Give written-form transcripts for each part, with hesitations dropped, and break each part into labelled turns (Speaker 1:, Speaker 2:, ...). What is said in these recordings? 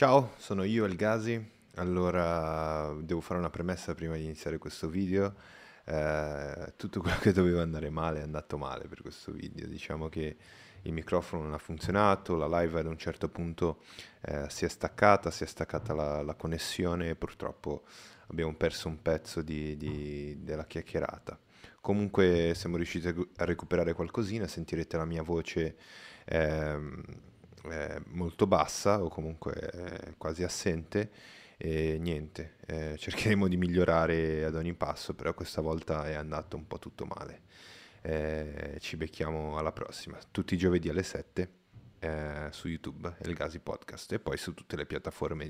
Speaker 1: Ciao, sono io El Gasi. Allora, devo fare una premessa prima di iniziare questo video. Tutto quello che doveva andare male è andato male per questo video. Diciamo che il microfono non ha funzionato, la live ad un certo punto si è staccata la connessione e purtroppo abbiamo perso un pezzo della chiacchierata. Comunque siamo riusciti a recuperare qualcosina, sentirete la mia voce ehm, molto bassa o comunque quasi assente e niente, cercheremo di migliorare ad ogni passo, però questa volta è andato un po' tutto male. Ci becchiamo alla prossima, tutti i giovedì alle 7 su YouTube, El Gasi Podcast e poi su tutte le piattaforme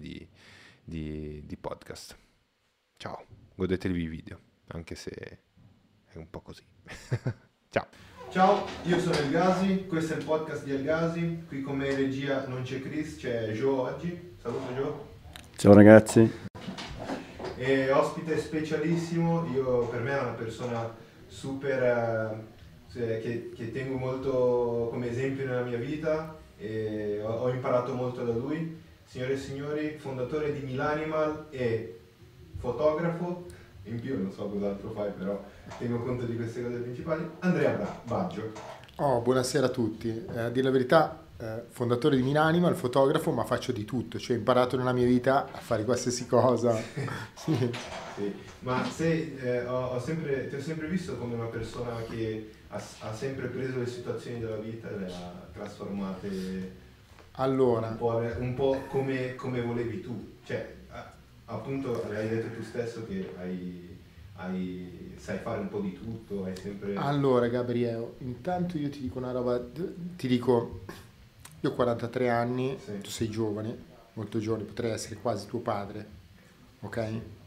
Speaker 1: di podcast. Ciao, godetevi i video, anche se è un po' così. Ciao. Ciao, io sono El Gasi, questo è il podcast di El Gasi, qui con me in regia non c'è Chris, c'è Joe oggi, saluto Joe.
Speaker 2: Ciao ragazzi.
Speaker 1: E ospite specialissimo, per me è una persona super, che tengo molto come esempio nella mia vita e ho imparato molto da lui. Signore e signori, fondatore di Milanimal e fotografo, in più non so cos'altro fai, però tengo conto di queste cose principali, Andrea Baggio.
Speaker 3: Buonasera a tutti. A dire la verità, fondatore di Milanimal, fotografo, ma faccio di tutto, cioè ho imparato nella mia vita a fare qualsiasi cosa.
Speaker 1: Sì. Ma ti ho sempre visto come una persona che ha sempre preso le situazioni della vita e le ha trasformate
Speaker 3: Allora,
Speaker 1: un po' come volevi tu. Cioè, appunto, hai detto tu stesso che sai fare un po' di tutto, hai sempre...
Speaker 3: allora Gabriele, intanto io ti dico una roba, io ho 43 anni,
Speaker 1: Sì.
Speaker 3: tu sei giovane, molto giovane, potrei essere quasi tuo padre, ok?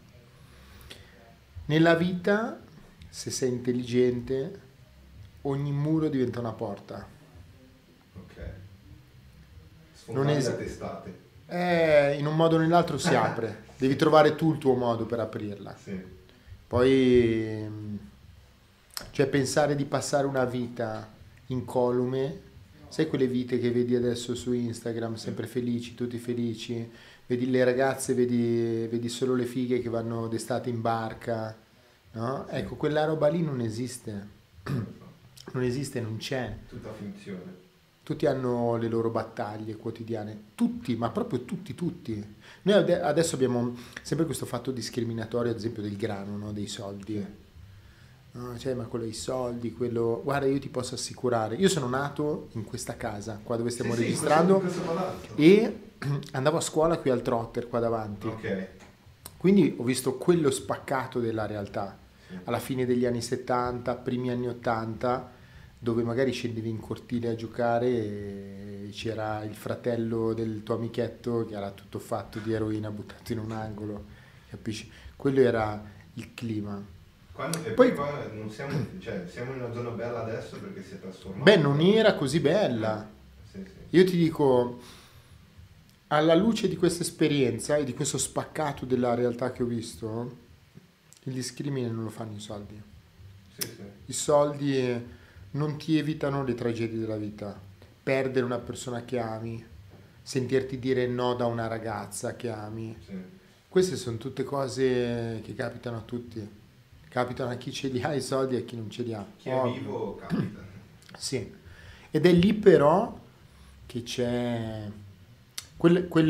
Speaker 3: Nella vita, se sei intelligente, ogni muro diventa una porta.
Speaker 1: Ok.
Speaker 3: Non
Speaker 1: Sfondavi
Speaker 3: es-
Speaker 1: da testate.
Speaker 3: In un modo o nell'altro si apre, devi trovare tu il tuo modo per aprirla.
Speaker 1: Sì.
Speaker 3: Poi, cioè pensare di passare una vita incolume, sai quelle vite che vedi adesso su Instagram, sempre felici, tutti felici, vedi le ragazze, vedi solo le fighe che vanno d'estate in barca, no?
Speaker 1: Sì.
Speaker 3: Ecco, quella roba lì non esiste, non esiste, non c'è.
Speaker 1: Tutta finzione.
Speaker 3: Tutti hanno le loro battaglie quotidiane, tutti, ma proprio tutti. Noi adesso abbiamo sempre questo fatto discriminatorio, ad esempio del grano, no? Dei soldi.
Speaker 1: Sì.
Speaker 3: No, cioè, ma quello dei soldi, quello... Guarda, io ti posso assicurare, io sono nato in questa casa, qua dove stiamo registrando,
Speaker 1: questo palazzo.
Speaker 3: e andavo a scuola qui al Trotter, qua davanti.
Speaker 1: Ok.
Speaker 3: Quindi ho visto quello spaccato della realtà,
Speaker 1: Sì.
Speaker 3: alla fine degli anni 70, primi anni 80, dove magari scendevi in cortile a giocare e c'era il fratello del tuo amichetto che era tutto fatto di eroina buttato in un angolo, capisci? Quello era il clima.
Speaker 1: E
Speaker 3: Poi-
Speaker 1: poi qua non siamo, cioè, siamo in una zona bella adesso perché si è trasformata.
Speaker 3: Beh, non era così bella.
Speaker 1: Sì.
Speaker 3: Io ti dico, alla luce di questa esperienza e di questo spaccato della realtà che ho visto, il discrimine non lo fanno i soldi.
Speaker 1: Sì.
Speaker 3: I soldi non ti evitano le tragedie della vita. Perdere una persona che ami, sentirti dire no da una ragazza che ami.
Speaker 1: Sì.
Speaker 3: Queste sono tutte cose che capitano a tutti. Capitano a chi ce li ha i soldi e a chi non ce li ha.
Speaker 1: Chi è vivo capita.
Speaker 3: Sì. Ed è lì però che c'è... Quello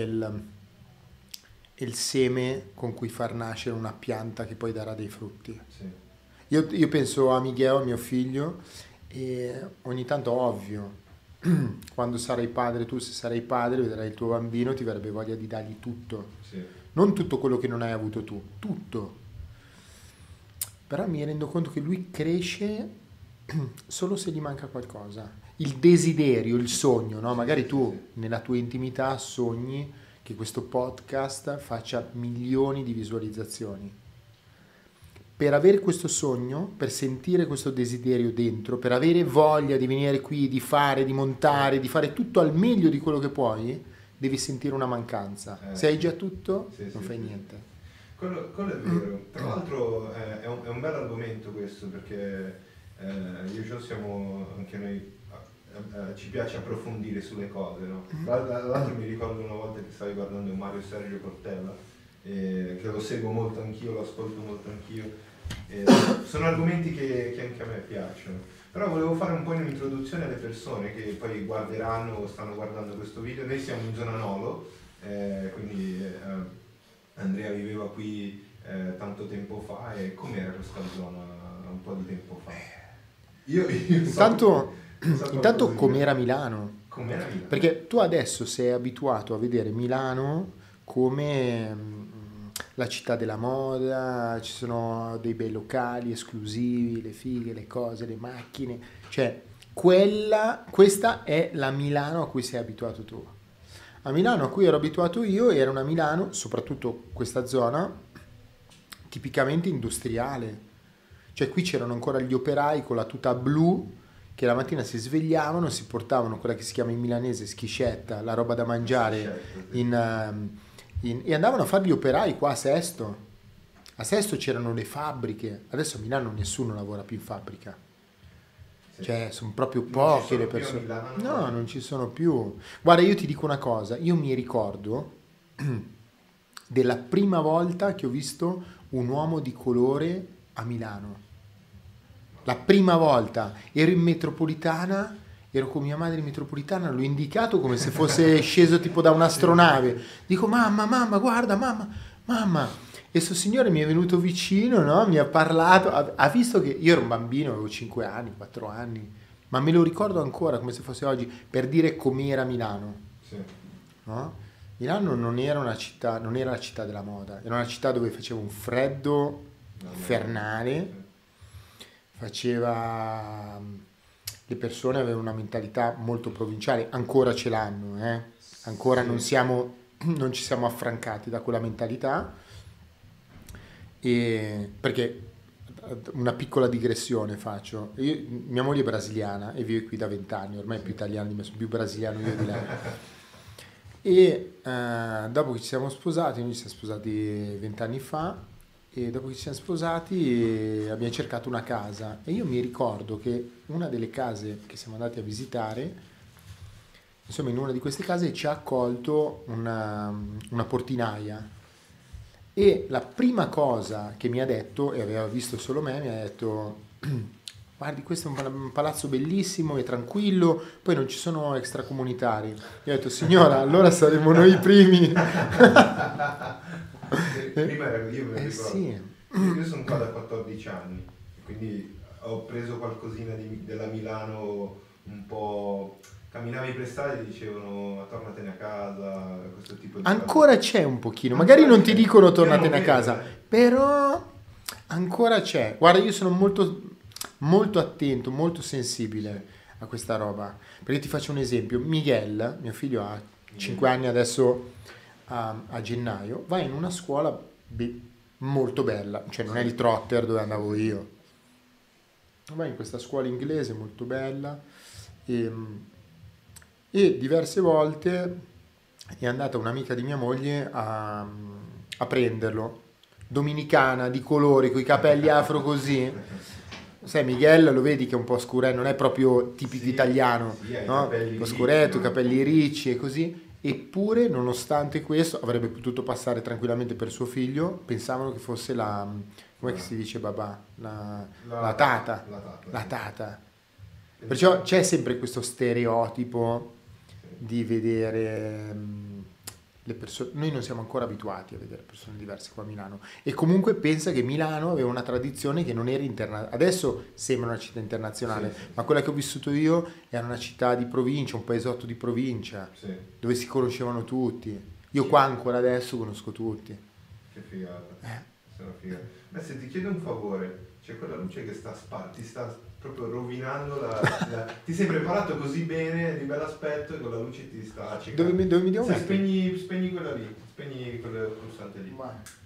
Speaker 3: è il seme con cui far nascere una pianta che poi darà dei frutti.
Speaker 1: Sì.
Speaker 3: Io penso a Miguel, mio figlio, e ogni tanto ovvio, quando sarai padre, tu se sarai padre, vedrai il tuo bambino, ti verrebbe voglia di dargli tutto.
Speaker 1: Sì.
Speaker 3: Non tutto quello che non hai avuto tu, tutto. Però mi rendo conto che lui cresce solo se gli manca qualcosa. Il desiderio, il sogno, no? Magari tu nella tua intimità sogni che questo podcast faccia milioni di visualizzazioni. Per avere questo sogno, per sentire questo desiderio dentro, per avere voglia di venire qui, di fare, di montare, di fare tutto al meglio di quello che puoi, devi sentire una mancanza. Se hai già tutto, non fai niente.
Speaker 1: Quello è vero. Tra l'altro è un bel argomento questo perché io e Gio siamo anche noi ci piace approfondire sulle cose, no? Tra l'altro mi ricordo una volta che stavi guardando Mario Sergio Cortella, che lo seguo molto anch'io, lo ascolto molto anch'io, sono argomenti che anche a me piacciono. Però volevo fare un po' un'introduzione alle persone che poi guarderanno o stanno guardando questo video. Noi siamo in zona Nolo, quindi Andrea viveva qui tanto tempo fa, e com'era questa zona un po' di tempo fa?
Speaker 3: Intanto com'era Milano?
Speaker 1: Com'era Milano?
Speaker 3: Perché tu adesso sei abituato a vedere Milano come la città della moda, ci sono dei bei locali esclusivi, le fighe, le cose, le macchine, cioè questa è la Milano a cui sei abituato tu. A Milano a cui ero abituato io era una Milano, soprattutto questa zona, tipicamente industriale. Cioè qui c'erano ancora gli operai con la tuta blu che la mattina si svegliavano, si portavano quella che si chiama in milanese schiscetta, la roba da mangiare, e andavano a fare gli operai qua a Sesto. A Sesto c'erano le fabbriche, adesso a Milano nessuno lavora più in fabbrica.
Speaker 1: Sì.
Speaker 3: Cioè sono proprio poche le persone. No, non ci sono più. Guarda, io ti dico una cosa, io mi ricordo della prima volta che ho visto un uomo di colore a Milano. La prima volta ero in metropolitana, ero con mia madre in metropolitana, l'ho indicato come se fosse sceso tipo da un'astronave. Dico mamma, guarda, mamma. E sto signore mi è venuto vicino, no? Mi ha parlato, ha visto che io ero un bambino, avevo 5 anni, 4 anni, ma me lo ricordo ancora come se fosse oggi, per dire com'era Milano.
Speaker 1: Sì.
Speaker 3: No? Milano non era una città, non era la città della moda, era una città dove faceva un freddo infernale. Le persone avevano una mentalità molto provinciale, ancora ce l'hanno, ancora non ci siamo affrancati da quella mentalità, perché una piccola digressione faccio, mia moglie è brasiliana e vive qui da 20 anni, ormai è più italiano di me, sono più brasiliano io di lei. E dopo che ci siamo sposati, noi ci siamo sposati 20 anni fa, e dopo che ci siamo sposati abbiamo cercato una casa, e io mi ricordo che una delle case che siamo andati a visitare, insomma in una di queste case ci ha accolto una portinaia, e la prima cosa che mi ha detto, e aveva visto solo me, mi ha detto guardi, questo è un palazzo bellissimo e tranquillo, poi non ci sono extracomunitari. Io ho detto signora, allora saremo noi i primi.
Speaker 1: Prima era io, me lo ricordo.
Speaker 3: Sì.
Speaker 1: Io sono qua da 14 anni, quindi ho preso qualcosina della Milano un po'. Camminavi per strada e dicevano tornatene a casa, questo tipo di
Speaker 3: ancora cose. C'è un pochino, magari non ti dicono tornatene a casa, però ancora c'è. Guarda, io sono molto, molto attento, molto sensibile a questa roba, perché ti faccio un esempio. Miguel, mio figlio ha 5 anni adesso, a gennaio, va in una scuola molto bella, cioè non è il Trotter dove andavo io, va in questa scuola inglese molto bella, e diverse volte è andata un'amica di mia moglie a prenderlo, dominicana, di colori, con i capelli afro così. Sai, Miguel lo vedi che è un po' scuro, non è proprio tipico italiano, no? Un po' scuretto, capelli ricci e così. Eppure, nonostante questo, avrebbe potuto passare tranquillamente per suo figlio. Pensavano che fosse come si dice babà? La tata. La tata. Perciò c'è sempre questo stereotipo di vedere le persone. Noi non siamo ancora abituati a vedere persone diverse qua a Milano, e comunque pensa che Milano aveva una tradizione che non era internazionale. Adesso sembra una città internazionale, sì. Ma quella che ho vissuto io era una città di provincia, un paesotto di provincia, sì. Dove si conoscevano tutti. Io qua ancora adesso conosco tutti.
Speaker 1: Che figata. Sono figata. Ma se ti chiedo un favore, c'è quella luce che ti sta proprio rovinando ti sei preparato così bene, di bell'aspetto, e con la luce ti sta accecando.
Speaker 3: Dove mi devo mettere?
Speaker 1: Spegni quella lì, spegni quel pulsante lì.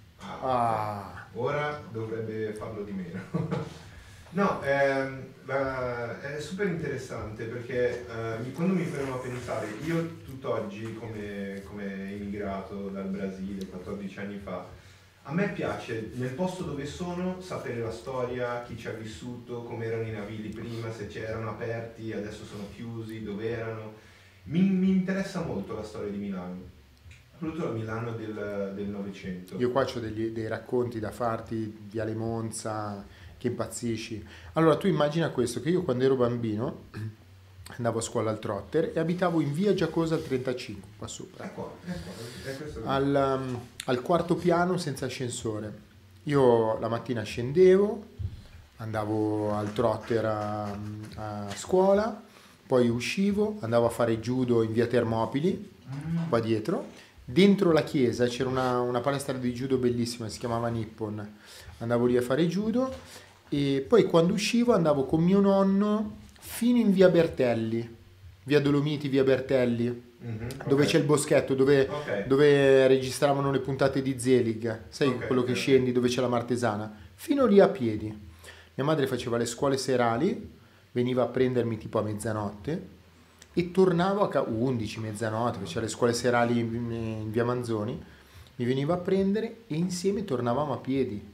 Speaker 1: Ora dovrebbe farlo di meno. No, è super interessante, perché quando mi fermo a pensare, io tutt'oggi come immigrato dal Brasile 14 anni fa, A me piace, nel posto dove sono, sapere la storia, chi ci ha vissuto, come erano i navili prima, se c'erano aperti, adesso sono chiusi, dove erano. Mi interessa molto la storia di Milano, soprattutto la Milano del Novecento.
Speaker 3: Io qua ho dei racconti da farti, Viale Monza, che impazzisci. Allora, tu immagina questo, che io quando ero bambino andavo a scuola al Trotter e abitavo in via Giacosa al 35, qua sopra,
Speaker 1: È questo che...
Speaker 3: al quarto piano senza ascensore. Io la mattina scendevo, andavo al Trotter a scuola, poi uscivo, andavo a fare judo in via Termopili, qua dietro. Dentro la chiesa c'era una palestra di judo bellissima, si chiamava Nippon. Andavo lì a fare judo e poi quando uscivo andavo con mio nonno fino in via Bertelli, via Dolomiti, via Bertelli, dove c'è il boschetto, dove registravano le puntate di Zelig, sai quello che scendi, dove c'è la Martesana, fino lì a piedi. Mia madre faceva le scuole serali, veniva a prendermi tipo a mezzanotte e tornavo a 11, mezzanotte, c'era le scuole serali in via Manzoni, mi veniva a prendere e insieme tornavamo a piedi.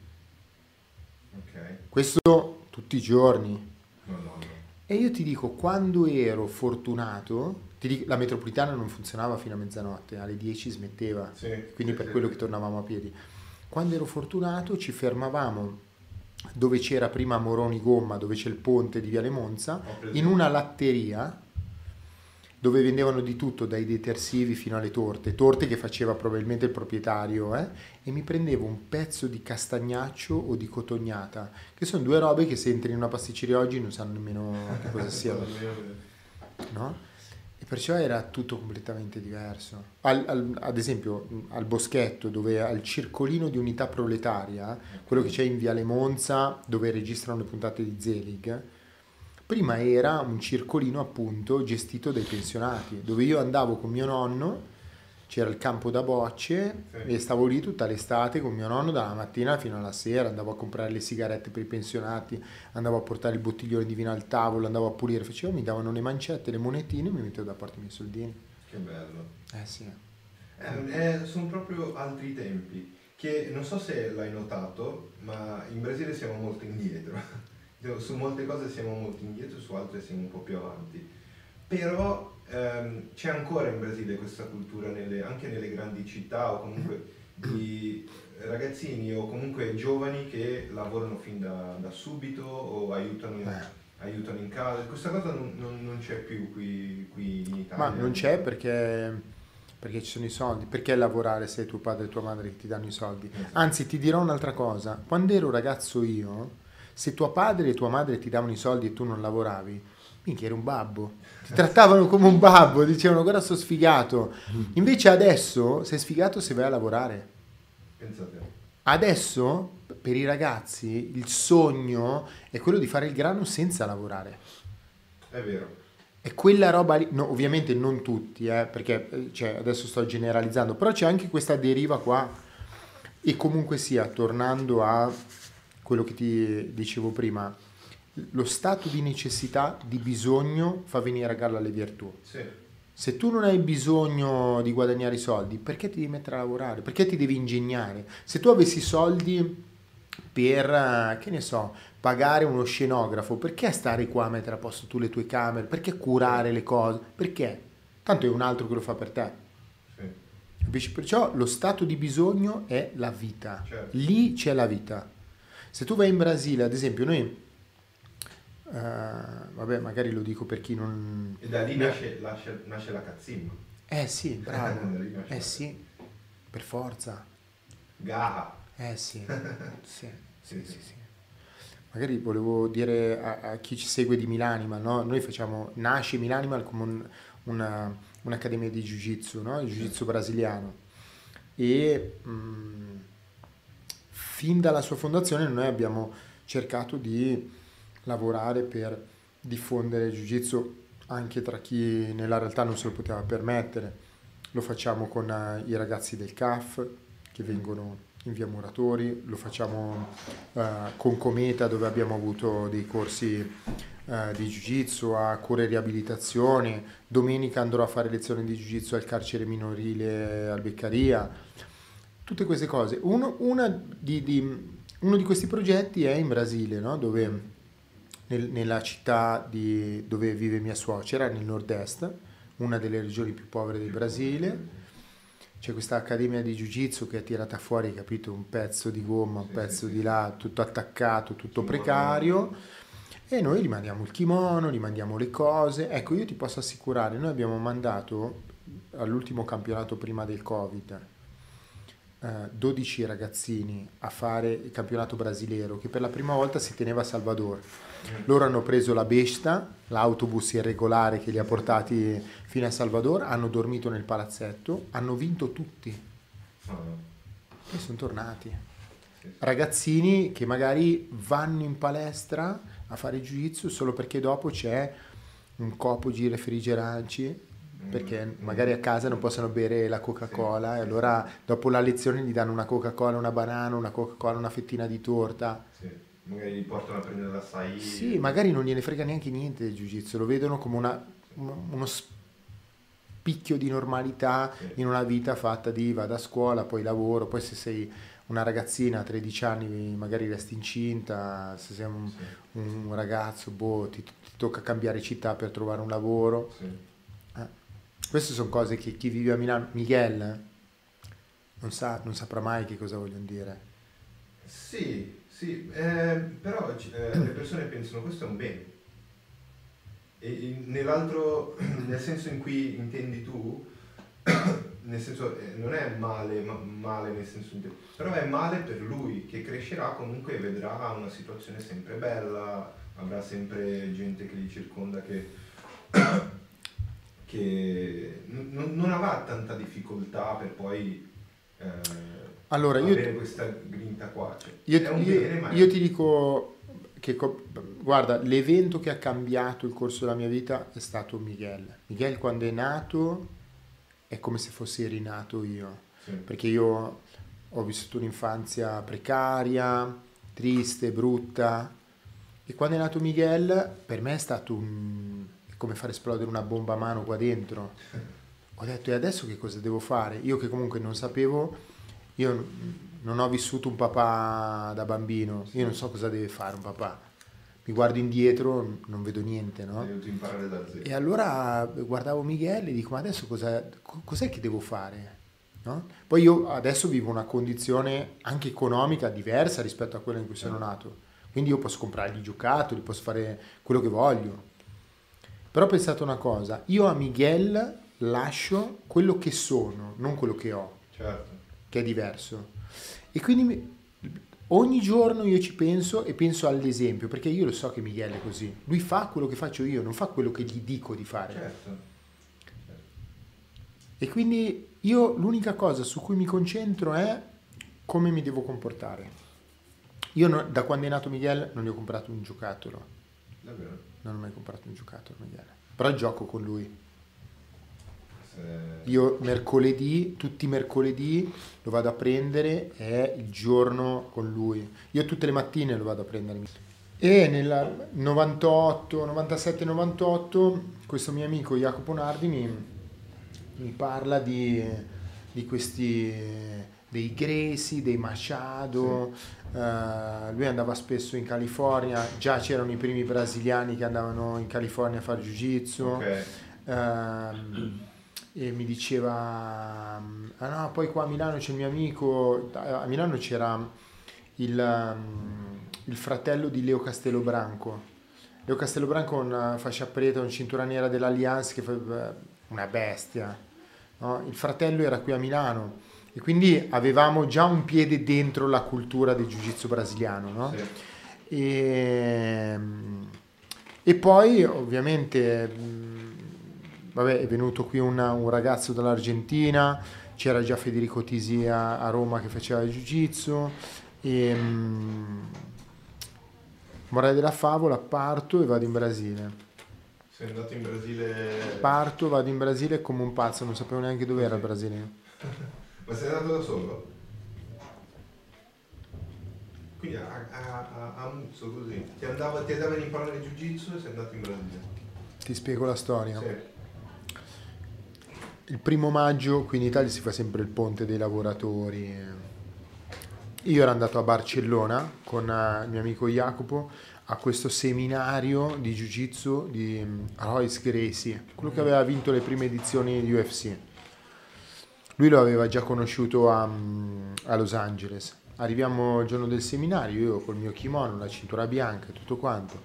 Speaker 3: Questo tutti i giorni. E io ti dico, quando ero fortunato, la metropolitana non funzionava fino a mezzanotte, alle 10 smetteva, quindi per quello che tornavamo a piedi. Quando ero fortunato ci fermavamo dove c'era prima Moroni Gomma, dove c'è il ponte di Viale Monza, in una latteria dove vendevano di tutto, dai detersivi fino alle torte che faceva probabilmente il proprietario, e mi prendevo un pezzo di castagnaccio o di cotognata, che sono due robe che se entri in una pasticceria oggi non sanno nemmeno che cosa siano, no? E perciò era tutto completamente diverso. Ad esempio al Boschetto, dove al circolino di Unità Proletaria, quello che c'è in Viale Monza, dove registrano le puntate di Zelig, prima era un circolino appunto gestito dai pensionati, dove io andavo con mio nonno, c'era il campo da bocce e stavo lì tutta l'estate con mio nonno dalla mattina fino alla sera, andavo a comprare le sigarette per i pensionati, andavo a portare il bottiglione di vino al tavolo, andavo a pulire, mi davano le mancette, le monetine e mi mettevo da parte i miei soldini.
Speaker 1: Che bello.
Speaker 3: Sì.
Speaker 1: Sono proprio altri tempi, che non so se l'hai notato, ma in Brasile siamo molto indietro. Su molte cose siamo molto indietro, su altre siamo un po' più avanti. Però c'è ancora in Brasile questa cultura anche nelle grandi città, o comunque di ragazzini o comunque giovani che lavorano fin da subito o aiutano in casa. Questa cosa non c'è più qui in Italia.
Speaker 3: Ma non c'è perché ci sono i soldi. Perché lavorare se è tuo padre e tua madre che ti danno i soldi? Anzi, ti dirò un'altra cosa. Quando ero ragazzo io, se tuo padre e tua madre ti davano i soldi e tu non lavoravi, minchia, eri un babbo. Ti trattavano come un babbo, dicevano guarda sto sfigato. Invece adesso sei sfigato se vai a lavorare.
Speaker 1: Pensate.
Speaker 3: Adesso per i ragazzi il sogno è quello di fare il grano senza lavorare.
Speaker 1: È vero.
Speaker 3: E quella roba lì, no, ovviamente non tutti, perché adesso sto generalizzando, però c'è anche questa deriva qua. E comunque sia, tornando a quello che ti dicevo prima, lo stato di necessità, di bisogno fa venire a galla le virtù.
Speaker 1: Sì.
Speaker 3: Se tu non hai bisogno di guadagnare i soldi, perché ti devi mettere a lavorare? Perché ti devi ingegnare? Se tu avessi soldi per, che ne so, pagare uno scenografo, perché stare qua a mettere a posto tu le tue camere? Perché curare le cose? Perché? Tanto è un altro che lo fa per te. Sì. Perciò lo stato di bisogno è la vita.
Speaker 1: Certo.
Speaker 3: Lì c'è la vita. Se tu vai in Brasile, ad esempio, noi, vabbè, magari lo dico per chi non...
Speaker 1: E da lì nasce la cazzimma.
Speaker 3: Sì, bravo. Sì, per forza.
Speaker 1: Gaha.
Speaker 3: Sì. Sì. Magari volevo dire a chi ci segue di Milanima, no? Noi nasce Milanimal come un'accademia di Jiu-Jitsu, no? Il Jiu-Jitsu brasiliano. E... fin dalla sua fondazione noi abbiamo cercato di lavorare per diffondere il Jiu-Jitsu anche tra chi nella realtà non se lo poteva permettere. Lo facciamo con i ragazzi del CAF che vengono in via Muratori, lo facciamo con Cometa dove abbiamo avuto dei corsi di Jiu-Jitsu, a cura e riabilitazione. Domenica andrò a fare lezioni di Jiu-Jitsu al carcere minorile al Beccaria. tutte queste cose. Uno di questi progetti è in Brasile, no? Dove, nella città dove vive mia suocera, nel nord-est, una delle regioni più povere del Brasile. C'è questa accademia di Jiu-Jitsu che è tirata fuori, capito, un pezzo di gomma, un pezzo di là, tutto attaccato, tutto precario. E noi gli mandiamo il kimono, gli mandiamo le cose. Ecco, io ti posso assicurare, noi abbiamo mandato all'ultimo campionato prima del Covid 12 ragazzini a fare il campionato brasileiro che per la prima volta si teneva a Salvador. Loro hanno preso la Besta, l'autobus irregolare che li ha portati fino a Salvador, hanno dormito nel palazzetto, hanno vinto tutti e sono tornati. Ragazzini che magari vanno in palestra a fare jiu-jitsu solo perché dopo c'è un copo di refrigeranti, perché magari a casa non possono bere la Coca-Cola e allora dopo la lezione gli danno una Coca-Cola, una banana, una Coca-Cola, una fettina di torta.
Speaker 1: Sì, magari li portano a prendere l'acai.
Speaker 3: Sì, magari non gliene frega neanche niente del jiu-jitsu, lo vedono come uno spicchio di normalità in una vita fatta di vado a scuola, poi lavoro, poi se sei una ragazzina a 13 anni magari resti incinta, se sei un ragazzo, ti tocca cambiare città per trovare un lavoro.
Speaker 1: Sì.
Speaker 3: Queste sono cose che chi vive a Milano, Miguel, non saprà mai che cosa vogliono dire.
Speaker 1: Sì, però le persone pensano questo è un bene. E nell'altro, nel senso in cui intendi tu, nel senso non è male nel senso però è male per lui che crescerà comunque e vedrà una situazione sempre bella, avrà sempre gente che gli circonda che non avrà tanta difficoltà per poi avere questa grinta qua. Cioè, è un bene, ma
Speaker 3: io ti dico che guarda, l'evento che ha cambiato il corso della mia vita è stato Miguel. Miguel quando è nato è come se fossi rinato io, perché io ho vissuto un'infanzia precaria, triste, brutta, e quando è nato Miguel per me è stato come far esplodere una bomba a mano qua dentro. Ho detto, e adesso che cosa devo fare? Io che comunque non sapevo, io non ho vissuto un papà da bambino, io non so cosa deve fare un papà. Mi guardo indietro, non vedo niente, no?
Speaker 1: Devi imparare da zero.
Speaker 3: E allora guardavo Miguel e dico, ma adesso cos'è che devo fare? No? Poi io adesso vivo una condizione anche economica diversa rispetto a quella in cui sono nato. Quindi io posso comprargli i giocattoli, posso fare quello che voglio. Però ho pensato una cosa, io a Miguel lascio quello che sono, non quello che ho,
Speaker 1: certo,
Speaker 3: che è diverso. E quindi ogni giorno io ci penso e penso all'esempio, perché io lo so che Miguel è così. Lui fa quello che faccio io, non fa quello che gli dico di fare.
Speaker 1: certo.
Speaker 3: E quindi io l'unica cosa su cui mi concentro è come mi devo comportare. Io da quando è nato Miguel non gli ho comprato un giocattolo.
Speaker 1: Davvero?
Speaker 3: Non ho mai comprato un giocattolo Miguel. Però gioco con lui. Io tutti i mercoledì lo vado a prendere, è il giorno con lui. Io tutte le mattine lo vado a prendere. E nel 98, 97, 98 questo mio amico Jacopo Nardi mi parla di questi, dei Gracie, dei Machado. Sì. Lui andava spesso in California, già c'erano i primi brasiliani che andavano in California a fare jiu-jitsu.
Speaker 1: Okay.
Speaker 3: E mi diceva, no, poi qua a Milano c'è il mio amico, a Milano c'era il fratello di Leo Castelobranco. Leo Castelobranco è una fascia preta, un cintura nera dell'Allianz che fa una bestia, no? Il fratello era qui a Milano e quindi avevamo già un piede dentro la cultura del jiu-jitsu brasiliano, no? Sì. E poi ovviamente è venuto qui un ragazzo dall'Argentina, c'era già Federico Tisi a Roma che faceva jiu-jitsu e morale della favola, parto e vado in Brasile.
Speaker 1: Sei andato in Brasile?
Speaker 3: Parto, vado in Brasile come un pazzo, non sapevo neanche dove era il Brasile.
Speaker 1: Ma sei andato da solo? Quindi a Muzzo così, ti andava a imparare jiu-jitsu e sei andato in Brasile?
Speaker 3: Ti spiego la storia.
Speaker 1: Sì.
Speaker 3: il 1° maggio qui in Italia si fa sempre il ponte dei lavoratori. Io ero andato a Barcellona con il mio amico Jacopo a questo seminario di Jiu-Jitsu di Royce Gracie, quello che aveva vinto le prime edizioni di UFC. Lui lo aveva già conosciuto a Los Angeles. Arriviamo il giorno del seminario, io col mio kimono, la cintura bianca e tutto quanto.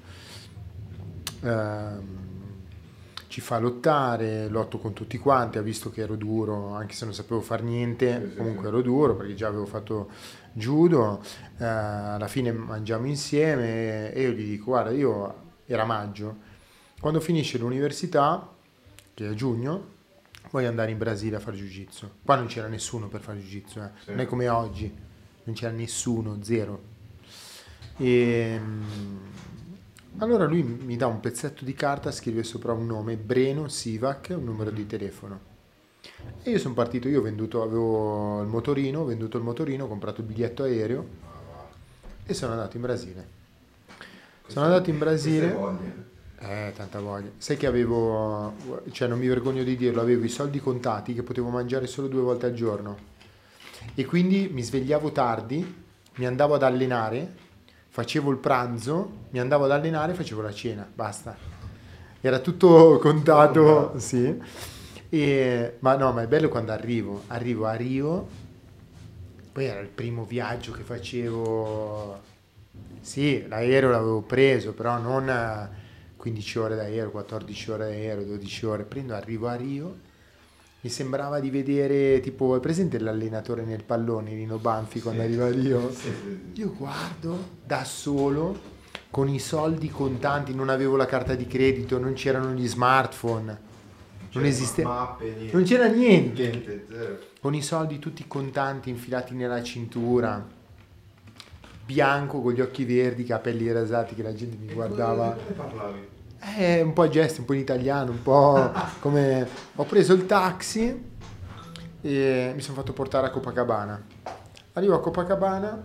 Speaker 3: Ci fa lottare, lotto con tutti quanti, ha visto che ero duro, anche se non sapevo far niente, comunque ero duro perché già avevo fatto judo. Alla fine mangiamo insieme e io gli dico, guarda, era maggio, quando finisce l'università, che è giugno, voglio andare in Brasile a fare jiu-jitsu. Qua non c'era nessuno per fare jiu-jitsu, non è come oggi, non c'era nessuno, zero. E allora lui mi dà un pezzetto di carta, scrive sopra un nome, Breno Sivac, un numero di telefono. E io sono partito, avevo il motorino, ho venduto il motorino, ho comprato il biglietto aereo e sono andato in Brasile. Sono andato in Brasile. Tanta voglia. Sai che avevo, cioè non mi vergogno di dirlo, avevo i soldi contati che potevo mangiare solo 2 volte al giorno. E quindi mi svegliavo tardi, mi andavo ad allenare, facevo il pranzo, mi andavo ad allenare, facevo la cena, basta. Era tutto contato, sì. Ma è bello quando arrivo a Rio, poi era il primo viaggio che facevo, sì, l'aereo l'avevo preso, però non 15 ore d'aereo, 14 ore d'aereo, 12 ore, arrivo a Rio, mi sembrava di vedere, tipo, è presente l'allenatore nel pallone, Nino Banfi, quando arriva a Rio? Io guardo, da solo, con i soldi contanti, non avevo la carta di credito, non c'erano gli smartphone, non esisteva, non c'era niente, con i soldi tutti contanti infilati nella cintura, bianco, con gli occhi verdi, capelli rasati, che la gente mi guardava.
Speaker 1: Come parlavi?
Speaker 3: Un po' a gesti, un po' in italiano, un po' come... Ho preso il taxi e mi sono fatto portare a Copacabana. Arrivo a Copacabana,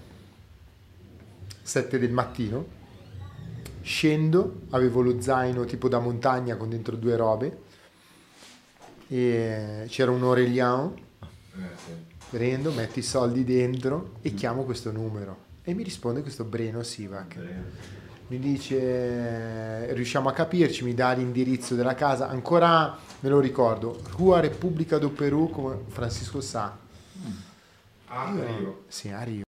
Speaker 3: 7 del mattino, scendo, avevo lo zaino tipo da montagna con dentro 2 robe, e c'era un Aureliano, prendo, metto i soldi dentro e chiamo questo numero e mi risponde questo Breno Sivac. Mi dice, riusciamo a capirci, mi dà l'indirizzo della casa, ancora me lo ricordo, Rua Repubblica do Perù, come Francisco sa.
Speaker 1: A Rio.
Speaker 3: Sì, a Rio.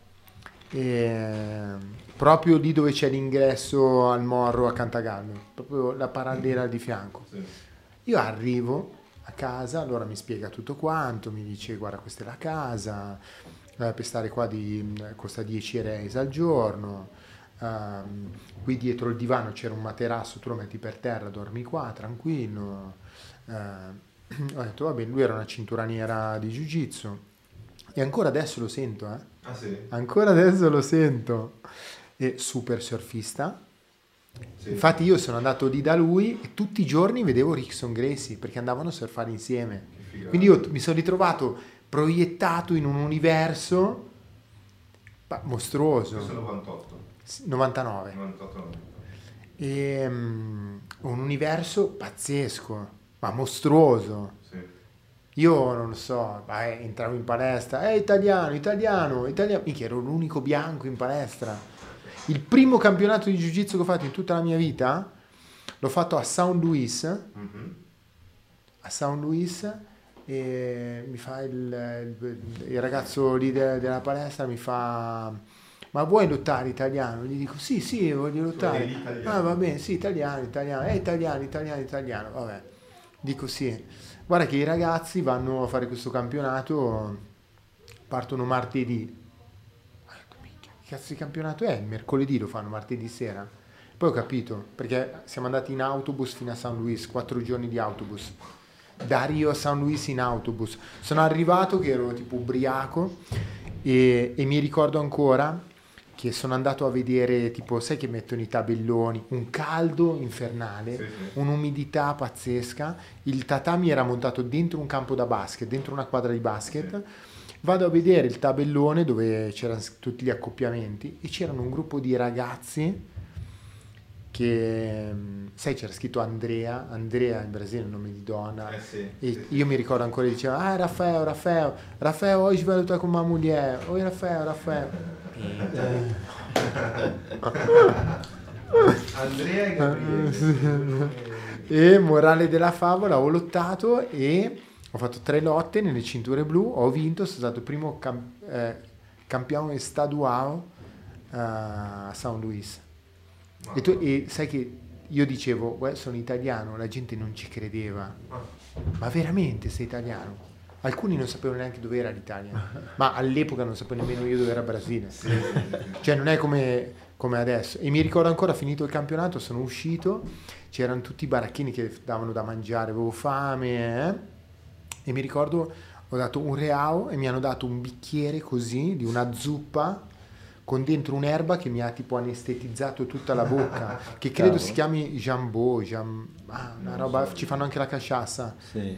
Speaker 3: E proprio lì dove c'è l'ingresso al Morro a Cantagallo, proprio la parallela di fianco.
Speaker 1: Sì.
Speaker 3: Io arrivo a casa, allora mi spiega tutto quanto, mi dice guarda questa è la casa, per stare qua costa 10 reais al giorno. Qui dietro il divano c'era un materasso, tu lo metti per terra, dormi qua tranquillo. Ho detto va bene, lui era una cintura nera di jiu-jitsu e ancora adesso lo sento,
Speaker 1: Ah sì?
Speaker 3: ancora adesso lo sento. E super surfista.
Speaker 1: Sì.
Speaker 3: Infatti io sono andato lì da lui e tutti i giorni vedevo Rickson Gracie perché andavano a surfare insieme. Quindi io mi sono ritrovato proiettato in un universo mostruoso.
Speaker 1: Questo è 98.
Speaker 3: 99.
Speaker 1: 98.
Speaker 3: E, un universo pazzesco, ma mostruoso.
Speaker 1: Sì.
Speaker 3: Io non lo so, entravo in palestra, italiano, minchia, ero l'unico bianco in palestra. Il primo campionato di jiu-jitsu che ho fatto in tutta la mia vita l'ho fatto a São Luís, a São Luís, e mi fa il ragazzo lì della palestra mi fa: ma vuoi lottare italiano? Gli dico sì, voglio lottare. Ah, va bene, sì, italiano, italiano, vabbè. Dico sì. Guarda che i ragazzi vanno a fare questo campionato, partono martedì. Che cazzo di campionato è? Il mercoledì lo fanno, martedì sera. Poi ho capito, perché siamo andati in autobus fino a San Luis, 4 giorni di autobus. Da Rio a San Luis in autobus. Sono arrivato che ero tipo ubriaco e mi ricordo ancora che sono andato a vedere, tipo, sai che mettono i tabelloni, un caldo infernale,
Speaker 1: Sì.
Speaker 3: un'umidità pazzesca, il tatami era montato dentro un campo da basket, dentro una quadra di basket. Sì. Vado a vedere il tabellone dove c'erano tutti gli accoppiamenti e c'erano un gruppo di ragazzi che, sai, c'era scritto Andrea in Brasile è un nome di donna,
Speaker 1: Sì,
Speaker 3: e io mi ricordo ancora, diceva, Rafael, oggi vai a lutar con una mulher, oi Rafael.
Speaker 1: Andrea e Gabriele.
Speaker 3: E morale della favola, ho lottato e ho fatto 3 lotte nelle cinture blu, ho vinto, sono stato il primo campione estadual a San Luis. E sai che io dicevo, sono italiano, la gente non ci credeva. Ma veramente sei italiano? Alcuni non sapevano neanche dove era l'Italia, ma all'epoca non sapevo nemmeno io dove era Brasile. Cioè non è come adesso. E mi ricordo ancora, finito il campionato, sono uscito, c'erano tutti i baracchini che davano da mangiare, avevo fame, e mi ricordo ho dato €1 e mi hanno dato un bicchiere così di una zuppa con dentro un'erba che mi ha tipo anestetizzato tutta la bocca, che credo si chiami jambò, una roba, ci fanno anche la casciassa.
Speaker 2: Sì.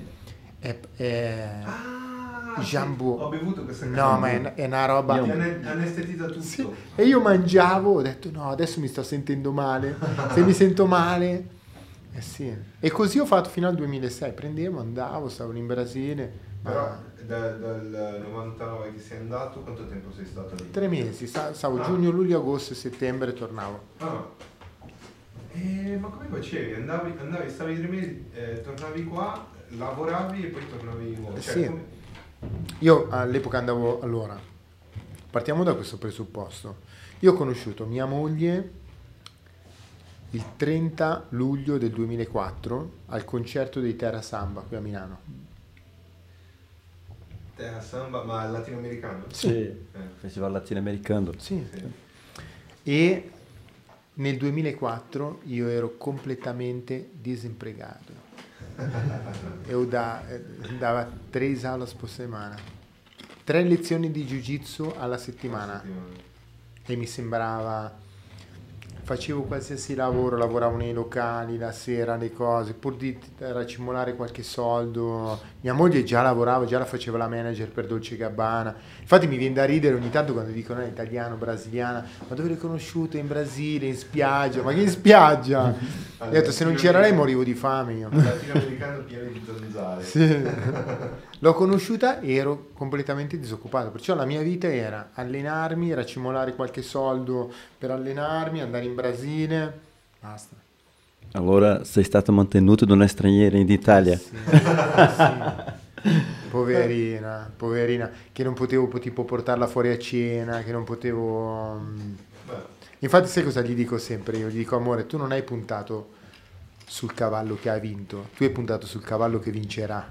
Speaker 3: Jambò.
Speaker 1: Ho bevuto questa cosa.
Speaker 3: No, ma è una roba.
Speaker 1: Ti anestetizza tutto.
Speaker 3: Sì. E io mangiavo, ho detto no, adesso mi sto sentendo male. Se mi sento male, sì. E così ho fatto fino al 2006. Prendevo, andavo, stavo in Brasile.
Speaker 1: Però dal 99 che sei andato, quanto tempo sei stato lì?
Speaker 3: 3 mesi, stavo giugno, luglio, agosto e settembre e tornavo.
Speaker 1: Ma come facevi? Stavi 3 mesi, tornavi qua, lavoravi e poi tornavi di nuovo? Cioè,
Speaker 3: sì. Io all'epoca andavo, allora, partiamo da questo presupposto. Io ho conosciuto mia moglie il 30 luglio del 2004 al concerto dei Terra Samba qui a Milano.
Speaker 1: Terra Samba, ma latinoamericano?
Speaker 2: Sì. Festival latinoamericano.
Speaker 3: Sì. E nel 2004 io ero completamente disimpiegato. Eu dava 3 aulas por semana, 3 lezioni di jiu-jitsu alla settimana, e mi sembrava, facevo qualsiasi lavoro, lavoravo nei locali la sera, le cose, pur di racimolare qualche soldo. Mia moglie già lavorava, già la faceva la manager per Dolce & Gabbana. Infatti mi viene da ridere ogni tanto quando dicono italiano, brasiliana, ma dove l'hai conosciuta? In Brasile, in spiaggia. Ma che in spiaggia? Ho detto, se non c'era lei morivo di fame io.
Speaker 1: Latinoamericano pieno di zanzare.
Speaker 3: Sì. L'ho conosciuta e ero completamente disoccupato, perciò la mia vita era allenarmi, racimolare qualche soldo per allenarmi, andare in Brasile, basta.
Speaker 2: Allora sei stato mantenuto da una straniera in Italia?
Speaker 3: Sì. Poverina, che non potevo tipo portarla fuori a cena, che non potevo... Infatti sai cosa gli dico sempre? Io gli dico, amore, tu non hai puntato sul cavallo che ha vinto, tu hai puntato sul cavallo che vincerà.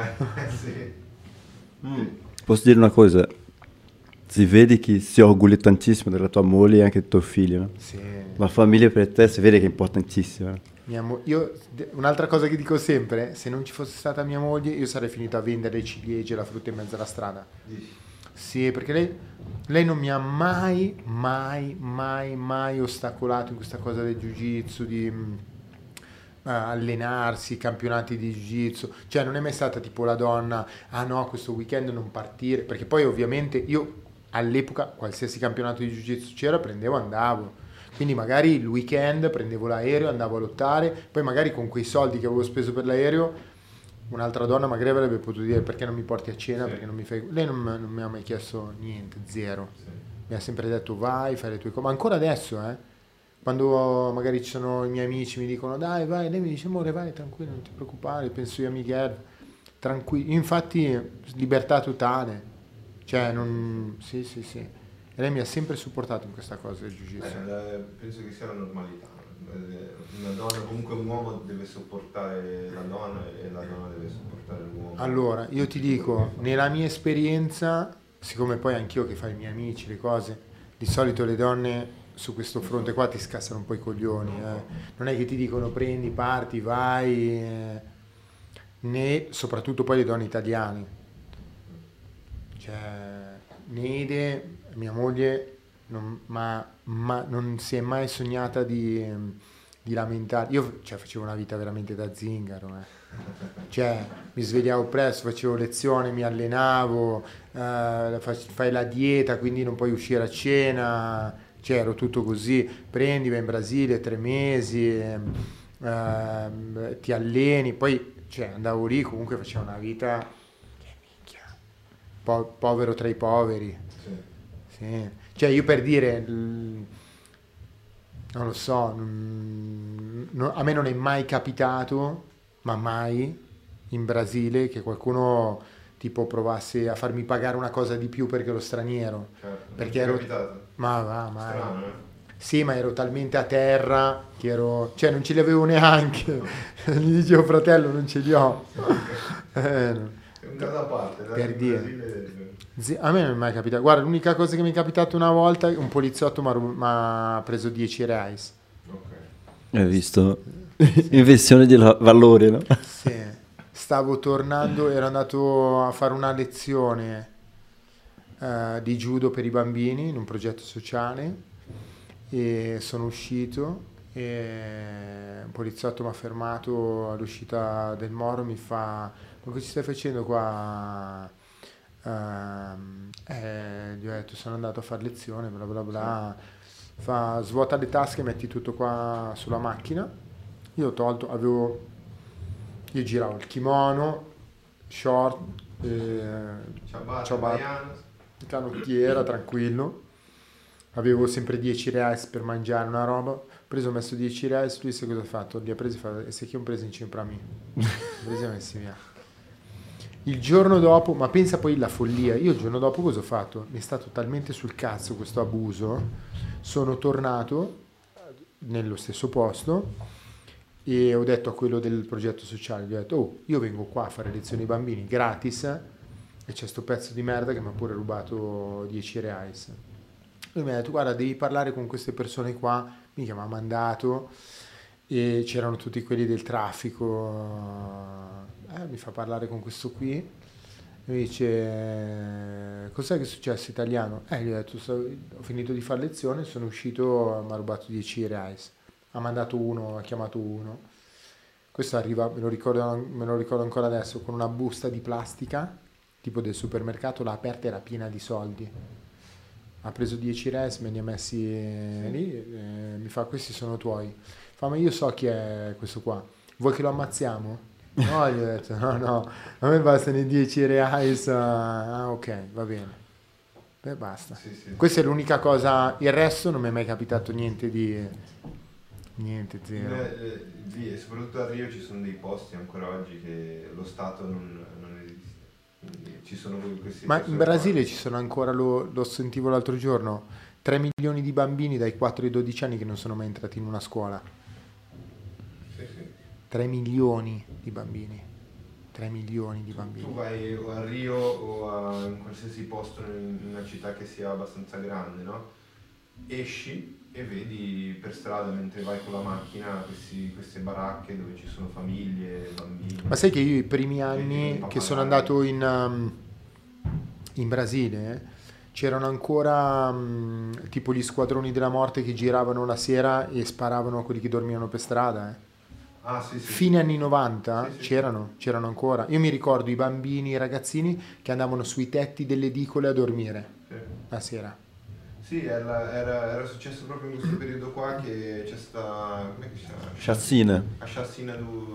Speaker 1: Sì.
Speaker 2: Posso dire una cosa? Si vede che si orgoglia tantissimo della tua moglie e anche del tuo figlio, no?
Speaker 3: Sì.
Speaker 2: La famiglia per te si vede che è importantissima.
Speaker 3: Un'altra cosa che dico sempre, se non ci fosse stata mia moglie io sarei finito a vendere le ciliegie e la frutta in mezzo alla strada. Sì, perché lei non mi ha mai ostacolato in questa cosa del jiu-jitsu, di allenarsi, campionati di jiu-jitsu. Cioè non è mai stata tipo la donna, ah no, questo weekend non partire, perché poi ovviamente io all'epoca qualsiasi campionato di jiu-jitsu c'era, andavo. Quindi magari il weekend prendevo l'aereo, andavo a lottare, poi magari con quei soldi che avevo speso per l'aereo, un'altra donna magari avrebbe potuto dire perché non mi porti a cena, perché non mi fai... Lei non mi ha mai chiesto niente, zero. Mi ha sempre detto vai, fai le tue cose, ma ancora adesso, quando magari ci sono i miei amici mi dicono dai vai, lei mi dice amore vai tranquillo, non ti preoccupare, penso io a Miguel, tranquillo. Infatti libertà totale, cioè non... Sì. E lei mi ha sempre supportato in questa cosa del jiu-jitsu.
Speaker 1: Penso che sia la normalità. Una donna, comunque un uomo deve sopportare la donna e la donna deve sopportare l'uomo.
Speaker 3: Allora, io ti dico, nella mia esperienza, siccome poi anch'io che fai i miei amici, le cose, di solito le donne su questo fronte qua ti scassano un po' i coglioni. Non è che ti dicono prendi, parti, vai, né soprattutto poi le donne italiane. Cioè, Neide, mia moglie, non si è mai sognata di lamentare. Io facevo una vita veramente da zingaro. Cioè, mi svegliavo presto, facevo lezione, mi allenavo, fai la dieta, quindi non puoi uscire a cena. Cioè ero tutto così, prendi, vai in Brasile 3 mesi, ti alleni, poi cioè, andavo lì, comunque facevo una vita, che minchia, povero tra i poveri. Sì. Cioè io per dire, non lo so, a me non è mai capitato, ma mai, in Brasile, che qualcuno tipo provasse a farmi pagare una cosa di più perché ero straniero.
Speaker 1: Certo.
Speaker 3: Perché
Speaker 1: Non ti è
Speaker 3: ero...
Speaker 1: capitato?
Speaker 3: Ma va, mai.
Speaker 1: Strano,
Speaker 3: Sì, ma ero talmente a terra che ero... Cioè non ce li avevo neanche. Gli dicevo, fratello, non ce li ho.
Speaker 1: È un caso a parte, dai,
Speaker 3: Per
Speaker 1: in
Speaker 3: dire.
Speaker 1: Brasile...
Speaker 3: A me non è mai capitato. Guarda, l'unica cosa che mi è capitata una volta, un poliziotto mi ha preso 10 reais.
Speaker 1: Ok.
Speaker 2: Hai visto? Inversione di valore, no?
Speaker 3: Sì. Stavo tornando, ero andato a fare una lezione di judo per i bambini in un progetto sociale e sono uscito e un poliziotto mi ha fermato all'uscita del Moro, mi fa: ma cosa ci stai facendo qua? Gli ho detto sono andato a fare lezione, bla bla bla. Fa: svuota le tasche, metti tutto qua sulla macchina. Io ho tolto, io giravo il kimono, short,
Speaker 1: Ciabatte,
Speaker 3: ciabatte,
Speaker 1: Baiano.
Speaker 3: canottiera, tranquillo. Avevo sempre 10 reais per mangiare una roba. Ho preso, ho messo 10 reais, lui sai cosa ha fatto? Li ha presi e fa: e se chi ho preso in cima per me? Li ho presi e messi via. Il giorno dopo, ma pensa poi la follia, io il giorno dopo cosa ho fatto? Mi è stato talmente sul cazzo questo abuso, sono tornato nello stesso posto e ho detto a quello del progetto sociale, gli ho detto: oh, io vengo qua a fare lezioni ai bambini gratis e c'è sto pezzo di merda che mi ha pure rubato 10 reais. Lui mi ha detto: guarda, devi parlare con queste persone qua. Mica mi ha mandato e c'erano tutti quelli del traffico. Mi fa parlare con questo qui e mi dice: cos'è che è successo, italiano? Gli ho detto: ho finito di fare lezione, sono uscito, mi ha rubato 10 reais. Ha mandato uno, ha chiamato uno. Questo arriva, me lo ricordo ancora adesso, con una busta di plastica tipo del supermercato, l'ha aperta, era piena di soldi. Ha preso 10 reais, me li ha messi lì, mi fa: questi sono tuoi. Fa: ma io so chi è questo qua, vuoi che lo ammazziamo? No, gli ho detto: no, a me bastano i 10 reais. Ok, va bene. Beh, basta.
Speaker 1: Sì.
Speaker 3: Questa è l'unica cosa, il resto non mi è mai capitato niente di... Niente, zero.
Speaker 1: Lì, e soprattutto a Rio ci sono dei posti ancora oggi che lo Stato non esiste. Quindi ci sono questi...
Speaker 3: Ma in Brasile ci sono ancora, lo sentivo l'altro giorno, 3 milioni di bambini dai 4 ai 12 anni che non sono mai entrati in una scuola.
Speaker 1: Sì.
Speaker 3: 3 milioni di bambini. 3 milioni di bambini.
Speaker 1: Tu vai o a Rio o in qualsiasi posto in una città che sia abbastanza grande, no? Esci e vedi per strada mentre vai con la macchina queste baracche dove ci sono famiglie, bambini.
Speaker 3: Ma sai che io i primi anni che sono andato in Brasile c'erano ancora tipo gli squadroni della morte che giravano la sera e sparavano a quelli che dormivano per strada.
Speaker 1: Ah, sì.
Speaker 3: Fine anni 90
Speaker 1: Sì.
Speaker 3: c'erano ancora. Io mi ricordo i bambini, i ragazzini che andavano sui tetti delle edicole a dormire la sera.
Speaker 1: Sì, era successo proprio in questo periodo qua che c'è sta... come si chiama?
Speaker 2: Chacina.
Speaker 1: A Chacina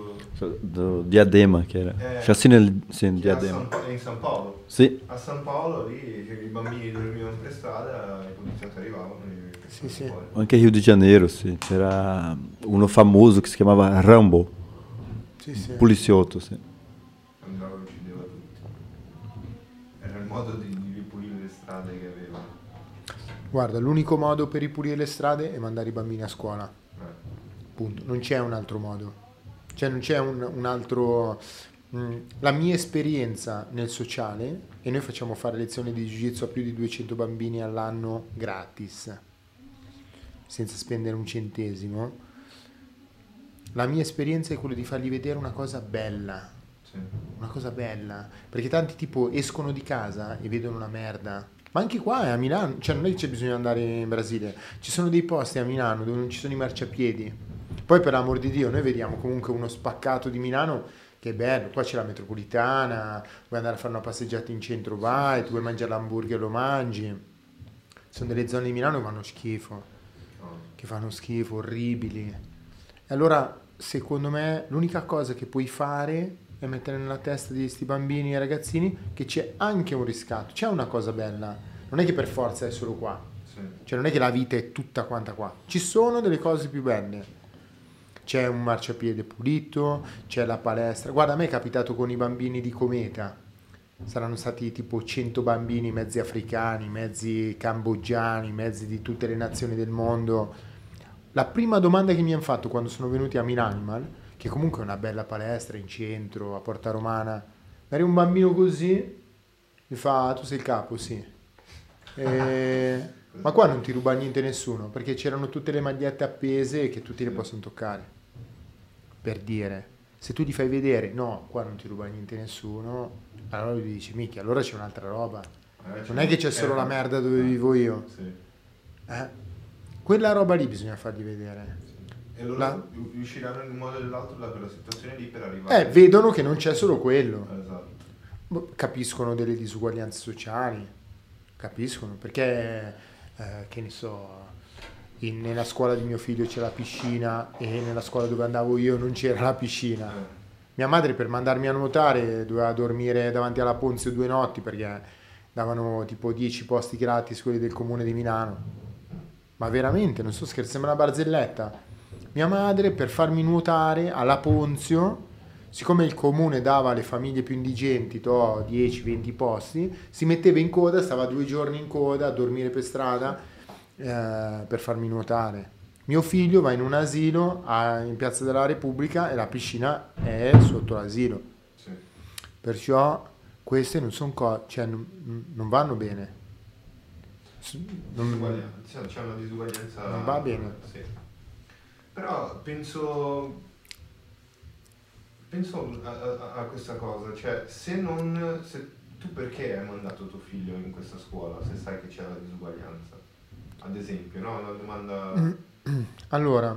Speaker 2: Do Diadema, che era. Chacina sì, Diadema.
Speaker 1: in San Paolo.
Speaker 2: Sì.
Speaker 1: A San Paolo lì i bambini dormivano per strada, i poliziotti arrivavano e
Speaker 3: Sì.
Speaker 1: fuori.
Speaker 2: Anche a Rio de Janeiro, sì. C'era uno famoso che si chiamava Rambo.
Speaker 3: Sì.
Speaker 2: Poliziotto, sì.
Speaker 1: Andava e uccideva tutti. Era il modo di ripulire le strade che avevano.
Speaker 3: Guarda, l'unico modo per ripulire le strade è mandare i bambini a scuola. Punto. Non c'è un altro modo. Cioè non c'è un altro... La mia esperienza nel sociale, e noi facciamo fare lezioni di jiu-jitsu a più di 200 bambini all'anno gratis, senza spendere un centesimo, la mia esperienza è quella di fargli vedere una cosa bella.
Speaker 1: Sì.
Speaker 3: Una cosa bella. Perché tanti tipo escono di casa e vedono una merda. Ma anche qua a Milano, cioè non è che c'è bisogno di andare in Brasile, ci sono dei posti a Milano dove non ci sono i marciapiedi. Poi per l'amor di Dio noi vediamo comunque uno spaccato di Milano che è bello, qua c'è la metropolitana, vuoi andare a fare una passeggiata in centro vai, tu vuoi mangiare l'hamburger lo mangi. sono delle zone di Milano che fanno schifo, orribili. E allora, secondo me, l'unica cosa che puoi fare è mettere nella testa di questi bambini e ragazzini che c'è anche un riscatto, c'è una cosa bella, non è che per forza è solo qua, cioè non è che la vita è tutta quanta qua, ci sono delle cose più belle. C'è un marciapiede pulito, c'è la palestra. Guarda, a me è capitato con i bambini di Cometa. Saranno stati tipo 100 bambini, mezzi africani, mezzi cambogiani, mezzi di tutte le nazioni del mondo. La prima domanda che mi hanno fatto quando sono venuti a Milanimal, che comunque è una bella palestra in centro, a Porta Romana, eri un bambino così, mi fa, tu sei il capo, sì. Ma qua non ti ruba niente nessuno, perché c'erano tutte le magliette appese che tutti le possono toccare. Per dire, se tu gli fai vedere, no, qua non ti ruba niente nessuno, allora lui dice, minchia, allora c'è un'altra roba. Non è che c'è solo la merda dove vivo io. Quella roba lì bisogna fargli vedere.
Speaker 1: E loro riusciranno in un modo o nell'altro da quella situazione lì per arrivare.
Speaker 3: Vedono che non c'è solo quello.
Speaker 1: Esatto.
Speaker 3: Capiscono delle disuguaglianze sociali, capiscono, perché, che ne so, nella scuola di mio figlio c'è la piscina e nella scuola dove andavo io non c'era la piscina. Mia madre per mandarmi a nuotare doveva dormire davanti alla Ponzio 2 notti perché davano tipo 10 posti gratis quelli del comune di Milano. Ma veramente, non sto scherzando, sembra una barzelletta. Mia madre per farmi nuotare alla Ponzio, siccome il comune dava alle famiglie più indigenti 10-20 posti, si metteva in coda, stava 2 giorni in coda a dormire per strada per farmi nuotare. Mio figlio va in un asilo in Piazza della Repubblica e la piscina è sotto l'asilo. Perciò queste non sono cose, cioè non vanno bene.
Speaker 1: C'è una disuguaglianza.
Speaker 3: Non va bene.
Speaker 1: Sì. Però penso a questa cosa, cioè se tu perché hai mandato tuo figlio in questa scuola se sai che c'è la disuguaglianza? Ad esempio, no? Una domanda.
Speaker 3: Allora,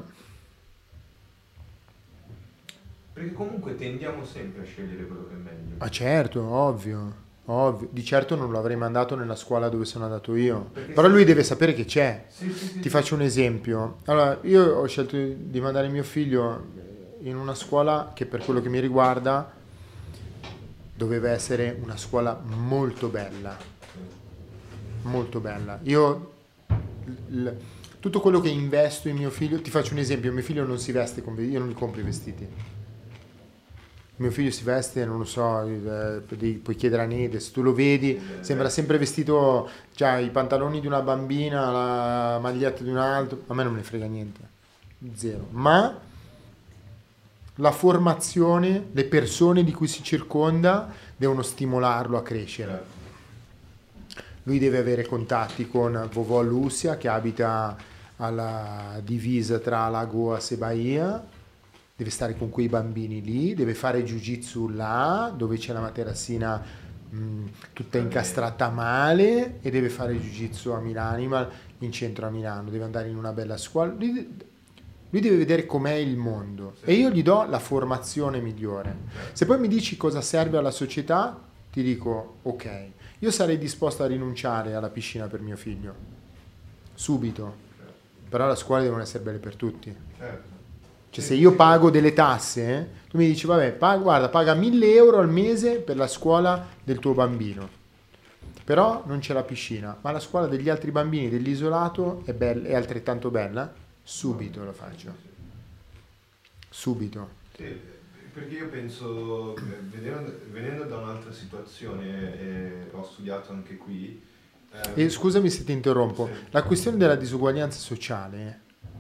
Speaker 1: perché comunque tendiamo sempre a scegliere quello che è meglio.
Speaker 3: ma certo, ovvio. Di certo non l'avrei mandato nella scuola dove sono andato io. Però lui deve sapere che c'è. Ti faccio un esempio. Allora, io ho scelto di mandare mio figlio in una scuola che per quello che mi riguarda doveva essere una scuola molto bella. Molto bella. Io tutto quello che investo in mio figlio, ti faccio un esempio, mio figlio non si veste io non gli compro i vestiti. Mio figlio si veste, non lo so, puoi chiedere a Nede, se tu lo vedi, sembra sempre vestito, cioè i pantaloni di una bambina, la maglietta di un altro, a me non me ne frega niente, zero. Ma la formazione, le persone di cui si circonda devono stimolarlo a crescere. Lui deve avere contatti con Vovò Lucia che abita alla divisa tra Lagoas e Bahia, deve stare con quei bambini lì, deve fare jiu-jitsu là dove c'è la materassina tutta incastrata male e deve fare jiu-jitsu a Milanimal in centro a Milano, deve andare in una bella scuola, lui deve vedere com'è il mondo e io gli do la formazione migliore. Se poi mi dici cosa serve alla società, ti dico ok, io sarei disposto a rinunciare alla piscina per mio figlio subito, però le scuole devono essere belle per tutti. Cioè se io pago delle tasse, tu mi dici vabbè, guarda, paga 1.000 euro al mese per la scuola del tuo bambino, però non c'è la piscina, ma la scuola degli altri bambini dell'isolato è altrettanto bella, subito lo faccio, subito.
Speaker 1: Sì, perché io penso, venendo da un'altra situazione, e ho studiato anche qui.
Speaker 3: E scusami se ti interrompo, sì. La questione della disuguaglianza sociale,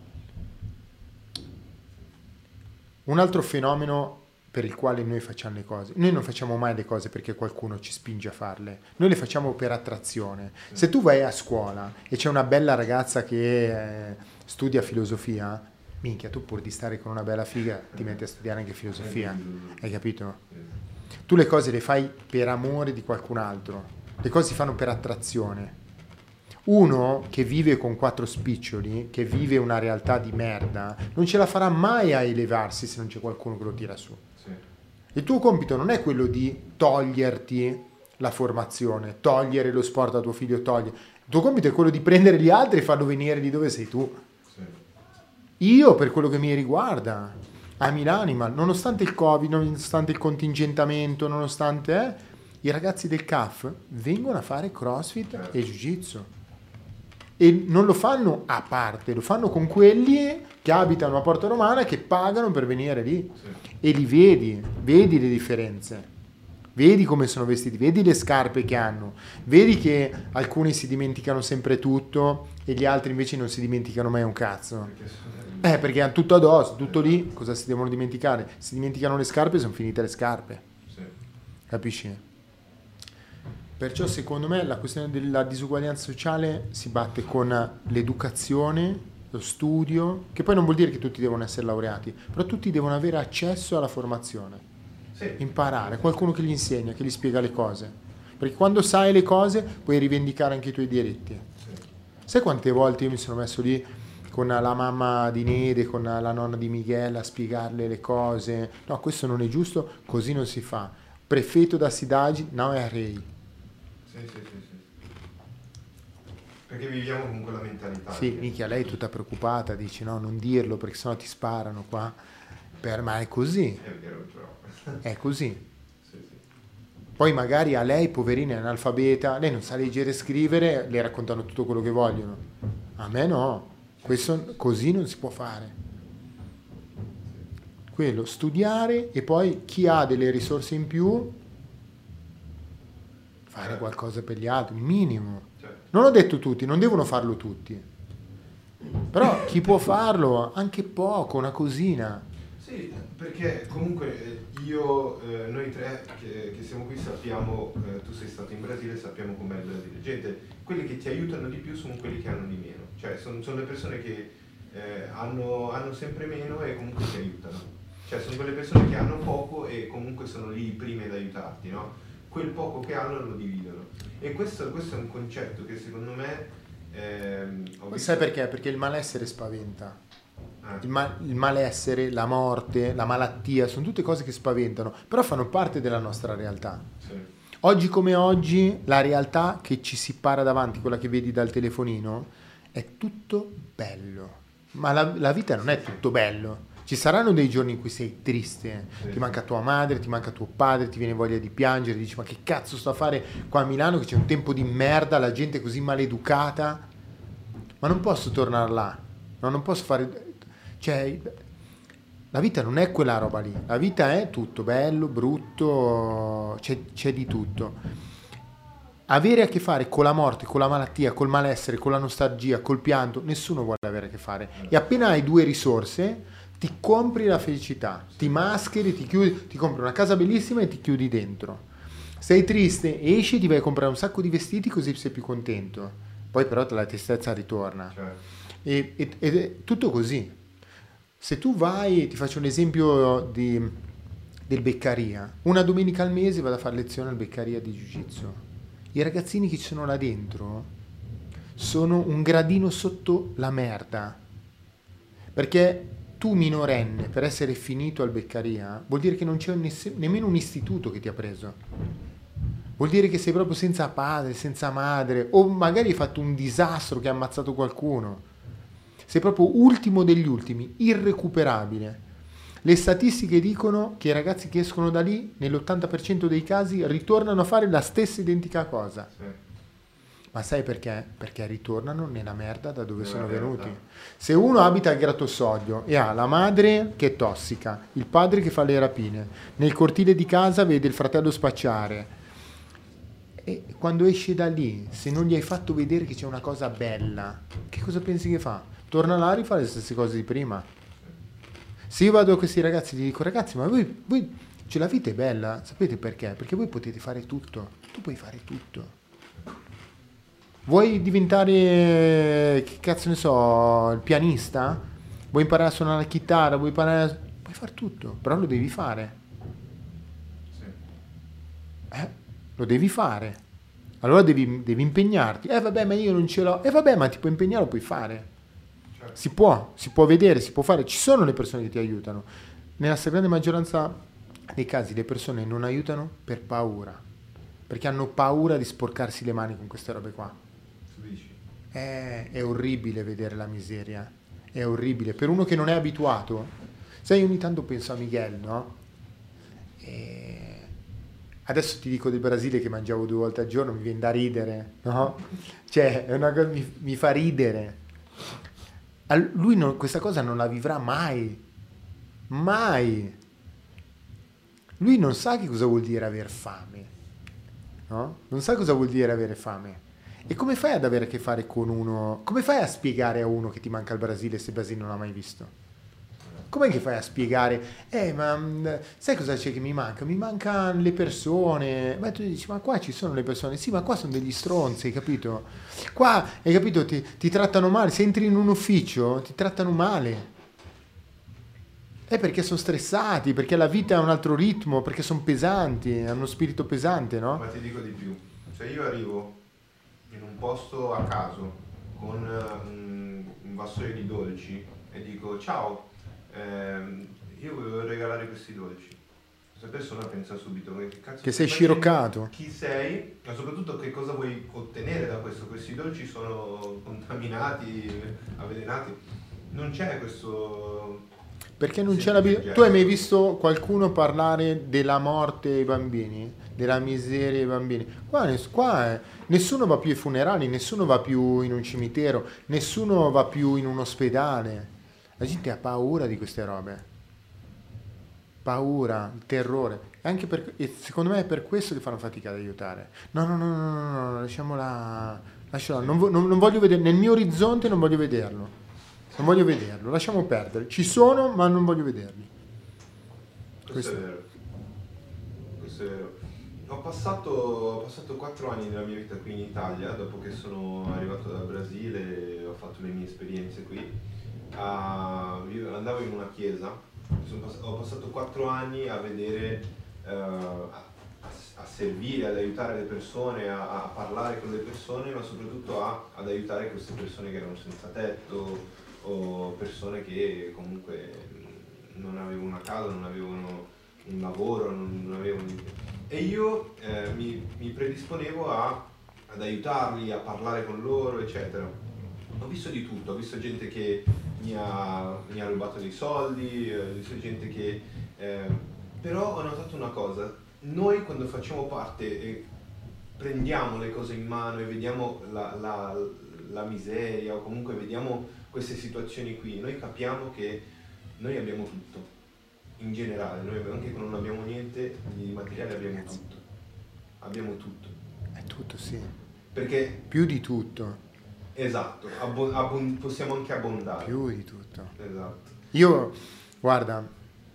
Speaker 3: un altro fenomeno per il quale noi facciamo le cose, noi non facciamo mai le cose perché qualcuno ci spinge a farle, noi le facciamo per attrazione. Se tu vai a scuola e c'è una bella ragazza che studia filosofia, minchia, tu pur di stare con una bella figa ti metti a studiare anche filosofia, hai capito? Tu le cose le fai per amore di qualcun altro, le cose si fanno per attrazione. Uno che vive con 4 spiccioli, che vive una realtà di merda, non ce la farà mai a elevarsi se non c'è qualcuno che lo tira su. Sì. Il tuo compito non è quello di toglierti la formazione, togliere lo sport a tuo figlio, Il tuo compito è quello di prendere gli altri e farlo venire lì dove sei tu.
Speaker 1: Sì.
Speaker 3: Io, per quello che mi riguarda, ami l'animal, nonostante il Covid, nonostante il contingentamento, nonostante i ragazzi del CAF vengono a fare CrossFit e Jiu-Jitsu. E non lo fanno a parte, lo fanno con quelli che abitano a Porta Romana, che pagano per venire lì.
Speaker 1: Sì.
Speaker 3: E li vedi le differenze. Vedi come sono vestiti, vedi le scarpe che hanno, vedi che alcuni si dimenticano sempre tutto e gli altri invece non si dimenticano mai un cazzo. Perché hanno tutto addosso, tutto lì, cosa si devono dimenticare? Si dimenticano le scarpe, sono finite le scarpe.
Speaker 1: Sì.
Speaker 3: Capisci? Perciò secondo me la questione della disuguaglianza sociale si batte con l'educazione, lo studio, che poi non vuol dire che tutti devono essere laureati, però tutti devono avere accesso alla formazione.
Speaker 1: Sì.
Speaker 3: Imparare, qualcuno che gli insegna, che gli spiega le cose, perché quando sai le cose puoi rivendicare anche i tuoi diritti.
Speaker 1: Sì.
Speaker 3: Sai quante volte io mi sono messo lì con la mamma di Nede, con la nonna di Michela a spiegarle le cose? No, questo non è giusto, così non si fa. Prefetto da Sidagi, no è rei.
Speaker 1: Sì. Perché viviamo con quella mentalità.
Speaker 3: Sì, minchia, lei è tutta preoccupata, dice no, non dirlo perché sennò ti sparano qua. Ma è così.
Speaker 1: È vero, però.
Speaker 3: È così.
Speaker 1: Sì.
Speaker 3: Poi magari a lei, poverina, è analfabeta, lei non sa leggere e scrivere, le raccontano tutto quello che vogliono. A me no, questo così non si può fare. Quello, studiare e poi chi ha delle risorse in più, fare qualcosa per gli altri, minimo.
Speaker 1: Certo.
Speaker 3: Non ho detto tutti, non devono farlo tutti. Però chi può farlo, anche poco, una cosina.
Speaker 1: Sì, perché comunque noi tre che siamo qui sappiamo, tu sei stato in Brasile, sappiamo com'è il Brasile. Gente, quelli che ti aiutano di più sono quelli che hanno di meno. Cioè sono le persone che hanno sempre meno e comunque ti aiutano. Cioè sono quelle persone che hanno poco e comunque sono lì prime ad aiutarti, no? Quel poco che hanno lo dividono. E questo è un concetto che secondo me...
Speaker 3: Sai perché? Perché il malessere spaventa. Il malessere, la morte, la malattia, sono tutte cose che spaventano, però fanno parte della nostra realtà.
Speaker 1: Sì.
Speaker 3: Oggi come oggi, la realtà che ci si para davanti, quella che vedi dal telefonino, è tutto bello. Ma la vita non è tutto bello. Ci saranno dei giorni in cui sei triste,
Speaker 1: Sì.
Speaker 3: ti manca tua madre, ti manca tuo padre, ti viene voglia di piangere, dici ma che cazzo sto a fare qua a Milano che c'è un tempo di merda, la gente è così maleducata, ma non posso tornare là, no, non posso fare... Cioè, la vita non è quella roba lì, la vita è tutto, bello, brutto, c'è di tutto. Avere a che fare con la morte, con la malattia, col malessere, con la nostalgia, col pianto, nessuno vuole avere a che fare. E appena hai due risorse, ti compri la felicità, ti mascheri, ti chiudi, ti compri una casa bellissima e ti chiudi dentro. Sei triste, esci, ti vai a comprare un sacco di vestiti così sei più contento. Poi però la tristezza ritorna.
Speaker 1: Certo.
Speaker 3: Ed è tutto così. Se tu vai, ti faccio un esempio del Beccaria, una domenica al mese vado a fare lezione al Beccaria di Jiu-Jitsu. I ragazzini che ci sono là dentro sono un gradino sotto la merda. Perché tu minorenne, per essere finito al Beccaria, vuol dire che non c'è nemmeno un istituto che ti ha preso. Vuol dire che sei proprio senza padre, senza madre, o magari hai fatto un disastro che ha ammazzato qualcuno. Sei proprio ultimo degli ultimi, irrecuperabile. Le statistiche dicono che i ragazzi che escono da lì, nell'80% dei casi, ritornano a fare la stessa identica cosa.
Speaker 1: Sì.
Speaker 3: Ma sai perché? Perché ritornano nella merda da dove sono venuti. Se uno abita al Grattosoglio e ha la madre che è tossica, il padre che fa le rapine, nel cortile di casa vede il fratello spacciare, e quando esce da lì, se non gli hai fatto vedere che c'è una cosa bella, che cosa pensi che fa? Torna là e rifà le stesse cose di prima. Se io vado a questi ragazzi e gli dico ragazzi, ma voi cioè la vita è bella, sapete perché? Perché voi potete fare tutto, tu puoi fare tutto. Vuoi diventare, che cazzo ne so, il pianista? Vuoi imparare a suonare la chitarra? Puoi fare tutto, però lo devi fare.
Speaker 1: Sì.
Speaker 3: Lo devi fare. Allora devi impegnarti. Vabbè, ma io non ce l'ho. Vabbè, ma ti puoi impegnare, lo puoi fare.
Speaker 1: Certo.
Speaker 3: Si può vedere, si può fare. Ci sono le persone che ti aiutano. Nella stragrande maggioranza dei casi le persone non aiutano per paura. Perché hanno paura di sporcarsi le mani con queste robe qua.
Speaker 1: Tu dici?
Speaker 3: È orribile vedere la miseria, è orribile. Per uno che non è abituato, sai, ogni tanto penso a Miguel, no? E adesso ti dico del Brasile che mangiavo 2 volte al giorno, mi viene da ridere, no? Cioè, è una cosa, mi fa ridere. Lui questa cosa non la vivrà mai, mai. Lui non sa che cosa vuol dire aver fame, no? Non sa cosa vuol dire avere fame. E come fai ad avere a che fare con uno? Come fai a spiegare a uno che ti manca il Brasile se il Brasile non l'ha mai visto? Com'è che fai a spiegare? Ma sai cosa c'è che mi manca? Mi mancano le persone. Ma tu dici, ma qua ci sono le persone. Sì, ma qua sono degli stronzi, hai capito? Qua, hai capito, ti trattano male. Se entri in un ufficio, ti trattano male. È perché sono stressati, perché la vita ha un altro ritmo, perché sono pesanti, hanno uno spirito pesante, no?
Speaker 1: Ma ti dico di più. Cioè io arrivo in un posto a caso con un vassoio di dolci e dico ciao, io volevo regalare questi dolci. Questa persona pensa subito che cazzo
Speaker 3: Che sei
Speaker 1: stai
Speaker 3: sciroccato.
Speaker 1: facendo? Chi sei? Ma soprattutto che cosa vuoi ottenere da questo? Questi dolci sono contaminati, avvelenati. Non c'è questo...
Speaker 3: Perché non c'è la... Tu hai mai visto qualcuno parlare della morte ai bambini? Della miseria ai bambini? Qua nessuno va più ai funerali, nessuno va più in un cimitero, nessuno va più in un ospedale. La gente ha paura di queste robe. Paura, terrore. E secondo me è per questo che fanno fatica ad aiutare. No, lasciamola. Non voglio vedere, nel mio orizzonte non voglio vederlo. Non voglio vederlo, lasciamo perdere. Ci sono, ma non voglio vederli.
Speaker 1: Questo è vero. Questo è vero. Ho passato 4 anni della mia vita qui in Italia, dopo che sono arrivato dal Brasile, ho fatto le mie esperienze qui. Andavo in una chiesa, ho passato 4 anni a vedere, a servire, ad aiutare le persone, a parlare con le persone, ma soprattutto ad aiutare queste persone che erano senza tetto o persone che comunque non avevano una casa, non avevano un lavoro, non avevano... E io mi predisponevo ad aiutarli, a parlare con loro, eccetera. Ho visto di tutto, ho visto gente che mi ha rubato dei soldi, ho visto gente che... però ho notato una cosa, noi quando facciamo parte e prendiamo le cose in mano e vediamo la miseria o comunque vediamo queste situazioni qui, noi capiamo che noi abbiamo tutto, in generale, noi anche quando non abbiamo niente di materiale abbiamo tutto. Abbiamo tutto.
Speaker 3: È tutto, sì.
Speaker 1: Perché...
Speaker 3: Più di tutto.
Speaker 1: Esatto, possiamo anche abbondare.
Speaker 3: Più di tutto.
Speaker 1: Esatto.
Speaker 3: Io, guarda,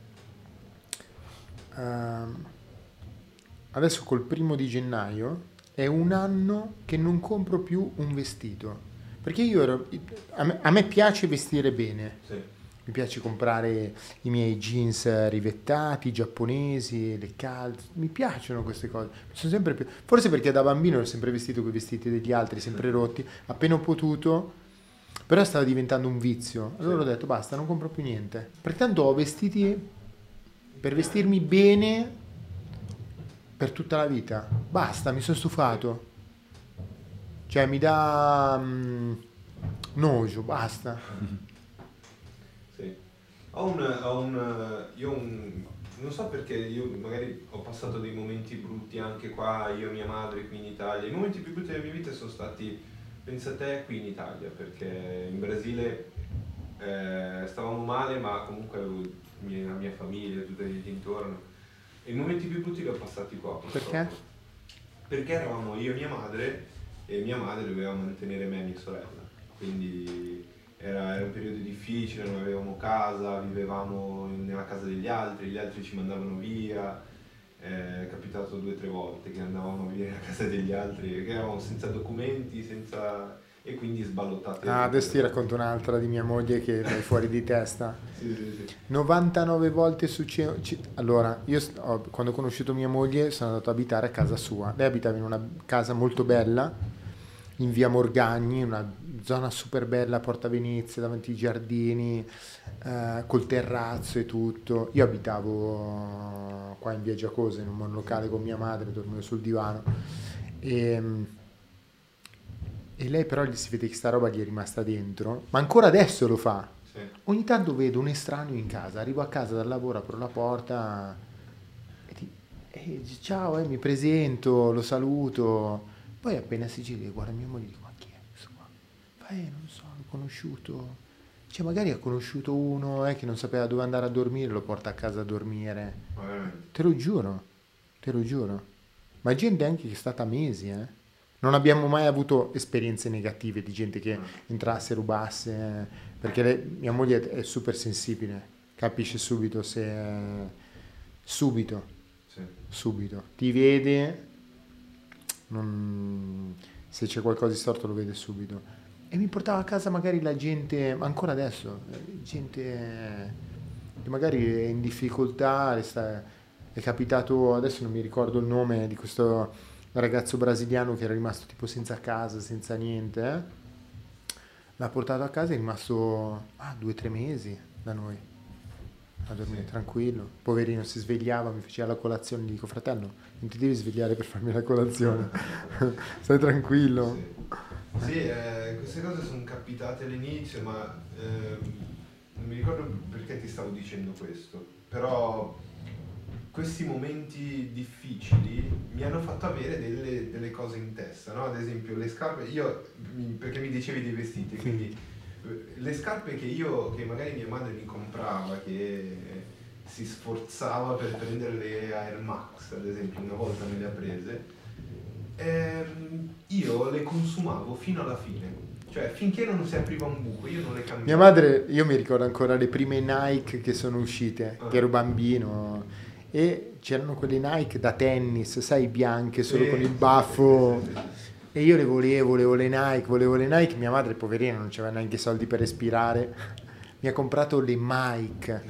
Speaker 3: adesso col 1° gennaio è un anno che non compro più un vestito. Perché a me piace vestire bene.
Speaker 1: Sì.
Speaker 3: Mi piace comprare i miei jeans rivettati, giapponesi, le calze. Mi piacciono queste cose. Sono sempre più... Forse perché da bambino ero sempre vestito con i vestiti degli altri, sempre rotti. Appena ho potuto, però stava diventando un vizio. Allora ho detto basta, non compro più niente. Perché tanto ho vestiti per vestirmi bene per tutta la vita. Basta, mi sono stufato. Cioè mi dà nojo, basta.
Speaker 1: Sì. Non so perché io magari ho passato dei momenti brutti anche qua, io e mia madre qui in Italia. I momenti più brutti della mia vita sono stati, pensa te, qui in Italia, perché in Brasile stavamo male, ma comunque avevo la mia famiglia, tutta la gente intorno. E i momenti più brutti li ho passati qua. Purtroppo.
Speaker 3: Perché?
Speaker 1: Perché eravamo io e mia madre doveva mantenere me e mia sorella. Quindi era un periodo difficile, non avevamo casa, vivevamo nella casa degli altri ci mandavano via. È capitato 2 o 3 volte che andavamo a vivere a casa degli altri, che eravamo senza documenti, e quindi sballottati.
Speaker 3: Adesso ti racconto un'altra di mia moglie che è fuori di testa.
Speaker 1: Sì.
Speaker 3: 99 volte allora, quando ho conosciuto mia moglie sono andato ad abitare a casa sua. Lei abitava in una casa molto bella, in via Morgagni, una zona super bella a Porta Venezia, davanti ai giardini, col terrazzo e tutto. Io abitavo qua in via Giacosa, in un monolocale con mia madre, dormivo sul divano. E lei però si vede che sta roba gli è rimasta dentro, ma ancora adesso lo fa.
Speaker 1: Sì.
Speaker 3: Ogni tanto vedo un estraneo in casa, arrivo a casa dal lavoro, apro la porta e dice, ciao, mi presento, lo saluto. Poi appena si gira, guarda mia moglie e dico, ma chi è questo qua? Fa, non so, l'ho conosciuto. Cioè magari ha conosciuto uno che non sapeva dove andare a dormire, lo porta a casa a dormire.
Speaker 1: Ma veramente.
Speaker 3: Te lo giuro, te lo giuro. Ma gente anche che è stata mesi, eh. Non abbiamo mai avuto esperienze negative di gente che entrasse, rubasse, perché mia moglie è super sensibile, capisce subito se... subito,
Speaker 1: Sì.
Speaker 3: subito. Ti vede, se c'è qualcosa di storto lo vede subito. E mi portava a casa magari la gente, ma ancora adesso, gente che magari è in difficoltà, è capitato, adesso non mi ricordo il nome di questo ragazzo brasiliano che era rimasto tipo senza casa, senza niente, l'ha portato a casa e è rimasto 2 o 3 mesi da noi a dormire tranquillo, poverino, si svegliava, mi faceva la colazione, gli dico fratello non ti devi svegliare per farmi la colazione, stai tranquillo.
Speaker 1: Sì, queste cose sono capitate all'inizio, ma non mi ricordo perché ti stavo dicendo questo, però questi momenti difficili mi hanno fatto avere delle cose in testa, no? Ad esempio le scarpe, perché mi dicevi dei vestiti, quindi le scarpe che magari mia madre mi comprava, che si sforzava per prendere le Air Max, ad esempio, una volta me le ha prese, io le consumavo fino alla fine, cioè finché non si apriva un buco io non le cambiavo.
Speaker 3: Mia madre, io mi ricordo ancora le prime Nike che sono uscite, che ero bambino, e c'erano quelle Nike da tennis, sai, bianche, solo con il baffo,
Speaker 1: sì.
Speaker 3: e io le volevo le Nike, mia madre poverina non aveva neanche soldi per respirare, mi ha comprato le Mike.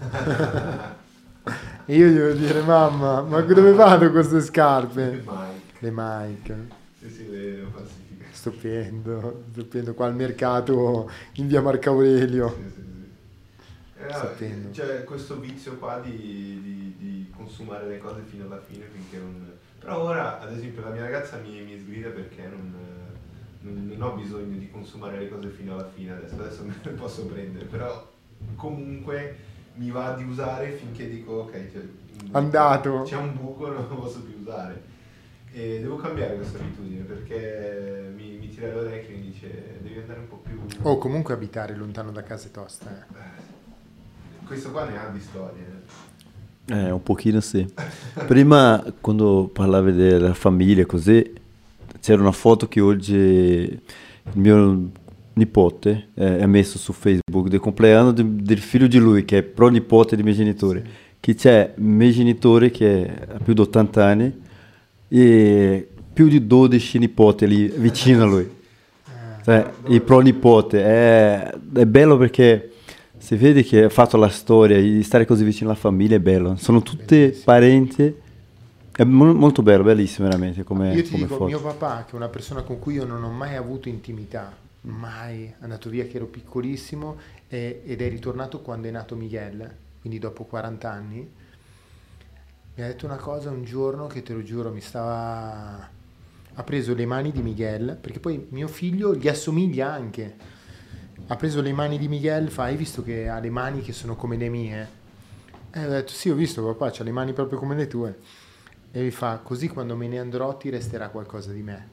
Speaker 3: E io gli devo dire, mamma, ma dove vado con queste scarpe? Le Mike.
Speaker 1: Sì, le ho falsificate.
Speaker 3: Stupendo, qua al mercato in via Marco Aurelio.
Speaker 1: Sì.
Speaker 3: Stupendo.
Speaker 1: C'è questo vizio qua di consumare le cose fino alla fine finché non... Però ora, ad esempio, la mia ragazza mi sgrida perché non ho bisogno di consumare le cose fino alla fine, adesso me le posso prendere, però comunque mi va di usare finché dico ok,
Speaker 3: andato,
Speaker 1: c'è un buco, non lo posso più usare. E devo cambiare questa abitudine perché mi tira le orecchie e mi dice devi andare un po' più...
Speaker 3: comunque abitare lontano da casa è tosta.
Speaker 1: Questo qua ne ha di storie.
Speaker 2: Un pochino sì. Prima, quando parlavi della famiglia così, c'era una foto che oggi il mio nipote ha messo su Facebook del compleanno del figlio di lui, che è pronipote dei miei genitori. Sì. Che c'è i miei genitori che ha più di 80 anni e più di 12 nipoti lì vicino a lui. Cioè, il pronipote è bello perché si vede che ha fatto la storia, di stare così vicino alla famiglia è bello, sono tutti parenti, è molto bello, bellissimo veramente come
Speaker 3: io ti
Speaker 2: come
Speaker 3: dico,
Speaker 2: foto.
Speaker 3: mio papà, che è una persona con cui io non ho mai avuto intimità, mai, è andato via che ero piccolissimo ed è ritornato quando è nato Miguel, quindi dopo 40 anni, mi ha detto una cosa un giorno che te lo giuro ha preso le mani di Miguel, perché poi mio figlio gli assomiglia anche. Ha preso le mani di Miguel, hai visto che ha le mani che sono come le mie? E ho detto, sì, ho visto papà, c'ha le mani proprio come le tue. E mi fa, così quando me ne andrò ti resterà qualcosa di me.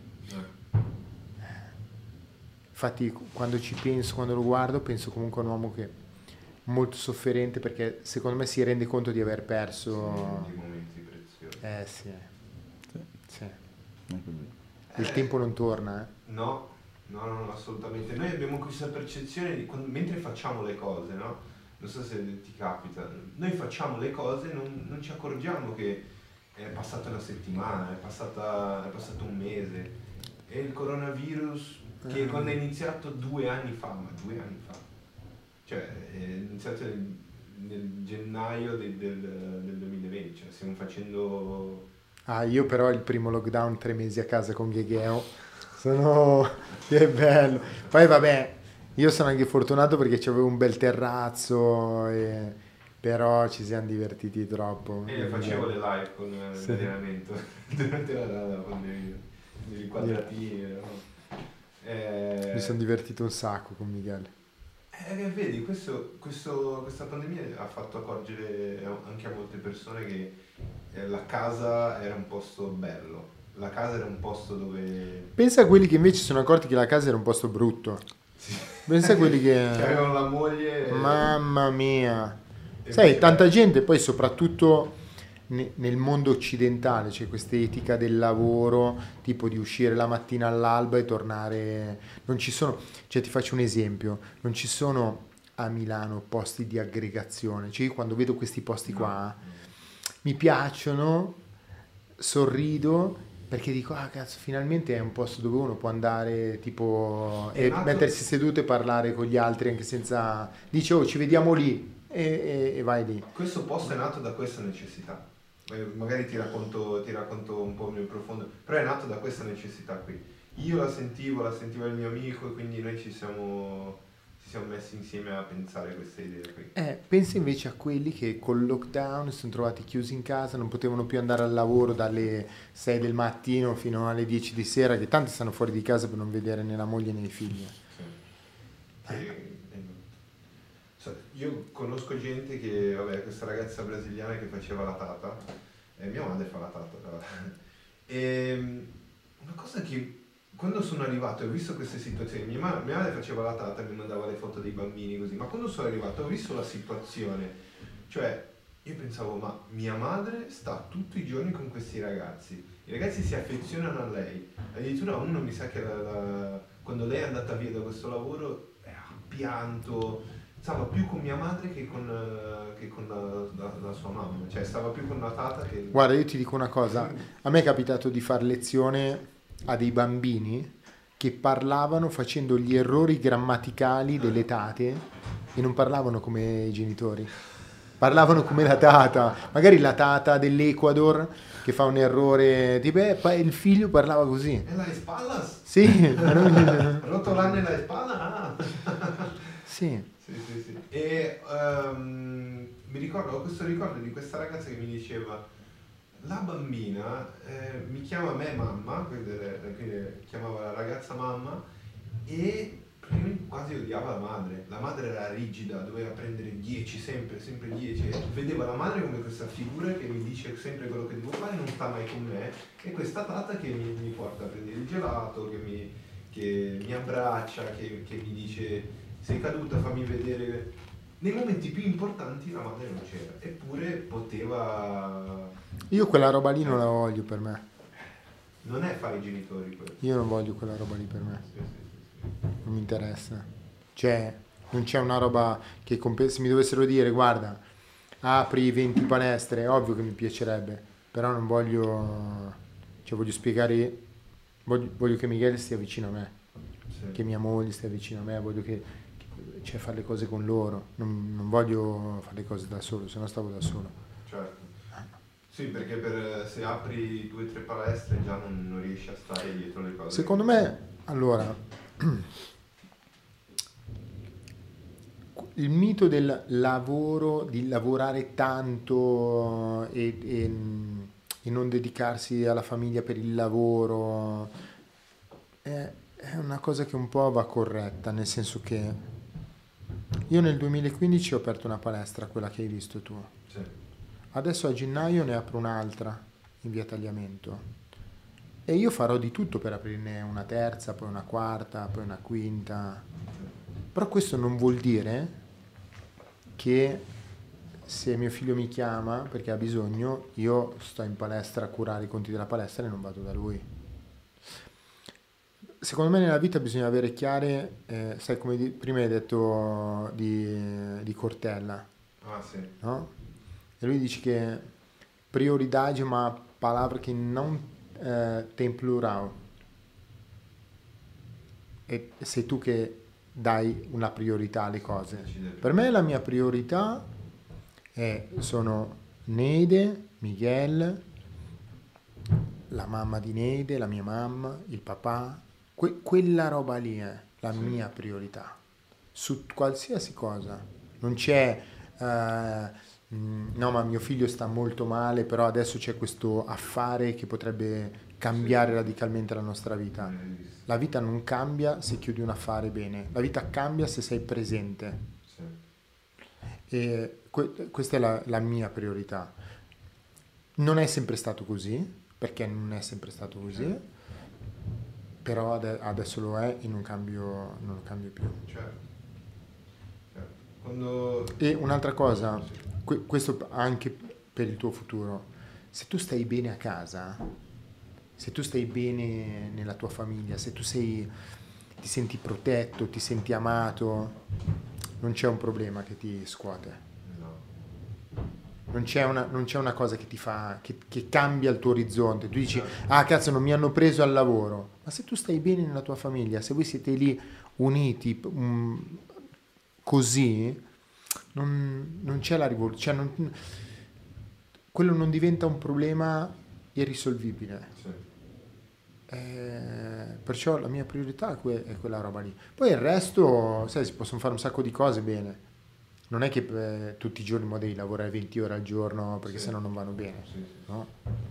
Speaker 3: Infatti quando ci penso, quando lo guardo, penso comunque a un uomo che è molto sofferente perché secondo me si rende conto di aver perso...
Speaker 1: Sì, momenti preziosi.
Speaker 3: Sì. Il tempo non torna,
Speaker 1: No, assolutamente. Noi abbiamo questa percezione di mentre facciamo le cose, no? Non so se ti capita, noi facciamo le cose e non ci accorgiamo che è passata una settimana, è passato un mese. E il coronavirus, che quando è iniziato 2 anni fa, cioè è iniziato nel gennaio del 2020, cioè stiamo facendo...
Speaker 3: io però il primo lockdown 3 mesi a casa con Ghegheo, che bello. Poi vabbè, io sono anche fortunato perché c'avevo un bel terrazzo, però ci siamo divertiti troppo.
Speaker 1: E facevo le live con l'allenamento durante la pandemia, nei quadratini, no?
Speaker 3: Mi sono divertito un sacco con Miguel.
Speaker 1: Vedi, questa pandemia ha fatto accorgere anche a molte persone che la casa era un posto bello, la casa era un posto dove...
Speaker 3: Pensa a quelli che invece si sono accorti che la casa era un posto brutto.
Speaker 1: Sì.
Speaker 3: Pensa a quelli
Speaker 1: che
Speaker 3: che...
Speaker 1: avevano la moglie
Speaker 3: Mamma mia.
Speaker 1: e
Speaker 3: Sai,
Speaker 1: invece
Speaker 3: tanta gente, poi soprattutto nel mondo occidentale c'è questa etica del lavoro, tipo di uscire la mattina all'alba e tornare. Non ci sono, cioè ti faccio un esempio, non ci sono a Milano posti di aggregazione. Cioè io quando vedo questi posti qua mi piacciono, sorrido perché dico, ah cazzo, finalmente è un posto dove uno può andare tipo
Speaker 1: è
Speaker 3: e
Speaker 1: nato,
Speaker 3: mettersi seduto e parlare con gli altri anche senza... Dice, oh, ci vediamo lì e vai lì.
Speaker 1: questo posto è nato da questa necessità. Magari ti racconto un po' nel profondo, però è nato da questa necessità qui. Io la sentiva il mio amico e quindi noi ci siamo messi insieme a pensare queste idee qui.
Speaker 3: Pensa invece a quelli che col lockdown si sono trovati chiusi in casa, non potevano più andare al lavoro dalle 6 del mattino fino alle 10 di sera, che tanti stanno fuori di casa per non vedere né la moglie né i figli.
Speaker 1: Sì. Io conosco gente che, vabbè, questa ragazza brasiliana che faceva la tata, mia madre fa la tata, tra l'altro. E una cosa che quando sono arrivato e ho visto queste situazioni, mia madre faceva la tata, mi mandava le foto dei bambini così, ma quando sono arrivato ho visto la situazione, cioè io pensavo, ma mia madre sta tutti i giorni con questi ragazzi, i ragazzi si affezionano a lei, addirittura uno mi sa che quando lei è andata via da questo lavoro ha pianto, stava più con mia madre che con la sua mamma, cioè stava più con la tata che...
Speaker 3: Guarda, io ti dico una cosa, a me è capitato di fare lezione a dei bambini che parlavano facendo gli errori grammaticali delle tate e non parlavano come i genitori, parlavano come la tata, magari la tata dell'Ecuador che fa un errore, tipo, il figlio parlava così.
Speaker 1: E la espallas?
Speaker 3: Sì,
Speaker 1: Rotolare la spalla? Ah.
Speaker 3: sì.
Speaker 1: Sì. E mi ricordo, ho questo ricordo di questa ragazza che mi diceva, la bambina mi chiama me mamma, quindi chiamava la ragazza mamma e praticamente quasi odiava la madre era rigida, doveva prendere 10, sempre 10, e vedeva la madre come questa figura che mi dice sempre quello che devo fare, non sta mai con me, e questa tata che mi porta a prendere il gelato, che mi abbraccia, che mi dice sei caduta, fammi vedere. Nei momenti più importanti la madre non c'era, eppure poteva...
Speaker 3: Io quella roba lì non la voglio per me.
Speaker 1: Non è fare i genitori quello.
Speaker 3: Io non voglio quella roba lì per me.
Speaker 1: Sì.
Speaker 3: Non mi interessa. Cioè, non c'è una roba che compensa. Se mi dovessero dire, guarda, apri 20 palestre, è ovvio che mi piacerebbe, però non voglio... Cioè, voglio spiegare... Voglio che Michele stia vicino a me,
Speaker 1: Sì.
Speaker 3: che mia moglie stia vicino a me, voglio cioè, fare le cose con loro. Non voglio fare le cose da solo, se no stavo da solo.
Speaker 1: Certo. Sì, perché se apri 2 o 3 palestre già non riesci a stare dietro le cose.
Speaker 3: Secondo me, allora, il mito del lavoro, di lavorare tanto e non dedicarsi alla famiglia per il lavoro, è una cosa che un po' va corretta, nel senso che io nel 2015 ho aperto una palestra, quella che hai visto tu.
Speaker 1: Sì.
Speaker 3: Adesso a gennaio ne apro un'altra in via Tagliamento e io farò di tutto per aprirne una terza, poi una quarta, poi una quinta. Però questo non vuol dire che se mio figlio mi chiama perché ha bisogno, io sto in palestra a curare i conti della palestra e non vado da lui. Secondo me nella vita bisogna avere chiare, sai come prima hai detto di Cortella,
Speaker 1: Ah, sì.
Speaker 3: no? E lui dice che prioridade é uma palavra que não tem plural. E sei tu che dai una priorità alle cose. Per me la mia priorità sono Neide, Miguel, la mamma di Neide, la mia mamma, il papà. Quella roba lì è la mia priorità. Su qualsiasi cosa. Non c'è... No, ma mio figlio sta molto male, però adesso c'è questo affare che potrebbe cambiare radicalmente la nostra vita. La vita non cambia se chiudi un affare bene, la vita cambia se sei presente.
Speaker 1: Sì.
Speaker 3: E questa è la mia priorità. Non è sempre stato così, perché non è sempre stato così, però adesso lo è e non cambio più.
Speaker 1: Certo. Certo. Quando...
Speaker 3: E un'altra cosa,
Speaker 1: Sì.
Speaker 3: questo anche per il tuo futuro, se tu stai bene a casa, se tu stai bene nella tua famiglia, se tu ti senti protetto, ti senti amato, non c'è un problema che ti scuote.
Speaker 1: No.
Speaker 3: Non c'è una cosa che ti fa, che cambia il tuo orizzonte. Tu dici, ah cazzo, non mi hanno preso al lavoro. Ma se tu stai bene nella tua famiglia, se voi siete lì uniti così, non c'è la rivoluzione. Quello non diventa un problema irrisolvibile.
Speaker 1: Sì.
Speaker 3: Perciò la mia priorità è quella roba lì. Poi il resto, sai, si possono fare un sacco di cose bene. Non è che tutti i giorni mo devi lavorare 20 ore al giorno perché
Speaker 1: Sì.
Speaker 3: sennò non vanno bene,
Speaker 1: Sì, sì.
Speaker 3: no?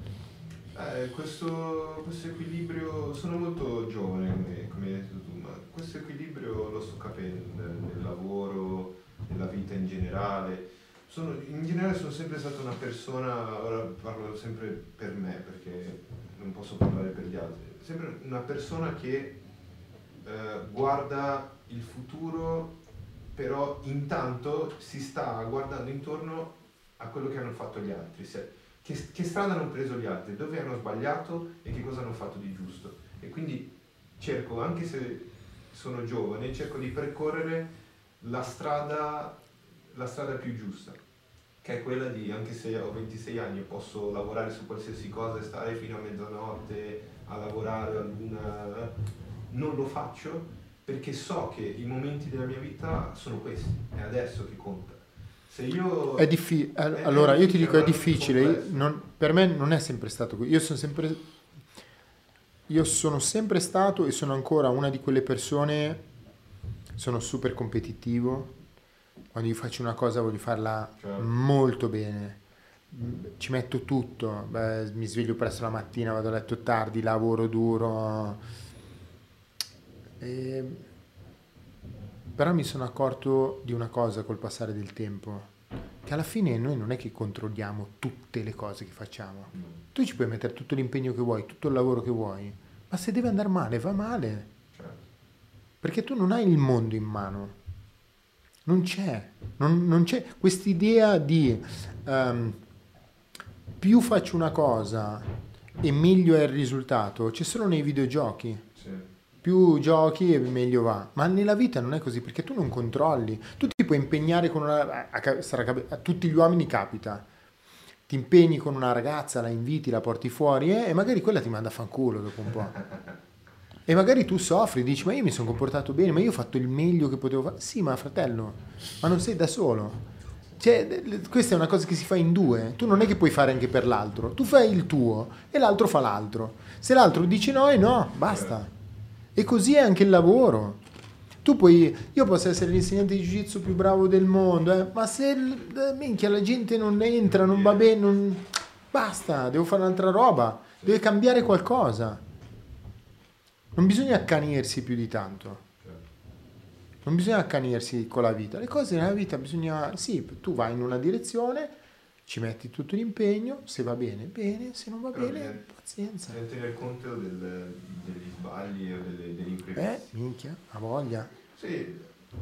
Speaker 1: Questo equilibrio, sono molto giovane come hai detto tu, ma questo equilibrio lo sto capendo nel lavoro, nella vita in generale. In generale sono sempre stata una persona, ora parlo sempre per me perché non posso parlare per gli altri, sempre una persona che guarda il futuro, però intanto si sta guardando intorno a quello che hanno fatto gli altri. Che strada hanno preso gli altri, dove hanno sbagliato e che cosa hanno fatto di giusto. E quindi cerco, anche se sono giovane, cerco di percorrere la strada più giusta, che è quella di, anche se ho 26 anni e posso lavorare su qualsiasi cosa e stare fino a mezzanotte a lavorare a luna, non lo faccio perché so che i momenti della mia vita sono questi, è adesso che conta. Se io...
Speaker 3: Allora, io ti dico, è difficile.
Speaker 1: complesso.
Speaker 3: Per me non è sempre stato così. Io sono sempre stato e sono ancora una di quelle persone, sono super competitivo. Quando io faccio una cosa voglio farla
Speaker 1: Certo.
Speaker 3: molto bene. Ci metto tutto. Beh, mi sveglio presto la mattina, vado a letto tardi, lavoro duro. Però mi sono accorto di una cosa col passare del tempo, che alla fine noi non è che controlliamo tutte le cose che facciamo. Tu ci puoi mettere tutto l'impegno che vuoi, tutto il lavoro che vuoi, ma se deve andare male, va male.
Speaker 1: Certo.
Speaker 3: Perché tu non hai il mondo in mano. Non c'è quest'idea di più faccio una cosa e meglio è il risultato, c'è solo nei videogiochi.
Speaker 1: Sì.
Speaker 3: Più giochi e meglio va, ma nella vita non è così perché tu non controlli, tu ti puoi impegnare con a tutti gli uomini capita, ti impegni con una ragazza, la inviti, la porti fuori e magari quella ti manda a fanculo dopo un po'. E magari tu soffri, dici ma io mi sono comportato bene, ma io ho fatto il meglio che potevo fare. Sì, ma fratello, ma non sei da solo. Cioè, questa è una cosa che si fa in due, tu non è che puoi fare anche per l'altro, tu fai il tuo e l'altro fa l'altro. Se l'altro dice no e no, basta. E così è anche il lavoro. Io posso essere l'insegnante di jiu-jitsu più bravo del mondo, ma se minchia la gente non entra, non va bene, basta, devo fare un'altra roba, deve cambiare qualcosa. Non bisogna accanirsi più di tanto. Non bisogna accanirsi con la vita. Le cose nella vita bisogna, sì, tu vai in una direzione, ci metti tutto l'impegno, se va bene, bene, se non va
Speaker 1: Però
Speaker 3: bene, pazienza.
Speaker 1: bisogna tenere conto degli sbagli o degli imprevisti.
Speaker 3: Minchia, ha voglia.
Speaker 1: Sì,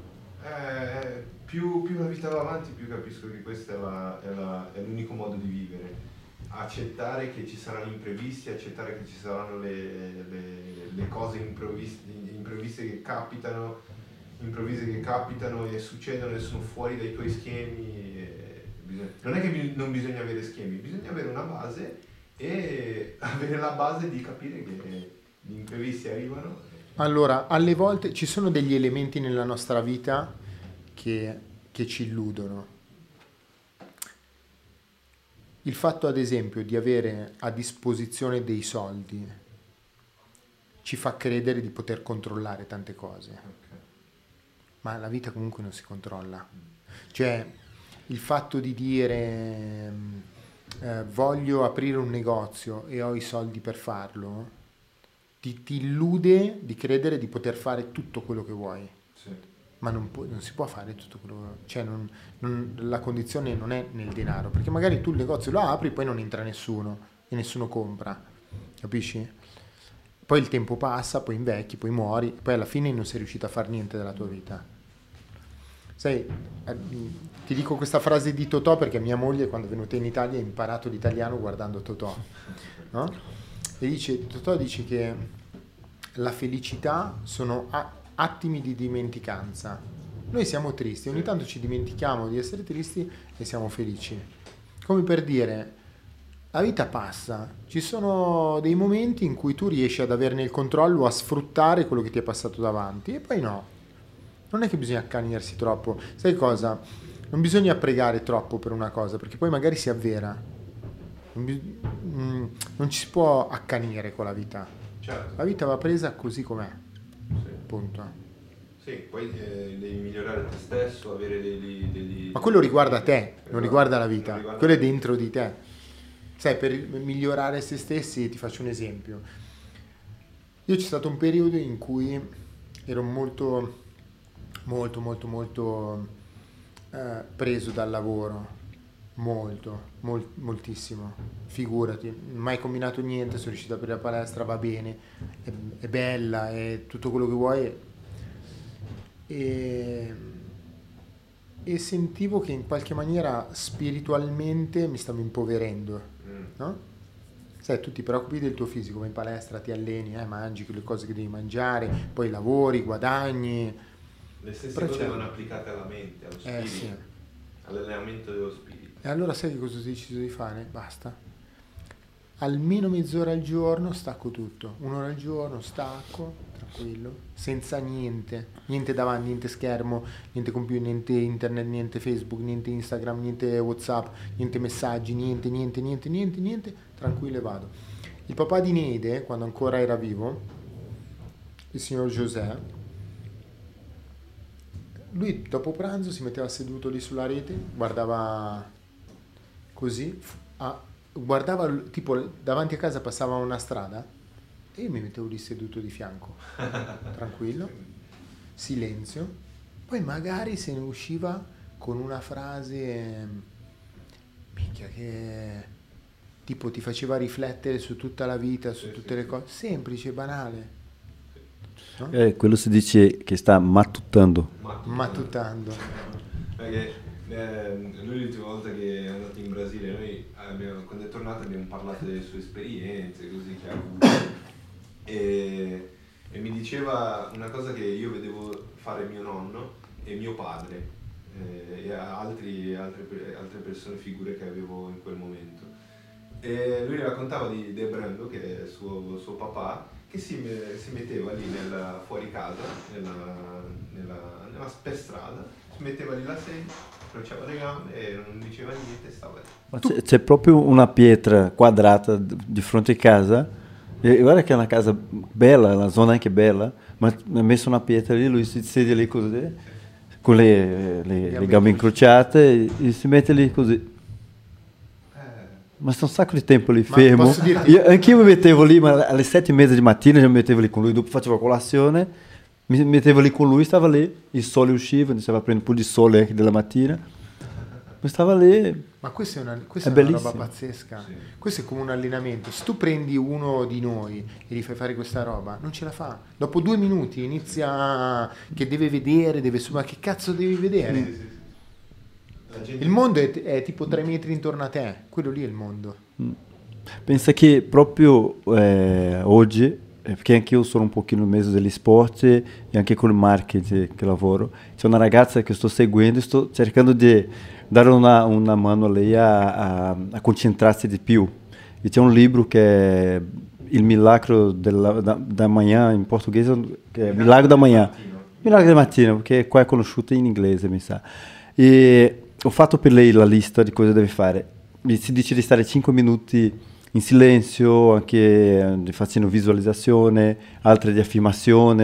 Speaker 1: più la vita va avanti, più capisco che questo è l'unico modo di vivere. Accettare che ci saranno imprevisti, accettare che ci saranno le cose improvvise che capitano, improvvise che capitano e succedono e sono fuori dai tuoi schemi. Non è che non bisogna avere schemi, bisogna avere una base e avere la base di capire che gli imprevisti arrivano.
Speaker 3: Allora, alle volte ci sono degli elementi nella nostra vita che ci illudono. Il fatto, ad esempio, di avere a disposizione dei soldi ci fa credere di poter controllare tante cose.
Speaker 1: Okay.
Speaker 3: Ma la vita comunque non si controlla. Cioè, il fatto di dire voglio aprire un negozio e ho i soldi per farlo, ti illude di credere di poter fare tutto quello che vuoi.
Speaker 1: Sì.
Speaker 3: Ma non si può fare tutto quello, cioè la condizione non è nel denaro, perché magari tu il negozio lo apri, poi non entra nessuno e nessuno compra, capisci? Poi il tempo passa, poi invecchi, poi muori, poi alla fine non sei riuscito a fare niente della tua vita. Sai, ti dico questa frase di Totò perché mia moglie quando è venuta in Italia ha imparato l'italiano guardando Totò, no? E Totò dice che la felicità sono attimi di dimenticanza. Noi siamo tristi, ogni tanto ci dimentichiamo di essere tristi e siamo felici. Come per dire, la vita passa, ci sono dei momenti in cui tu riesci ad averne il controllo, a sfruttare quello che ti è passato davanti e poi no. Non è che bisogna accanirsi troppo. Sai cosa? Non bisogna pregare troppo per una cosa, perché poi magari si avvera. Non ci si può accanire con la vita.
Speaker 1: Certo.
Speaker 3: La vita va presa così com'è.
Speaker 1: Sì.
Speaker 3: Punto.
Speaker 1: Sì, poi devi migliorare te stesso, avere degli...
Speaker 3: Ma quello riguarda te, non riguarda la vita.
Speaker 1: Riguarda...
Speaker 3: Quello è dentro di te. Sai, per migliorare se stessi, ti faccio un esempio. Io c'è stato un periodo in cui ero molto preso dal lavoro, moltissimo. Figurati, mai combinato niente, sono riuscito ad aprire la palestra, va bene, è bella, è tutto quello che vuoi. E sentivo che in qualche maniera spiritualmente mi stavo impoverendo, no? Sai, tu ti preoccupi del tuo fisico, vai in palestra, ti alleni, mangi le cose che devi mangiare, poi lavori, guadagni.
Speaker 1: Le stesse cose vanno applicate alla mente, allo spirito,
Speaker 3: sì.
Speaker 1: All'allenamento dello spirito.
Speaker 3: E allora sai che cosa ho deciso di fare? Basta. Almeno mezz'ora al giorno stacco tutto, un'ora al giorno stacco, tranquillo, senza niente davanti, niente schermo, niente computer, niente internet, niente Facebook, niente Instagram, niente WhatsApp, niente messaggi, niente, tranquillo e vado. Il papà di Nede, quando ancora era vivo, il signor José, lui dopo pranzo si metteva seduto lì sulla rete, guardava così, guardava tipo davanti a casa passava una strada e io mi mettevo lì seduto di fianco, tranquillo, silenzio, poi magari se ne usciva con una frase minchia che tipo ti faceva riflettere su tutta la vita, su tutte le cose, semplice, banale. No?
Speaker 2: Quello si dice che sta matutando.
Speaker 1: Perché lui l'ultima volta che è andato in Brasile, noi quando è tornato abbiamo parlato delle sue esperienze, così che ha avuto. E mi diceva una cosa che io vedevo fare mio nonno e mio padre e altre persone, figure che avevo in quel momento. E lui raccontava di De Brando, che è suo papà, che si metteva lì fuori casa, per strada, si metteva lì la sedia, incrociava le gambe e non diceva niente, stava lì.
Speaker 2: Ma c'è proprio una pietra quadrata di fronte a casa, e guarda che è una casa bella, la zona è anche bella, ma ha messo una pietra lì, lui si siede lì così, con le gambe incrociate e si mette lì così. Ma sta un sacco di tempo lì fermo. Anch'io mi mettevo lì, ma alle 7:30 di mattina già mi mettevo lì con lui, dopo facevo colazione, mi mettevo lì con lui, stava lì, il sole usciva, iniziava a prendere un po' di sole anche della mattina, mi stava lì.
Speaker 3: Ma questa è una roba pazzesca, sì. Questo è come un allenamento. Se tu prendi uno di noi e gli fai fare questa roba, non ce la fa. Dopo 2 minuti inizia che deve vedere, ma che cazzo devi vedere? Sì. Il mondo è tipo 3 metri intorno a te, quello lì è il mondo.
Speaker 2: Pensa che proprio oggi, perché anche io sono un pochino in mezzo degli sport e anche con il marketing che lavoro, c'è una ragazza che sto seguendo e sto cercando di dare una mano a lei a concentrarsi di più. E c'è un libro che è Il Milagro da Manhã, in portoghese, che è Milagro da Manhã. Milagro del mattino, perché qua è conosciuto in inglese, mi sa. E ho fatto per lei la lista di cosa deve fare. Si dice di stare 5 minuti in silenzio, anche facendo visualizzazione, altre di affirmazione,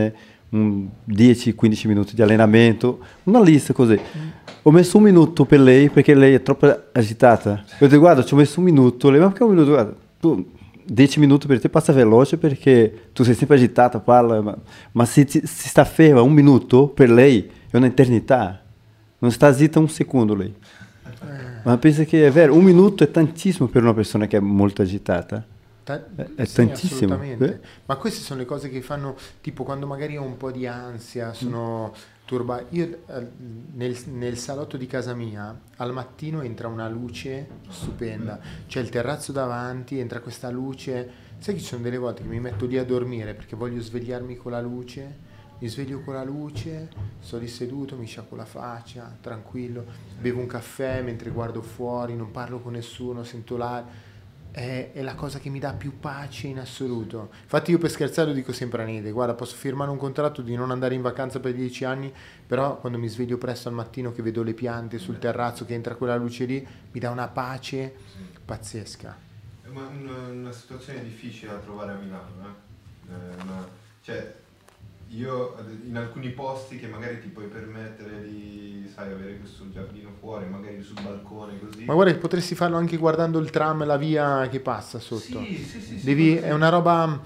Speaker 2: 10-15 minuti di allenamento, una lista così. Ho messo un minuto per lei perché lei è troppo agitata. Ho detto guarda, ci ho messo un minuto, lei ma perché un minuto? Guarda, tu 10 minuti per te passa veloce perché tu sei sempre agitata, parla, ma se si sta ferma un minuto per lei è un'eternità. Non sta zitta un secondo lei. Ma pensa che è vero, un minuto è tantissimo per una persona che è molto agitata. È
Speaker 3: Sì,
Speaker 2: tantissimo.
Speaker 3: assolutamente. Ma queste sono le cose che fanno, tipo quando magari ho un po' di ansia, sono turbato. Io nel salotto di casa mia al mattino entra una luce stupenda, c'è il terrazzo davanti, entra questa luce. Sai che ci sono delle volte che mi metto lì a dormire perché voglio svegliarmi con la luce. Mi sveglio con la luce, sto lì seduto, mi sciacquo la faccia, tranquillo, bevo un caffè mentre guardo fuori, non parlo con nessuno, sento l'aria. È la cosa che mi dà più pace in assoluto. Infatti io per scherzare lo dico sempre a Nede, guarda, posso firmare un contratto di non andare in vacanza per 10 anni, però quando mi sveglio presto al mattino che vedo le piante sul terrazzo, che entra quella luce lì, mi dà una pace pazzesca.
Speaker 1: È una situazione difficile da trovare a Milano, cioè, io in alcuni posti che magari ti puoi permettere di, sai, avere questo giardino fuori, magari sul balcone così.
Speaker 3: Ma guarda che potresti farlo anche guardando il tram, la via che passa sotto.
Speaker 1: Sì,
Speaker 3: Devi, è una roba.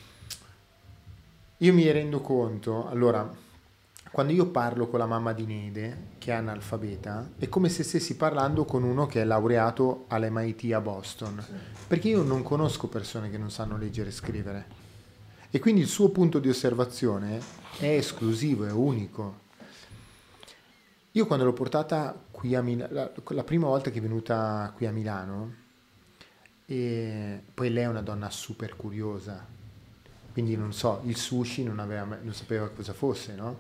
Speaker 3: Io mi rendo conto, allora, quando io parlo con la mamma di Nede, che è analfabeta, è come se stessi parlando con uno che è laureato all'MIT a Boston, perché io non conosco persone che non sanno leggere e scrivere. E quindi il suo punto di osservazione è esclusivo, è unico. Io quando l'ho portata qui a Milano, la prima volta che è venuta qui a Milano, e poi lei è una donna super curiosa, quindi non so, il sushi non sapeva cosa fosse, no?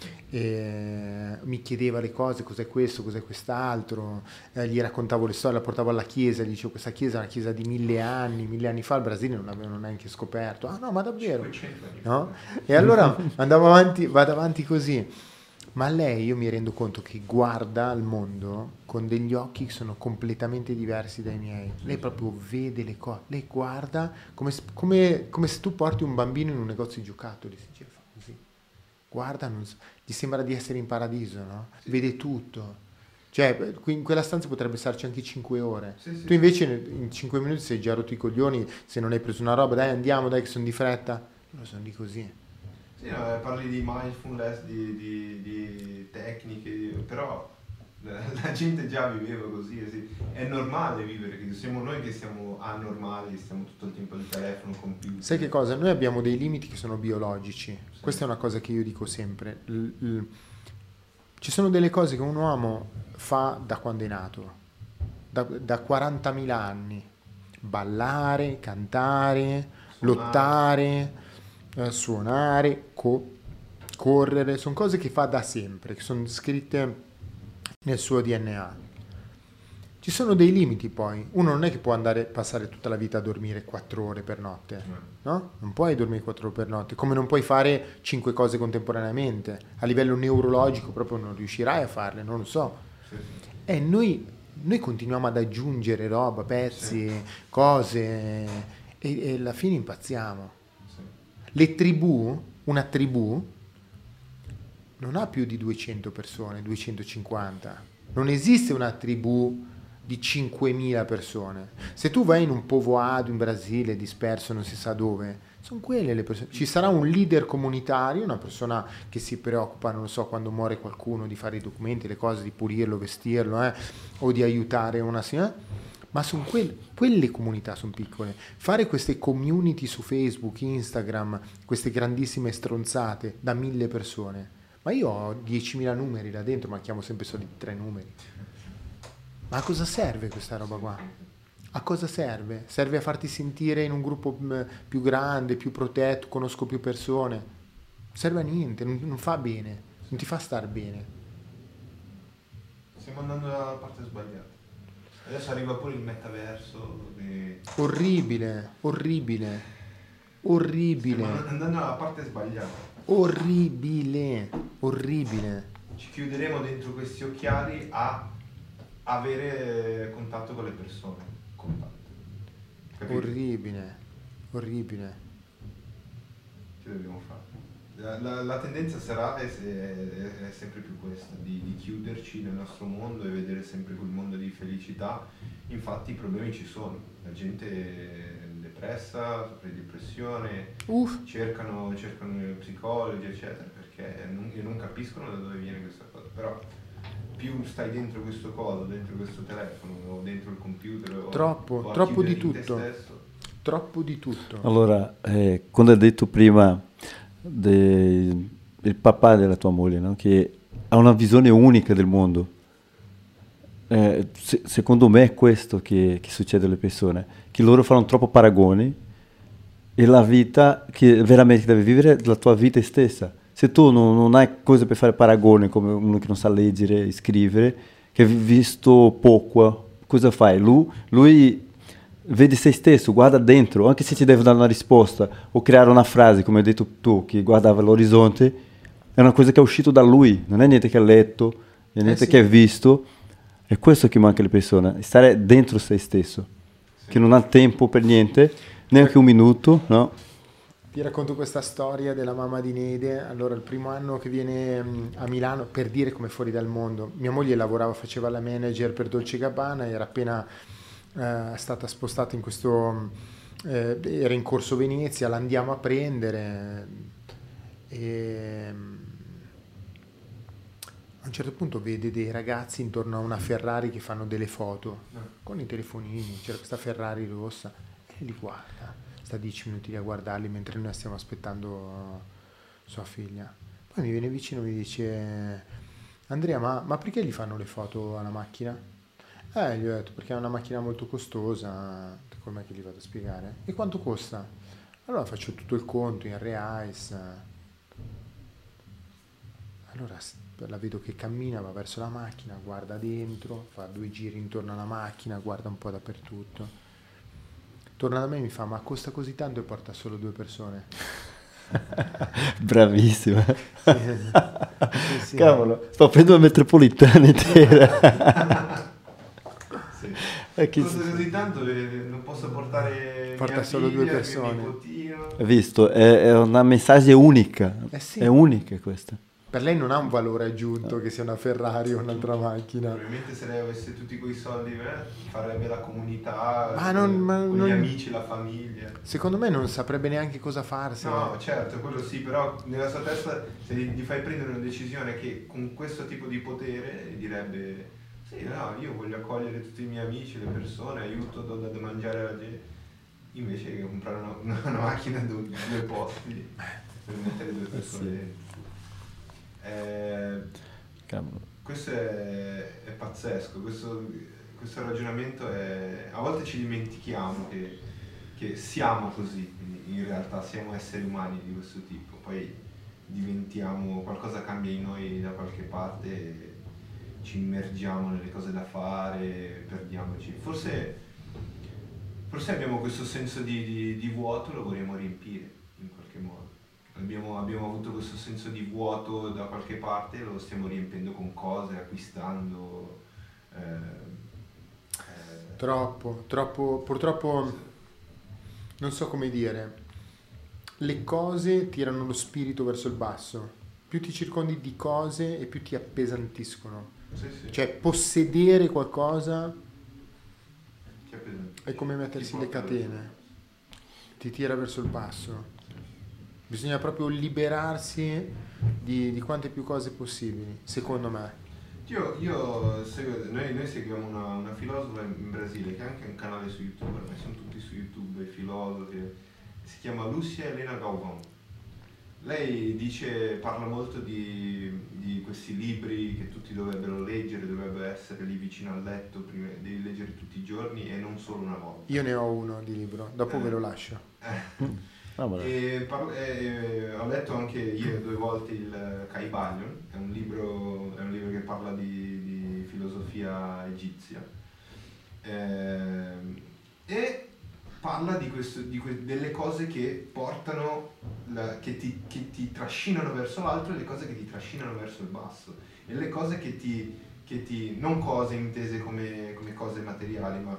Speaker 3: E mi chiedeva le cose, cos'è questo, cos'è quest'altro, gli raccontavo le storie, la portavo alla chiesa, gli dicevo questa chiesa è una chiesa di 1000 anni fa, il Brasile non l'avevano neanche scoperto. Ah no, ma davvero? No? E allora vado avanti così. Ma lei, io mi rendo conto che guarda al mondo con degli occhi che sono completamente diversi dai miei. Lei proprio vede le cose, lei guarda come se tu porti un bambino in un negozio di giocattoli, si fa così. Guarda, gli sembra di essere in paradiso, no? Vede tutto. Cioè, in quella stanza potrebbe starci anche 5 ore. Tu invece in 5 minuti sei già rotto i coglioni, se non hai preso una roba, dai andiamo, dai che sono di fretta. Loro sono di così.
Speaker 1: Sì, no, parli di mindfulness, di tecniche, però la gente già viveva così, è normale vivere così, siamo noi che siamo anormali, stiamo tutto il tempo al telefono, computer.
Speaker 3: Sai che cosa? Noi abbiamo dei limiti che sono biologici, sì. Questa è una cosa che io dico sempre. Ci sono delle cose che un uomo fa da quando è nato, da 40.000 anni. Ballare, cantare, lottare, suonare, correre, sono cose che fa da sempre, che sono scritte nel suo DNA. Ci sono dei limiti poi, uno non è che può passare tutta la vita a dormire 4 ore per notte, no? Non puoi dormire 4 ore per notte, come non puoi fare 5 cose contemporaneamente, a livello neurologico proprio non riuscirai a farle, non lo so. E noi continuiamo ad aggiungere roba, pezzi, cose, e alla fine impazziamo. Le tribù, una tribù non ha più di 200 persone, 250. Non esiste una tribù di 5.000 persone. Se tu vai in un povoado in Brasile disperso non si sa dove, sono quelle le persone. Ci sarà un leader comunitario, una persona che si preoccupa, non lo so, quando muore qualcuno, di fare i documenti, le cose, di pulirlo, vestirlo, o di aiutare una signora. Ma sono quelle comunità sono piccole. Fare queste community su Facebook, Instagram, queste grandissime stronzate da 1.000 persone. Ma io ho 10.000 numeri là dentro, ma chiamo sempre solo 3 numeri. Ma a cosa serve questa roba qua? A cosa serve? Serve a farti sentire in un gruppo più grande, più protetto, conosco più persone? Non serve a niente, non fa bene, non ti fa star bene.
Speaker 1: Stiamo andando dalla parte sbagliata. Adesso arriva pure il metaverso.
Speaker 3: Orribile.
Speaker 1: Stiamo andando dalla parte sbagliata.
Speaker 3: Orribile.
Speaker 1: Ci chiuderemo dentro questi occhiali a avere contatto con le persone. Capito?
Speaker 3: Orribile.
Speaker 1: Che dobbiamo fare? La tendenza serale è sempre più questa, di chiuderci nel nostro mondo e vedere sempre quel mondo di felicità. Infatti i problemi ci sono, la gente è depressa, soffre di depressione, cercano gli psicologi, eccetera, perché non capiscono da dove viene questa cosa. Però più stai dentro questo coso, dentro questo telefono o dentro il computer o
Speaker 3: Troppo di
Speaker 1: chiuderti in te
Speaker 3: tutto.
Speaker 1: stesso.
Speaker 3: Troppo di tutto.
Speaker 2: Allora, quando hai detto prima del papà della tua moglie, no? Che ha una visione unica del mondo, secondo me è questo che succede alle persone, che loro fanno troppo paragoni e la vita che veramente devi vivere è la tua vita stessa. Se tu non hai cose per fare paragone, come uno che non sa leggere e scrivere, che ha visto poco, cosa fai? Lui vedi se stesso, guarda dentro, anche se ti deve dare una risposta o creare una frase, come hai detto tu, che guardava l'orizzonte, è una cosa che è uscito da lui, non è niente che ha letto, è niente che ha visto. È questo che manca alle persone, stare dentro se stesso, che non ha tempo per niente, neanche un minuto, no?
Speaker 3: Ti racconto questa storia della mamma di Nede. Allora, il primo anno che viene a Milano, per dire come fuori dal mondo, mia moglie lavorava, faceva la manager per Dolce & Gabbana, era appena stata spostata in questo, era in Corso Venezia, l'andiamo a prendere e a un certo punto vede dei ragazzi intorno a una Ferrari che fanno delle foto con i telefonini, c'era questa Ferrari rossa e li guarda, sta 10 minuti lì a guardarli mentre noi stiamo aspettando sua figlia. Poi mi viene vicino e mi dice: Andrea, ma perché gli fanno le foto alla macchina? Gli ho detto perché è una macchina molto costosa. Com'è che gli vado a spiegare? E quanto costa? Allora faccio tutto il conto in reais. Allora la vedo che cammina, va verso la macchina, guarda dentro, fa 2 giri intorno alla macchina, guarda un po' dappertutto. Torna da me e mi fa: ma costa così tanto e porta solo 2 persone?
Speaker 2: Bravissima.
Speaker 3: Sì.
Speaker 2: Cavolo, sto prendendo la metropolitana intera.
Speaker 1: Costa così tanto non posso portare
Speaker 3: porta
Speaker 1: mia
Speaker 3: solo
Speaker 1: figlia,
Speaker 3: 2 persone.
Speaker 1: mio nipotino.
Speaker 2: Hai visto? È una messaggio unica.
Speaker 3: Sì.
Speaker 2: È unica questa.
Speaker 3: Per lei non ha un valore aggiunto che sia una Ferrari o un'altra macchina.
Speaker 1: Probabilmente se lei avesse tutti quei soldi, farebbe la comunità,
Speaker 3: Ma
Speaker 1: con gli amici, la famiglia.
Speaker 3: Secondo me non saprebbe neanche cosa farsene.
Speaker 1: No, certo, quello sì, però nella sua testa se gli fai prendere una decisione che con questo tipo di potere direbbe: sì, no, io voglio accogliere tutti i miei amici, le persone, aiuto da mangiare alla gente, invece che comprare una macchina da 2 posti per mettere 2 persone dentro. Questo è pazzesco, questo ragionamento è... A volte ci dimentichiamo che siamo così, quindi in realtà siamo esseri umani di questo tipo, poi diventiamo, qualcosa cambia in noi da qualche parte e ci immergiamo nelle cose da fare, perdiamoci. Forse abbiamo questo senso di vuoto, lo vorremmo riempire in qualche modo. Abbiamo avuto questo senso di vuoto da qualche parte e lo stiamo riempendo con cose, acquistando.
Speaker 3: Troppo, purtroppo non so come dire, le cose tirano lo spirito verso il basso, più ti circondi di cose e più ti appesantiscono.
Speaker 1: Sì.
Speaker 3: Cioè possedere qualcosa è come mettersi le catene, ti tira verso il basso. Bisogna proprio liberarsi di quante più cose possibili, secondo me.
Speaker 1: Noi seguiamo una filosofa in Brasile che ha anche un canale su YouTube, ormai sono tutti su YouTube i filosofi, si chiama Lúcia Helena Galvão. Lei parla molto di questi libri che tutti dovrebbero leggere, dovrebbero essere lì vicino al letto, prima, devi leggere tutti i giorni e non solo una volta.
Speaker 3: Io ne ho uno di libro, dopo ve lo lascio.
Speaker 1: Ho letto anche io 2 volte il Kybalion, è un libro che parla di filosofia egizia e parla delle cose che portano, che ti trascinano verso l'alto e le cose che ti trascinano verso il basso e le cose che ti non cose intese come cose materiali, ma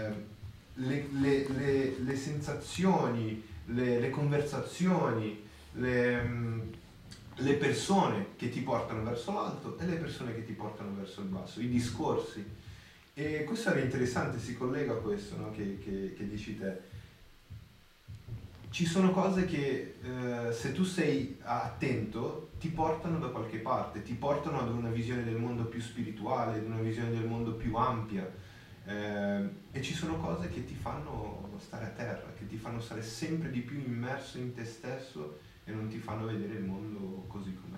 Speaker 1: le sensazioni, le conversazioni, le persone che ti portano verso l'alto e le persone che ti portano verso il basso, i discorsi. E questo era interessante, si collega a questo, no? che dici te. Ci sono cose che se tu sei attento ti portano da qualche parte, ti portano ad una visione del mondo più spirituale, ad una visione del mondo più ampia, e ci sono cose che ti fanno stare a terra, che ti fanno stare sempre di più immerso in te stesso e non ti fanno vedere il mondo così com'è.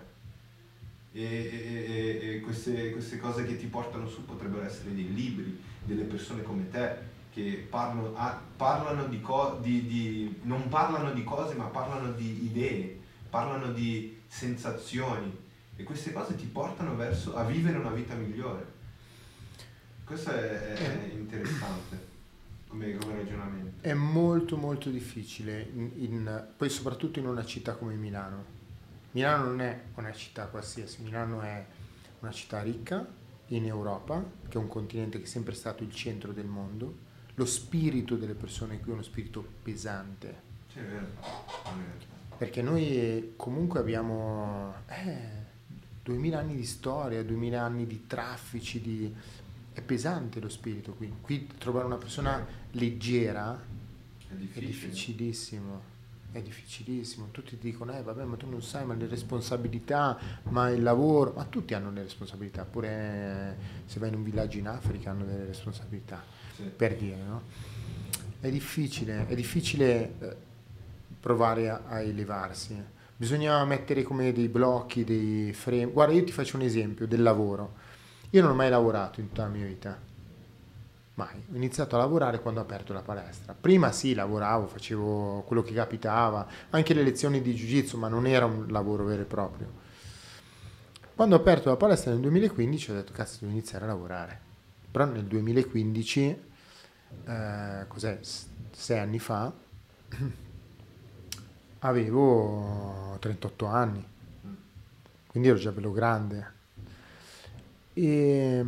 Speaker 1: E queste cose che ti portano su potrebbero essere dei libri, delle persone come te che parlano non parlano di cose ma parlano di idee, parlano di sensazioni, e queste cose ti portano verso a vivere una vita migliore. Questo è interessante come ragionamento.
Speaker 3: È molto molto difficile, poi soprattutto in una città come Milano. Milano non è una città qualsiasi, Milano è una città ricca in Europa, che è un continente che è sempre stato il centro del mondo. Lo spirito delle persone qui è uno spirito pesante.
Speaker 1: Sì, è vero. È vero.
Speaker 3: Perché noi comunque abbiamo 2000 anni di storia, 2000 anni di traffici, è pesante lo spirito qui. Qui trovare una persona leggera
Speaker 1: È
Speaker 3: è
Speaker 1: difficile.
Speaker 3: difficilissimo. È difficilissimo. Tutti ti dicono, vabbè, ma tu non sai, ma le responsabilità, ma il lavoro, ma tutti hanno le responsabilità, pure se vai in un villaggio in Africa hanno delle responsabilità,
Speaker 1: Sì.
Speaker 3: per dire, no? È difficile provare a elevarsi. Bisogna mettere come dei blocchi, dei frame. Guarda, io ti faccio un esempio del lavoro. Io non ho mai lavorato in tutta la mia vita. Mai. Ho iniziato a lavorare quando ho aperto la palestra. Prima sì, lavoravo, facevo quello che capitava, anche le lezioni di jiu-jitsu, ma non era un lavoro vero e proprio. Quando ho aperto la palestra nel 2015 ho detto, cazzo, devo iniziare a lavorare. Però nel 2015, cos'è, 6 anni fa, avevo 38 anni, quindi ero già bello grande. E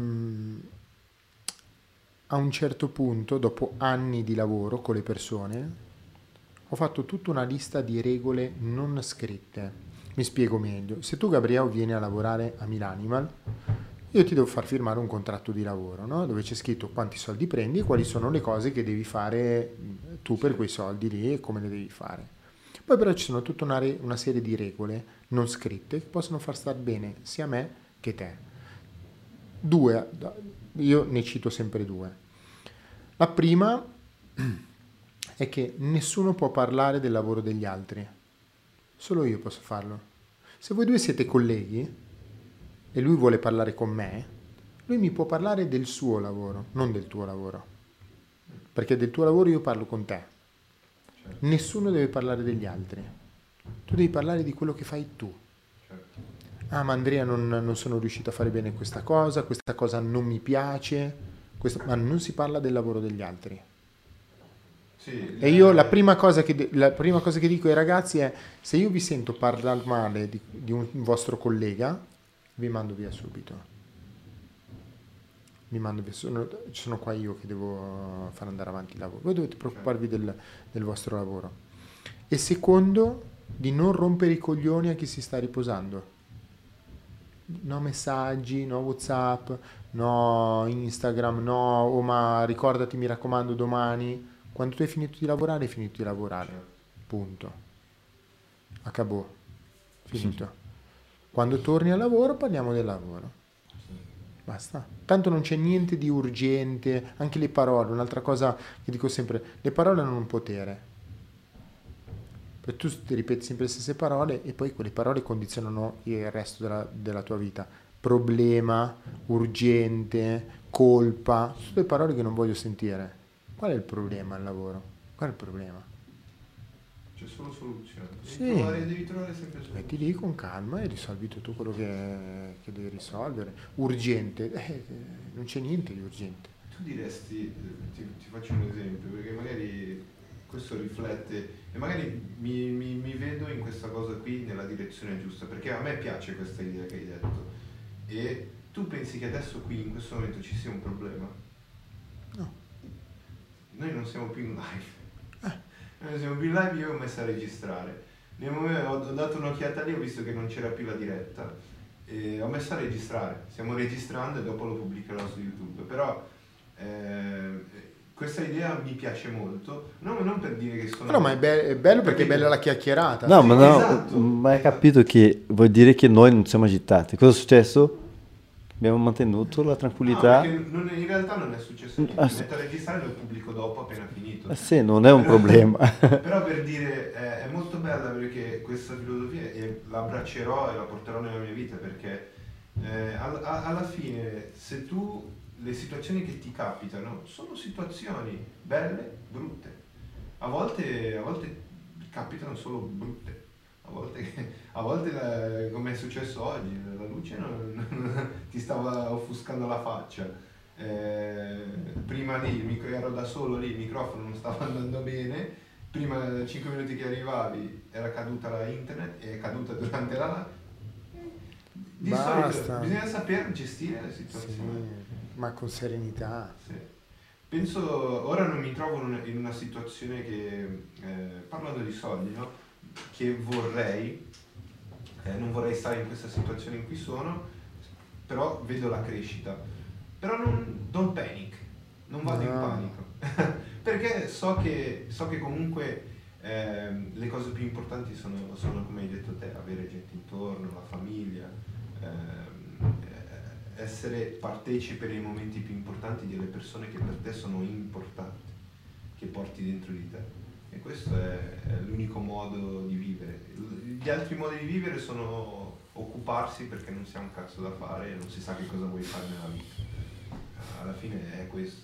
Speaker 3: a un certo punto, dopo anni di lavoro con le persone, ho fatto tutta una lista di regole non scritte. Mi spiego meglio. Se tu, Gabriele, vieni a lavorare a Milanimal, io ti devo far firmare un contratto di lavoro, no? Dove c'è scritto quanti soldi prendi e quali sono le cose che devi fare tu per quei soldi lì e come le devi fare. Poi però ci sono tutta una serie di regole non scritte che possono far star bene sia me che te. Due, io ne cito sempre due. La prima è che nessuno può parlare del lavoro degli altri, solo io posso farlo. Se voi due siete colleghi e lui vuole parlare con me, lui mi può parlare del suo lavoro, non del tuo lavoro, perché del tuo lavoro io parlo con te. Nessuno deve parlare degli altri, tu devi parlare di quello che fai tu. Ah, ma Andrea, non sono riuscito a fare bene questa cosa non mi piace, ma non si parla del lavoro degli altri.
Speaker 1: Sì,
Speaker 3: E io la prima cosa che dico ai ragazzi è, se io vi sento parlare male di un vostro collega, vi mando via subito. Sono qua io che devo far andare avanti il lavoro. Voi dovete preoccuparvi del vostro lavoro. E secondo, di non rompere i coglioni a chi si sta riposando. No messaggi, no WhatsApp, no Instagram, no, oh ma ricordati, mi raccomando, domani. Quando tu hai finito di lavorare, hai finito di lavorare. Punto. Acabò. Finito. Quando torni al lavoro, parliamo del lavoro. Basta. Tanto non c'è niente di urgente. Anche le parole, un'altra cosa che dico sempre, le parole hanno un potere. Perché tu ti ripeti sempre le stesse parole e poi quelle parole condizionano il resto della tua vita. Problema, urgente, colpa, sono tutte parole che non voglio sentire. Qual è il problema al lavoro? Qual è il problema?
Speaker 1: C'è solo soluzione.
Speaker 3: Sì.
Speaker 1: Devi trovare sempre soluzione.
Speaker 3: Metti lì con calma e risolvi tutto quello che devi risolvere. Urgente, non c'è niente di urgente.
Speaker 1: Tu diresti, ti faccio un esempio, perché magari questo riflette e magari mi vedo in questa cosa qui nella direzione giusta, perché a me piace questa idea che hai detto. E tu pensi che adesso qui in questo momento ci sia un problema?
Speaker 3: No.
Speaker 1: Noi non siamo più in live. Noi non siamo più in live, io ho messo a registrare. Ho dato un'occhiata lì, ho visto che non c'era più la diretta e ho messo a registrare. Stiamo registrando e dopo lo pubblicherò su YouTube. Però questa idea mi piace molto, non per dire che sono...
Speaker 3: No, ma è bello perché è bella la chiacchierata.
Speaker 2: No,
Speaker 1: Sì,
Speaker 2: ma no,
Speaker 1: esatto.
Speaker 2: ma hai capito che vuol dire che noi non siamo agitati. Cosa è successo? Abbiamo mantenuto la
Speaker 1: No,
Speaker 2: tranquillità.
Speaker 1: perché in realtà non è successo niente.
Speaker 2: Ah,
Speaker 1: Mi
Speaker 2: sì.
Speaker 1: metto a registrare e lo pubblico dopo appena finito.
Speaker 2: Sì, non è un problema.
Speaker 1: Però per dire, è molto bella perché questa filosofia la abbraccerò e la porterò nella mia vita perché alla fine se tu le situazioni che ti capitano sono situazioni belle, brutte. A volte capitano solo brutte. A volte come è successo oggi, la luce ti stava offuscando la faccia. Prima lì ero da solo lì, il microfono non stava andando bene, prima 5 minuti che arrivavi era caduta la internet, è caduta durante la live. Di
Speaker 3: Basta.
Speaker 1: solito bisogna saper gestire le
Speaker 3: Sì,
Speaker 1: situazioni.
Speaker 3: ma con serenità.
Speaker 1: Sì. Penso, ora non mi trovo in una situazione che, parlando di soldi, no? Che vorrei, non vorrei stare in questa situazione in cui sono, però vedo la crescita. Però don't panic, non vado in
Speaker 3: No.
Speaker 1: panico, perché so che comunque le cose più importanti sono, come hai detto te, avere gente intorno, la famiglia, essere partecipe nei momenti più importanti delle persone che per te sono importanti, che porti dentro di te. E questo è l'unico modo di vivere. Gli altri modi di vivere sono occuparsi perché non si ha un cazzo da fare e non si sa che cosa vuoi fare nella vita. Alla fine è questo.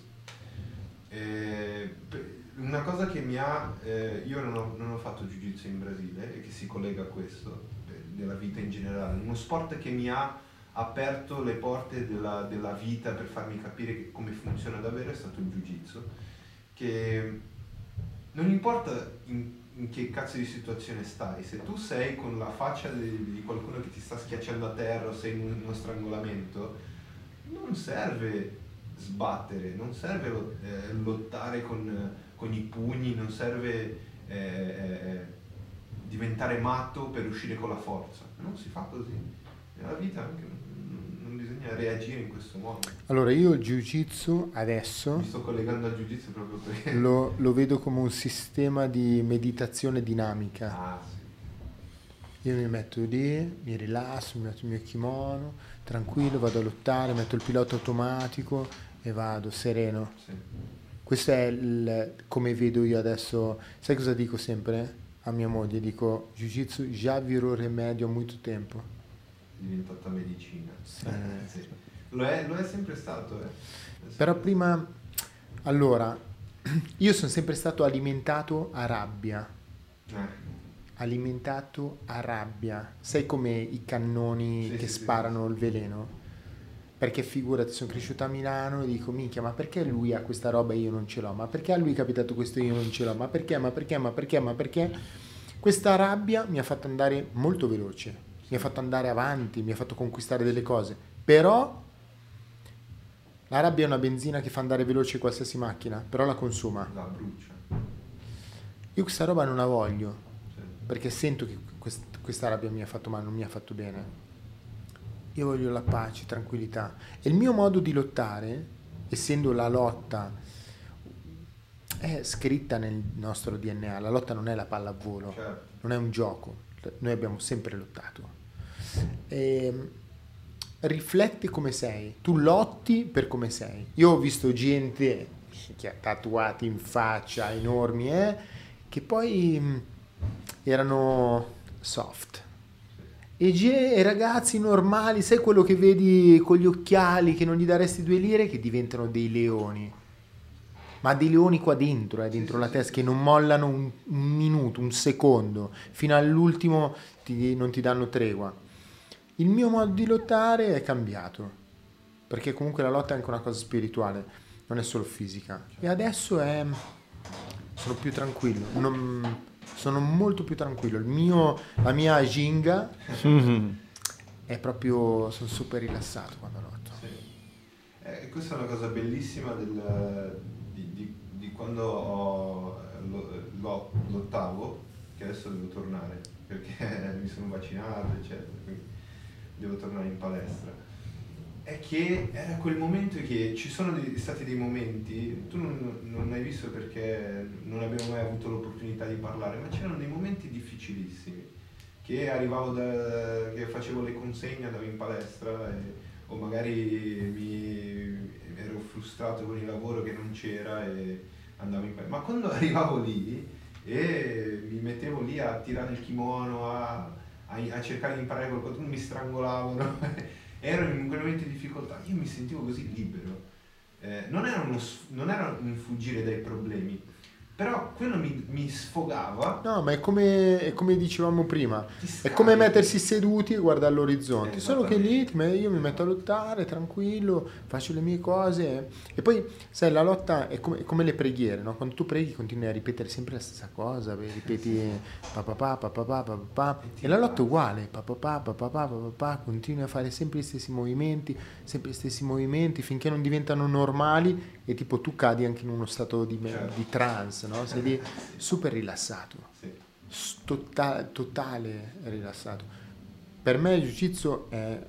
Speaker 1: Una cosa che mi ha... io non ho fatto jiu-jitsu in Brasile e che si collega a questo, della vita in generale. Uno sport che mi ha aperto le porte della vita per farmi capire come funziona davvero è stato il jiu-jitsu, che non importa in che cazzo di situazione stai, se tu sei con la faccia di qualcuno che ti sta schiacciando a terra o sei in uno strangolamento, non serve sbattere, non serve lottare con i pugni, non serve diventare matto per uscire con la forza, non si fa così. Nella vita anche non bisogna reagire in questo modo.
Speaker 3: Allora io il jiu-jitsu adesso
Speaker 1: Mi sto collegando al jiu-jitsu proprio perché...
Speaker 3: lo vedo come un sistema di meditazione dinamica.
Speaker 1: Ah, sì.
Speaker 3: Io mi metto lì, mi rilasso, mi metto il mio kimono, tranquillo, vado a lottare, metto il pilota automatico e vado sereno.
Speaker 1: Sì.
Speaker 3: Questo è come vedo io adesso. Sai cosa dico sempre a mia moglie? Dico, jiu-jitsu já virou remédio há muito tempo.
Speaker 1: È diventata medicina.
Speaker 3: Sì.
Speaker 1: Sì. Lo è sempre stato.
Speaker 3: Però prima, allora, io sono sempre stato alimentato a rabbia. Alimentato a rabbia. Sai come i cannoni
Speaker 1: Sì,
Speaker 3: che
Speaker 1: sì,
Speaker 3: sparano
Speaker 1: sì.
Speaker 3: il veleno? Perché figurati, sono cresciuto a Milano e dico, minchia, ma perché lui ha questa roba e io non ce l'ho? Ma perché a lui è capitato questo e io non ce l'ho? Ma perché? Ma perché? Ma perché? Ma perché? Questa rabbia mi ha fatto andare molto veloce, mi ha fatto andare avanti, mi ha fatto conquistare delle cose. Però la rabbia è una benzina che fa andare veloce qualsiasi macchina, però la consuma.
Speaker 1: La brucia.
Speaker 3: Io questa roba non la voglio,
Speaker 1: Sì.
Speaker 3: perché sento che questa rabbia mi ha fatto male, non mi ha fatto bene. Io voglio la pace, tranquillità. E il mio modo di lottare, essendo la lotta, è scritta nel nostro DNA. La lotta non è la palla a volo,
Speaker 1: Certo.
Speaker 3: non è un gioco. Noi abbiamo sempre lottato. Rifletti come sei. Tu lotti per come sei. Io ho visto gente che ha tatuati in faccia enormi, che poi erano soft. E ragazzi normali, sai quello che vedi con gli occhiali che non gli daresti 2 lire, che diventano dei leoni. Ma dei leoni qua dentro, dentro la testa, che non mollano un minuto, un secondo, fino all'ultimo non ti danno tregua. Il mio modo di lottare è cambiato, perché comunque la lotta è anche una cosa spirituale, non è solo fisica. E adesso sono più tranquillo, sono molto più tranquillo. La mia ginga è proprio, sono super rilassato quando lotto.
Speaker 1: Sì. Questa è una cosa bellissima di quando lottavo, che adesso devo tornare, perché mi sono vaccinato, eccetera, quindi devo tornare in palestra. È che era quel momento che ci sono stati dei momenti, tu non hai visto perché non abbiamo mai avuto l'opportunità di parlare, ma c'erano dei momenti difficilissimi, che arrivavo che facevo le consegne, andavo in palestra o magari mi ero frustrato con il lavoro che non c'era e andavo in palestra. Ma quando arrivavo lì e mi mettevo lì a tirare il kimono, a cercare di imparare qualcosa, mi strangolavano. Ero in quel momento di difficoltà, io mi sentivo così libero. Non era un fuggire dai problemi, però quello mi sfogava.
Speaker 3: No, ma è come dicevamo prima,
Speaker 1: Ti
Speaker 3: è come
Speaker 1: scarichi.
Speaker 3: mettersi seduti e guardare l'orizzonte, solo che lì
Speaker 1: Esattamente.
Speaker 3: io mi metto a lottare tranquillo, faccio le mie cose e poi, sai, la lotta è come le preghiere, no? Quando tu preghi continui a ripetere sempre la stessa cosa, ripeti papà, papà, papà, e la lotta è uguale, papà, papà, continui a fare sempre gli stessi movimenti finché non diventano normali e tipo tu cadi anche in uno stato di trance, no? Sei lì super rilassato,
Speaker 1: Sì.
Speaker 3: totale rilassato. Per me il Jiu-Jitsu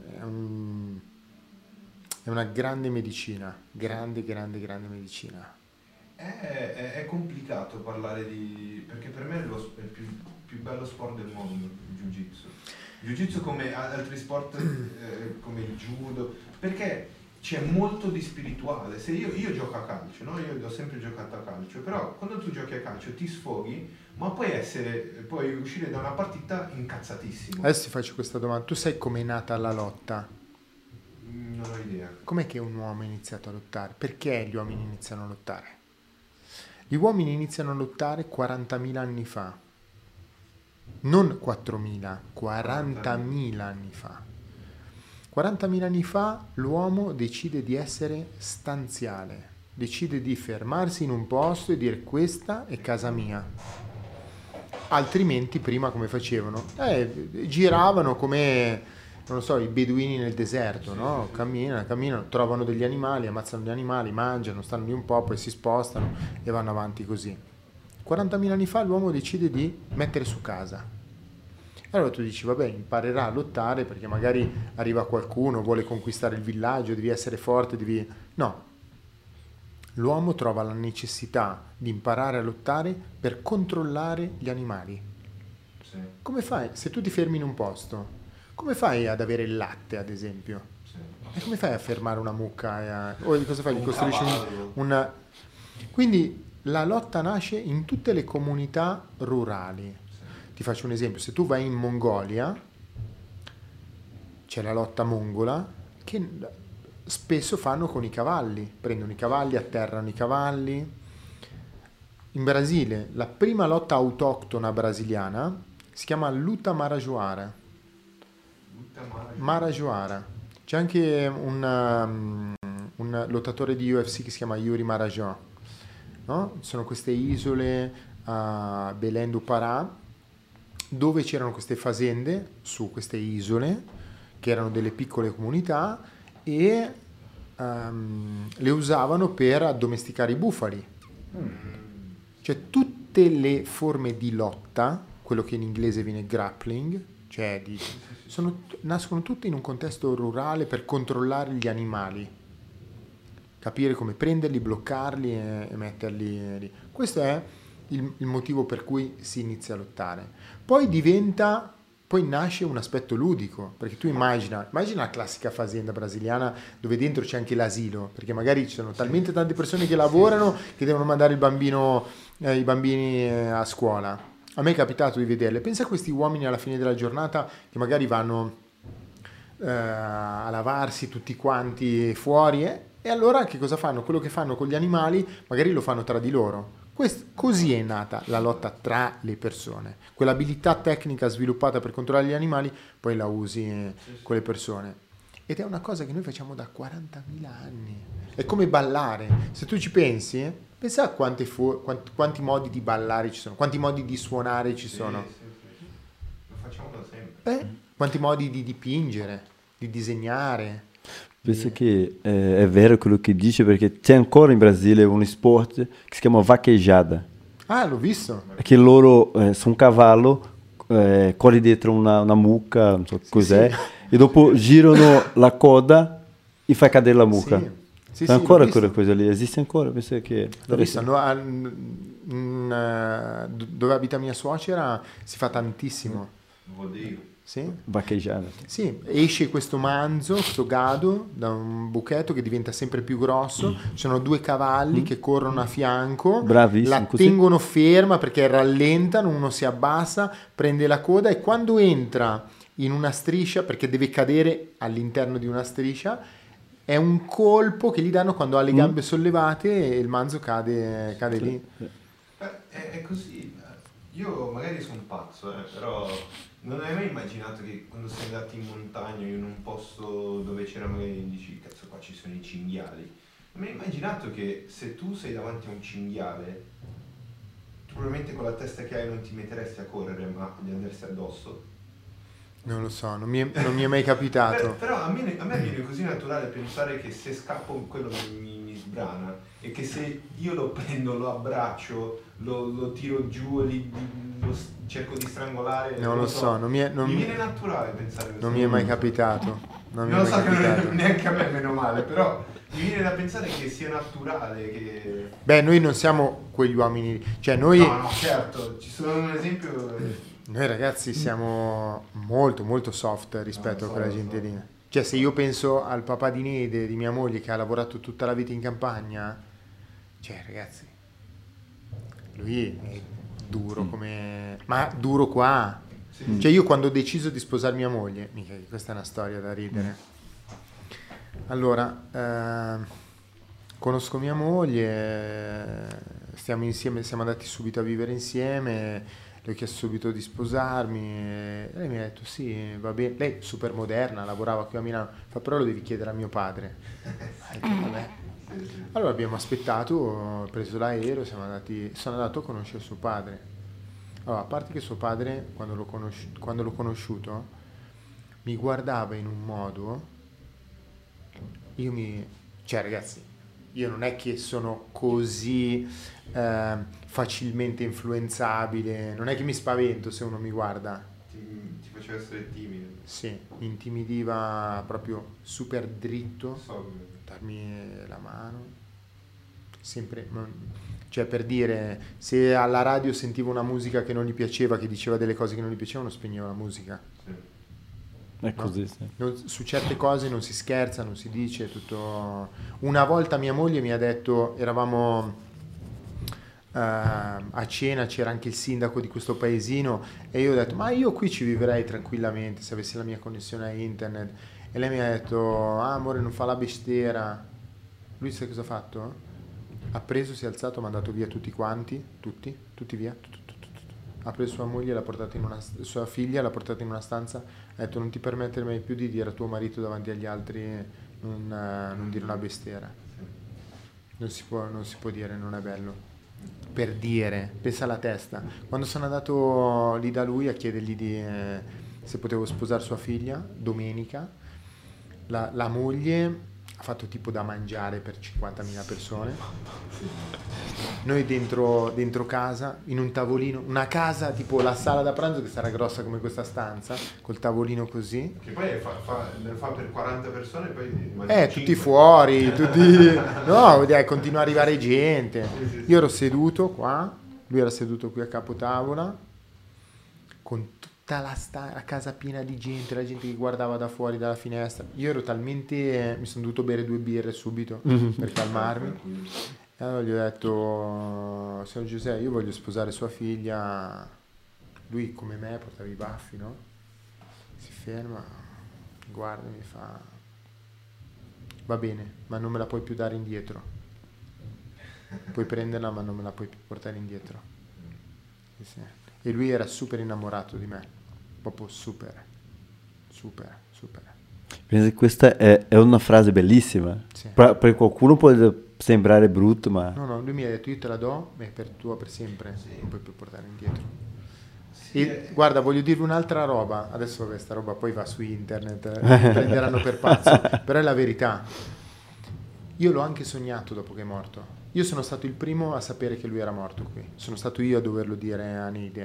Speaker 3: è una grande medicina, grande medicina.
Speaker 1: È complicato parlare perché per me è il più bello sport del mondo, il Jiu-Jitsu. Jiu-Jitsu come altri sport, come il judo, perché c'è molto di spirituale. Se io gioco a calcio, no? Io ho sempre giocato a calcio, però quando tu giochi a calcio ti sfoghi, ma puoi uscire da una partita incazzatissimo.
Speaker 3: Adesso ti faccio questa domanda, tu sai com'è nata la lotta?
Speaker 1: Non ho idea.
Speaker 3: Com'è che un uomo ha iniziato a lottare? Perché gli uomini iniziano a lottare? Gli uomini iniziano a lottare 40.000 anni fa, non 4.000, 40.000 anni fa. 40.000 anni fa l'uomo decide di essere stanziale, decide di fermarsi in un posto e dire questa è casa mia. Altrimenti prima come facevano? Giravano come, non lo so, i beduini nel deserto, no? Camminano, trovano degli animali, ammazzano gli animali, mangiano, stanno lì un po', poi si spostano e vanno avanti così. 40.000 anni fa l'uomo decide di mettere su casa. Allora tu dici, vabbè, imparerà a lottare perché magari arriva qualcuno, vuole conquistare il villaggio, devi essere forte, No. L'uomo trova la necessità di imparare a lottare per controllare gli animali.
Speaker 1: Sì.
Speaker 3: Come fai? Se tu ti fermi in un posto, come fai ad avere il latte, ad esempio?
Speaker 1: Sì.
Speaker 3: E come fai a fermare una mucca? O cosa fai? Gli
Speaker 1: Un
Speaker 3: costruisci
Speaker 1: cavallo.
Speaker 3: una... Quindi la lotta nasce in tutte le comunità rurali. Ti faccio un esempio, se tu vai in Mongolia, c'è la lotta mongola che spesso fanno con i cavalli, prendono i cavalli, atterrano i cavalli. In Brasile, la prima lotta autoctona brasiliana si chiama Luta Marajoara. Marajoara. C'è anche un lottatore di UFC che si chiama Yuri Marajó, no? Sono queste isole a Belém do Pará dove c'erano queste fazende su queste isole che erano delle piccole comunità e le usavano per addomesticare i bufali. Cioè tutte le forme di lotta, quello che in inglese viene grappling, cioè nascono tutte in un contesto rurale per controllare gli animali, capire come prenderli, bloccarli e metterli lì. Questo è il motivo per cui si inizia a lottare. Poi nasce un aspetto ludico, perché tu immagina la classica fazenda brasiliana dove dentro c'è anche l'asilo, perché magari ci sono talmente tante persone che lavorano che devono mandare i bambini a scuola. A me è capitato di vederle. Pensa a questi uomini alla fine della giornata che magari vanno a lavarsi tutti quanti fuori e allora che cosa fanno? Quello che fanno con gli animali magari lo fanno tra di loro. Così è nata la lotta tra le persone. Quell'abilità tecnica sviluppata per controllare gli animali, poi la usi con le persone. Ed è una cosa che noi facciamo da 40.000 anni. È come ballare. Se tu ci pensi, pensa a quanti modi di ballare ci sono, quanti modi di suonare ci sono.
Speaker 1: Sì. Lo facciamo da sempre.
Speaker 3: Quanti modi di dipingere, di disegnare.
Speaker 2: Penso che è vero quello che dice perché c'è ancora in Brasile un sport che si chiama vaquejada.
Speaker 3: Ah, l'ho visto.
Speaker 2: Che loro su un cavallo corri dietro una mucca, non so cos'è,
Speaker 3: sì.
Speaker 2: e dopo girano la coda e fai cadere la mucca.
Speaker 3: Sì. Sì,
Speaker 2: C'è
Speaker 3: sì,
Speaker 2: ancora
Speaker 3: l'ho
Speaker 2: quella
Speaker 3: visto.
Speaker 2: cosa lì? Esiste ancora? Penso che
Speaker 3: L'ho visto. Dove abita mia suocera si fa tantissimo. Sì?
Speaker 2: vaquejare.
Speaker 3: Sì, esce questo manzo, questo gado, da un buchetto che diventa sempre più grosso. Ci sono due cavalli che corrono a fianco,
Speaker 2: Bravissimo,
Speaker 3: la
Speaker 2: così.
Speaker 3: tengono ferma perché rallentano, uno si abbassa, prende la coda e quando entra in una striscia, perché deve cadere all'interno di una striscia, è un colpo che gli danno quando ha le gambe sollevate e il manzo cade lì.
Speaker 1: È così. Io magari sono pazzo, però non hai mai immaginato che quando sei andato in montagna in un posto dove c'era magari dici cazzo qua ci sono i cinghiali. Non hai mai immaginato che se tu sei davanti a un cinghiale, tu probabilmente con la testa che hai non ti metteresti a correre, ma gli andresti addosso?
Speaker 3: Non lo so, non mi è mai capitato.
Speaker 1: Però a me viene così naturale pensare che se scappo quello mi sbrana e che se io lo prendo, lo abbraccio, lo tiro giù, cerco di strangolare.
Speaker 3: Non lo so,
Speaker 1: mi viene naturale pensare questo.
Speaker 3: non mi è mai capitato. Non mi è
Speaker 1: Non lo
Speaker 3: mai
Speaker 1: so, che
Speaker 3: capitato.
Speaker 1: neanche a me meno male, però mi viene da pensare che sia naturale, che...
Speaker 3: Beh, noi non siamo quegli uomini, cioè noi...
Speaker 1: No, certo, ci sono un esempio...
Speaker 3: Noi ragazzi siamo molto molto soft rispetto a quella gente lì. Cioè se io penso al papà di Nede, di mia moglie, che ha lavorato tutta la vita in campagna, cioè ragazzi, lui è duro come... Ma duro qua.
Speaker 1: Sì.
Speaker 3: Cioè io quando ho deciso di sposare mia moglie, mica che questa è una storia da ridere. Allora, conosco mia moglie, stiamo insieme, siamo andati subito a vivere insieme. Le ho chiesto subito di sposarmi e lei mi ha detto sì, va bene. Lei è super moderna, lavorava qui a Milano, fa però lo devi chiedere a mio padre. Ho detto, vabbè. Allora abbiamo aspettato, ho preso l'aereo, sono andato a conoscere suo padre. Allora, a parte che suo padre, quando l'ho conosciuto, mi guardava in un modo, cioè ragazzi, io non è che sono così facilmente influenzabile, non è che mi spavento se uno mi guarda.
Speaker 1: Ti faceva essere timido.
Speaker 3: Sì, mi intimidiva proprio super dritto,
Speaker 1: So,
Speaker 3: darmi la mano, sempre, cioè per dire, se alla radio sentivo una musica che non gli piaceva, che diceva delle cose che non gli piacevano, spegneva la musica.
Speaker 1: sì.
Speaker 2: È così, sì.
Speaker 3: Su certe cose non si scherza, non si dice tutto. Una volta mia moglie mi ha detto, eravamo a cena, c'era anche il sindaco di questo paesino e io ho detto ma io qui ci vivrei tranquillamente se avessi la mia connessione a internet, e lei mi ha detto ah amore non fa la bestiera. Lui sai cosa ha fatto? Ha preso, si è alzato, ha mandato via tutti quanti, tutti via, ha preso sua moglie, l'ha portata sua figlia, l'ha portata in una stanza, ha detto non ti permettere mai più di dire a tuo marito davanti agli altri non dire una bestiera. Non si può dire, non è bello. Per dire, pensa alla testa. Quando sono andato lì da lui a chiedergli se potevo sposare sua figlia, domenica, la moglie ha fatto tipo da mangiare per 50.000 persone. Noi dentro casa, in un tavolino, una casa tipo la sala da pranzo che sarà grossa come questa stanza, col tavolino così.
Speaker 1: Che poi lo fa per 40 persone e poi...
Speaker 3: Tutti fuori, tutti... No, continua ad arrivare gente. Io ero seduto qua, lui era seduto qui a capo tavola, con tutta la casa piena di gente, la gente che guardava da fuori dalla finestra. Io ero talmente... mi sono dovuto bere 2 birre subito per calmarmi. E allora gli ho detto, signor Giuseppe, io voglio sposare sua figlia. Lui come me portava i baffi, no? Si ferma, guarda e mi fa, va bene, ma non me la puoi più dare indietro. Puoi prenderla ma non me la puoi più portare indietro. Sì. E lui era super innamorato di me, proprio super.
Speaker 2: Penso che questa è una frase bellissima.
Speaker 3: Sì.
Speaker 2: Per qualcuno può sembrare brutto, ma...
Speaker 3: No, lui mi ha detto io te la do, ma è per tua per sempre, non puoi più portare indietro.
Speaker 1: Sì.
Speaker 3: E guarda, voglio dirvi un'altra roba, adesso questa roba poi va su internet, mi prenderanno per pazzo, però è la verità. Io l'ho anche sognato dopo che è morto. Io sono stato il primo a sapere che lui era morto qui. Sono stato io a doverlo dire a Neide.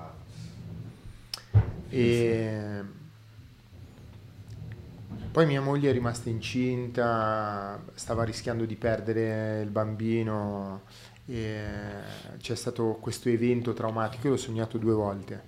Speaker 3: E poi mia moglie è rimasta incinta, stava rischiando di perdere il bambino e c'è stato questo evento traumatico, io l'ho sognato 2 volte.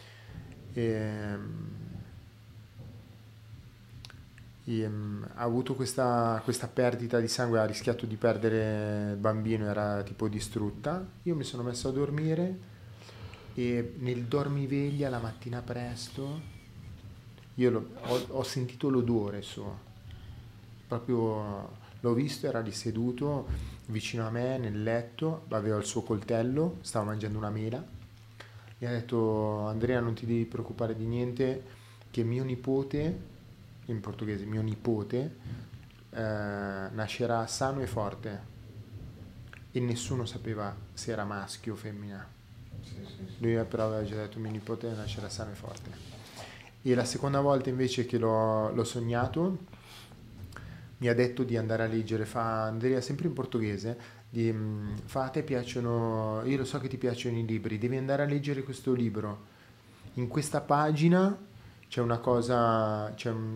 Speaker 3: Ha avuto questa perdita di sangue, ha rischiato di perdere il bambino, era tipo distrutta. Io mi sono messo a dormire e nel dormiveglia la mattina presto io ho sentito l'odore suo, proprio l'ho visto, era lì seduto vicino a me nel letto, aveva il suo coltello, stava mangiando una mela. Mi ha detto: Andrea, non ti devi preoccupare di niente, che mio nipote, in portoghese mio nipote, nascerà sano e forte. E nessuno sapeva se era maschio o femmina. Lui però aveva già detto: mio nipote nascerà sano e forte. E la seconda volta invece che l'ho sognato, mi ha detto di andare a leggere, fa Andrea, sempre in portoghese, fa: a te piacciono, io lo so che ti piacciono i libri, devi andare a leggere questo libro. In questa pagina c'è una cosa,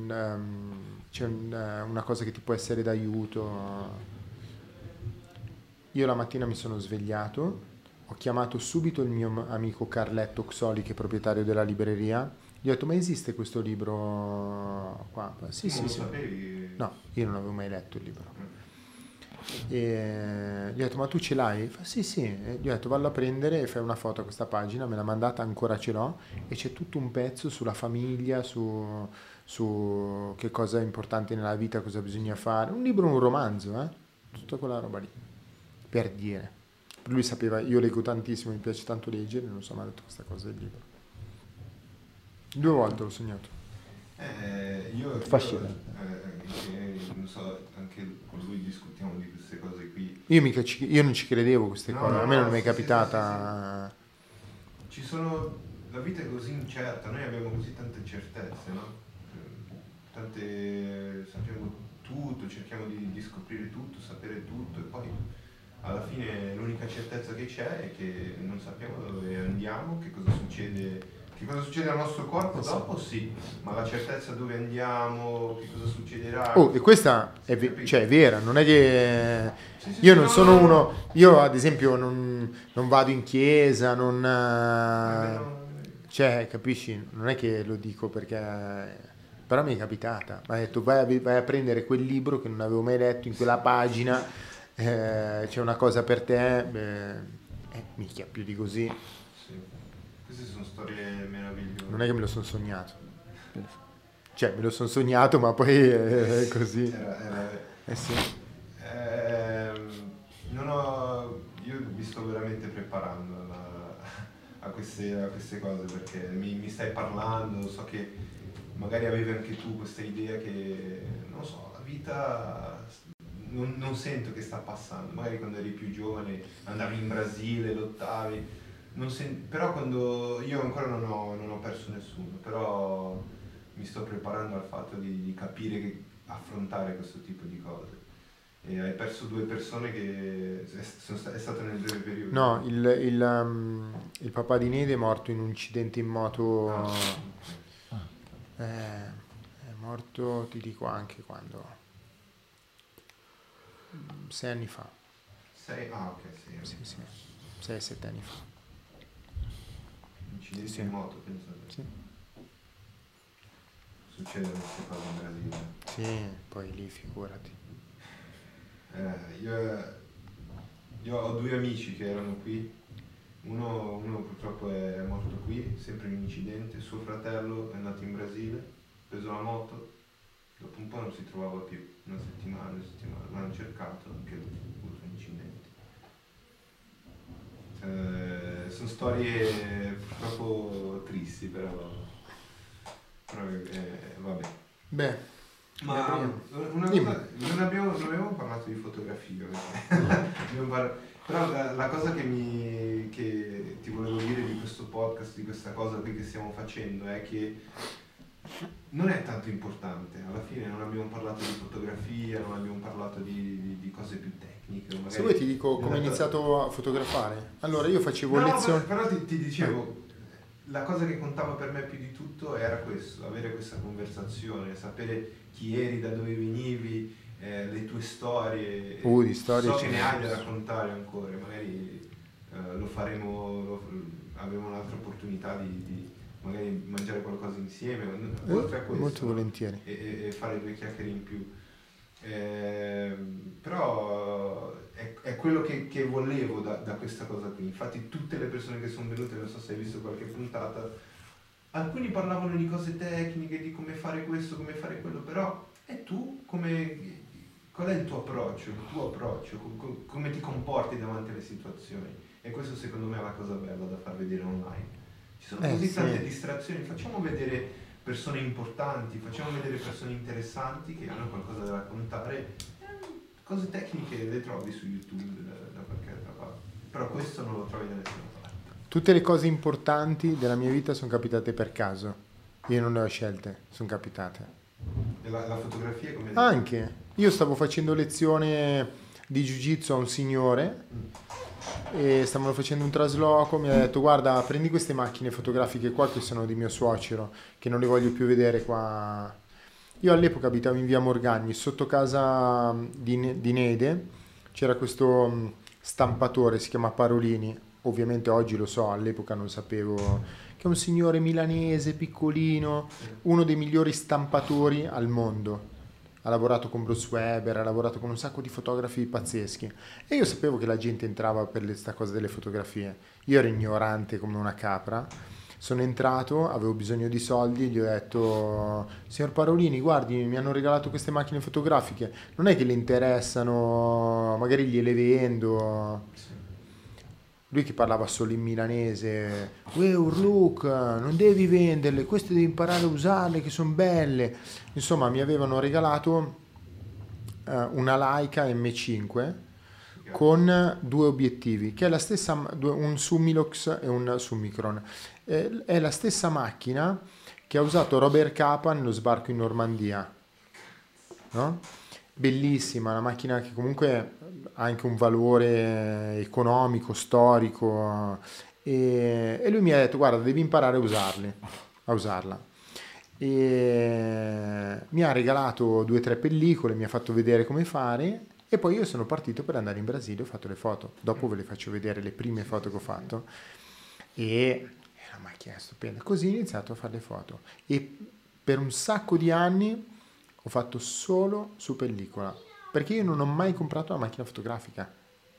Speaker 3: una cosa che ti può essere d'aiuto. Io la mattina mi sono svegliato, ho chiamato subito il mio amico Carletto Xoli, che è proprietario della libreria. Gli ho detto: ma esiste questo libro qua? Sì,
Speaker 1: Non
Speaker 3: sì,
Speaker 1: lo
Speaker 3: sì.
Speaker 1: sapevi?
Speaker 3: No, io non avevo mai letto il libro. E gli ho detto: ma tu ce l'hai? Fa: sì, sì. E gli ho detto: vallo a prendere e fai una foto a questa pagina, me l'ha mandata, ancora ce l'ho, e c'è tutto un pezzo sulla famiglia, su che cosa è importante nella vita, cosa bisogna fare. Un libro, un romanzo, tutta quella roba lì, per dire. Lui sapeva, io leggo tantissimo, mi piace tanto leggere, non so, mi ha detto questa cosa del libro. 2 volte l'ho sognato.
Speaker 1: Io
Speaker 3: Affascinante.
Speaker 1: non so, anche con lui discutiamo di queste cose qui.
Speaker 3: Io non ci credevo a queste cose, a me non è mai
Speaker 1: sì,
Speaker 3: capitata.
Speaker 1: sì. Ci sono, la vita è così incerta, noi abbiamo così tante certezze, no? Sappiamo tutto, cerchiamo di scoprire tutto, sapere tutto, e poi alla fine l'unica certezza che c'è è che non sappiamo dove andiamo, che cosa succede. Che cosa succede al nostro corpo dopo? Sì, ma la certezza dove andiamo, che cosa succederà.
Speaker 3: Oh, e questa è vera, non è che
Speaker 1: Sì,
Speaker 3: io
Speaker 1: sì,
Speaker 3: non
Speaker 1: no,
Speaker 3: sono
Speaker 1: no, no.
Speaker 3: uno, io ad esempio non vado in chiesa, cioè, capisci? Non è che lo dico perché, però mi è capitata. Mi ha detto: vai a prendere quel libro che non avevo mai letto, in quella pagina c'è una cosa per te. Minchia, più di così.
Speaker 1: Sì. Queste sono storie meravigliose.
Speaker 3: Non è che me lo sono sognato. Cioè, me lo sono sognato, ma poi è così. Sì.
Speaker 1: Io mi sto veramente preparando a queste cose, perché mi stai parlando, so che magari avevi anche tu questa idea che, non so, la vita non sento che sta passando. Magari quando eri più giovane andavi in Brasile, lottavi. Però quando io ancora non ho perso nessuno, però mi sto preparando al fatto di capire che affrontare questo tipo di cose. E hai perso 2 persone che è stato nel breve periodo.
Speaker 3: No, il papà di Nede è morto in un incidente in moto. È morto, ti dico anche quando. 6 anni fa.
Speaker 1: 6? Ah, ok, sì.
Speaker 3: Sì, 6-7 anni fa.
Speaker 1: Incidenti
Speaker 3: Sì.
Speaker 1: in moto, pensate.
Speaker 3: Sì.
Speaker 1: Succedono queste cose in Brasile.
Speaker 3: Sì, poi lì figurati.
Speaker 1: Io ho 2 amici che erano qui. Uno purtroppo è morto qui, sempre in un incidente. Suo fratello è andato in Brasile, ha preso la moto, dopo un po' non si trovava più, una settimana, l'hanno cercato, anche lui ha avuto un incidente. Sono storie purtroppo tristi, però vabbè.
Speaker 3: Beh,
Speaker 1: Ma una cosa, non abbiamo parlato di fotografia, però la cosa che ti volevo dire di questo podcast, di questa cosa qui che stiamo facendo, è che non è tanto importante. Alla fine non abbiamo parlato di fotografia, non abbiamo parlato di cose più tecniche. tecniche. Magari,
Speaker 3: Se vuoi ti dico come ho iniziato a fotografare. Allora io facevo
Speaker 1: no,
Speaker 3: lezioni...
Speaker 1: però ti dicevo, la cosa che contava per me più di tutto era questo, avere questa conversazione, sapere chi eri, da dove venivi, le tue storie.
Speaker 3: Di storie
Speaker 1: So
Speaker 3: ce
Speaker 1: che ne
Speaker 3: ne
Speaker 1: hai da
Speaker 3: sono.
Speaker 1: raccontare ancora, magari lo faremo, avremo un'altra opportunità di magari mangiare qualcosa insieme, oltre a questo,
Speaker 3: Molto
Speaker 1: no?
Speaker 3: volentieri.
Speaker 1: E fare due chiacchiere in più. Però è quello che volevo da questa cosa qui. Infatti tutte le persone che sono venute, non so se hai visto qualche puntata, alcuni parlavano di cose tecniche, di come fare questo, come fare quello, però e tu qual è il tuo approccio, come ti comporti davanti alle situazioni? E questo secondo me è la cosa bella da far vedere online. Ci sono così tante distrazioni, facciamo vedere persone importanti, facciamo vedere persone interessanti che hanno qualcosa da raccontare. Cose tecniche le trovi su YouTube da qualche altra parte, però questo non lo trovi da nessuna parte.
Speaker 3: Tutte le cose importanti della mia vita sono capitate per caso. Io non le ho scelte, sono capitate.
Speaker 1: E la fotografia come?
Speaker 3: Anche. Io stavo facendo lezione di jiu-jitsu a un signore e stavano facendo un trasloco, mi ha detto guarda prendi queste macchine fotografiche qua che sono di mio suocero, che non le voglio più vedere qua. Io all'epoca abitavo in via Morgagni, sotto casa di Nede c'era questo stampatore, si chiama Parolini, ovviamente oggi lo so, all'epoca non sapevo, che è un signore milanese, piccolino, uno dei migliori stampatori al mondo. Ha lavorato con Bruce Weber, ha lavorato con un sacco di fotografi pazzeschi. E io sapevo che la gente entrava per questa cosa delle fotografie. Io ero ignorante come una capra. Sono entrato, avevo bisogno di soldi, gli ho detto signor Parolini, guardi, mi hanno regalato queste macchine fotografiche, non è che le interessano, magari gliele vendo. Lui che parlava solo in milanese, Urluk, non devi venderle, queste devi imparare a usarle che sono belle. Insomma, mi avevano regalato una Leica M5 con due obiettivi, che è la stessa, un Summilux e un Summicron. È la stessa macchina che ha usato Robert Capa nello sbarco in Normandia, no? Bellissima, una macchina che comunque ha anche un valore economico, storico, e lui mi ha detto guarda devi imparare a usarla. E mi ha regalato 2 o 3 pellicole, mi ha fatto vedere come fare e poi io sono partito per andare in Brasile, ho fatto le foto, dopo ve le faccio vedere le prime foto che ho fatto e è una macchina stupenda, così ho iniziato a fare le foto e per un sacco di anni ho fatto solo su pellicola, perché io non ho mai comprato una macchina fotografica.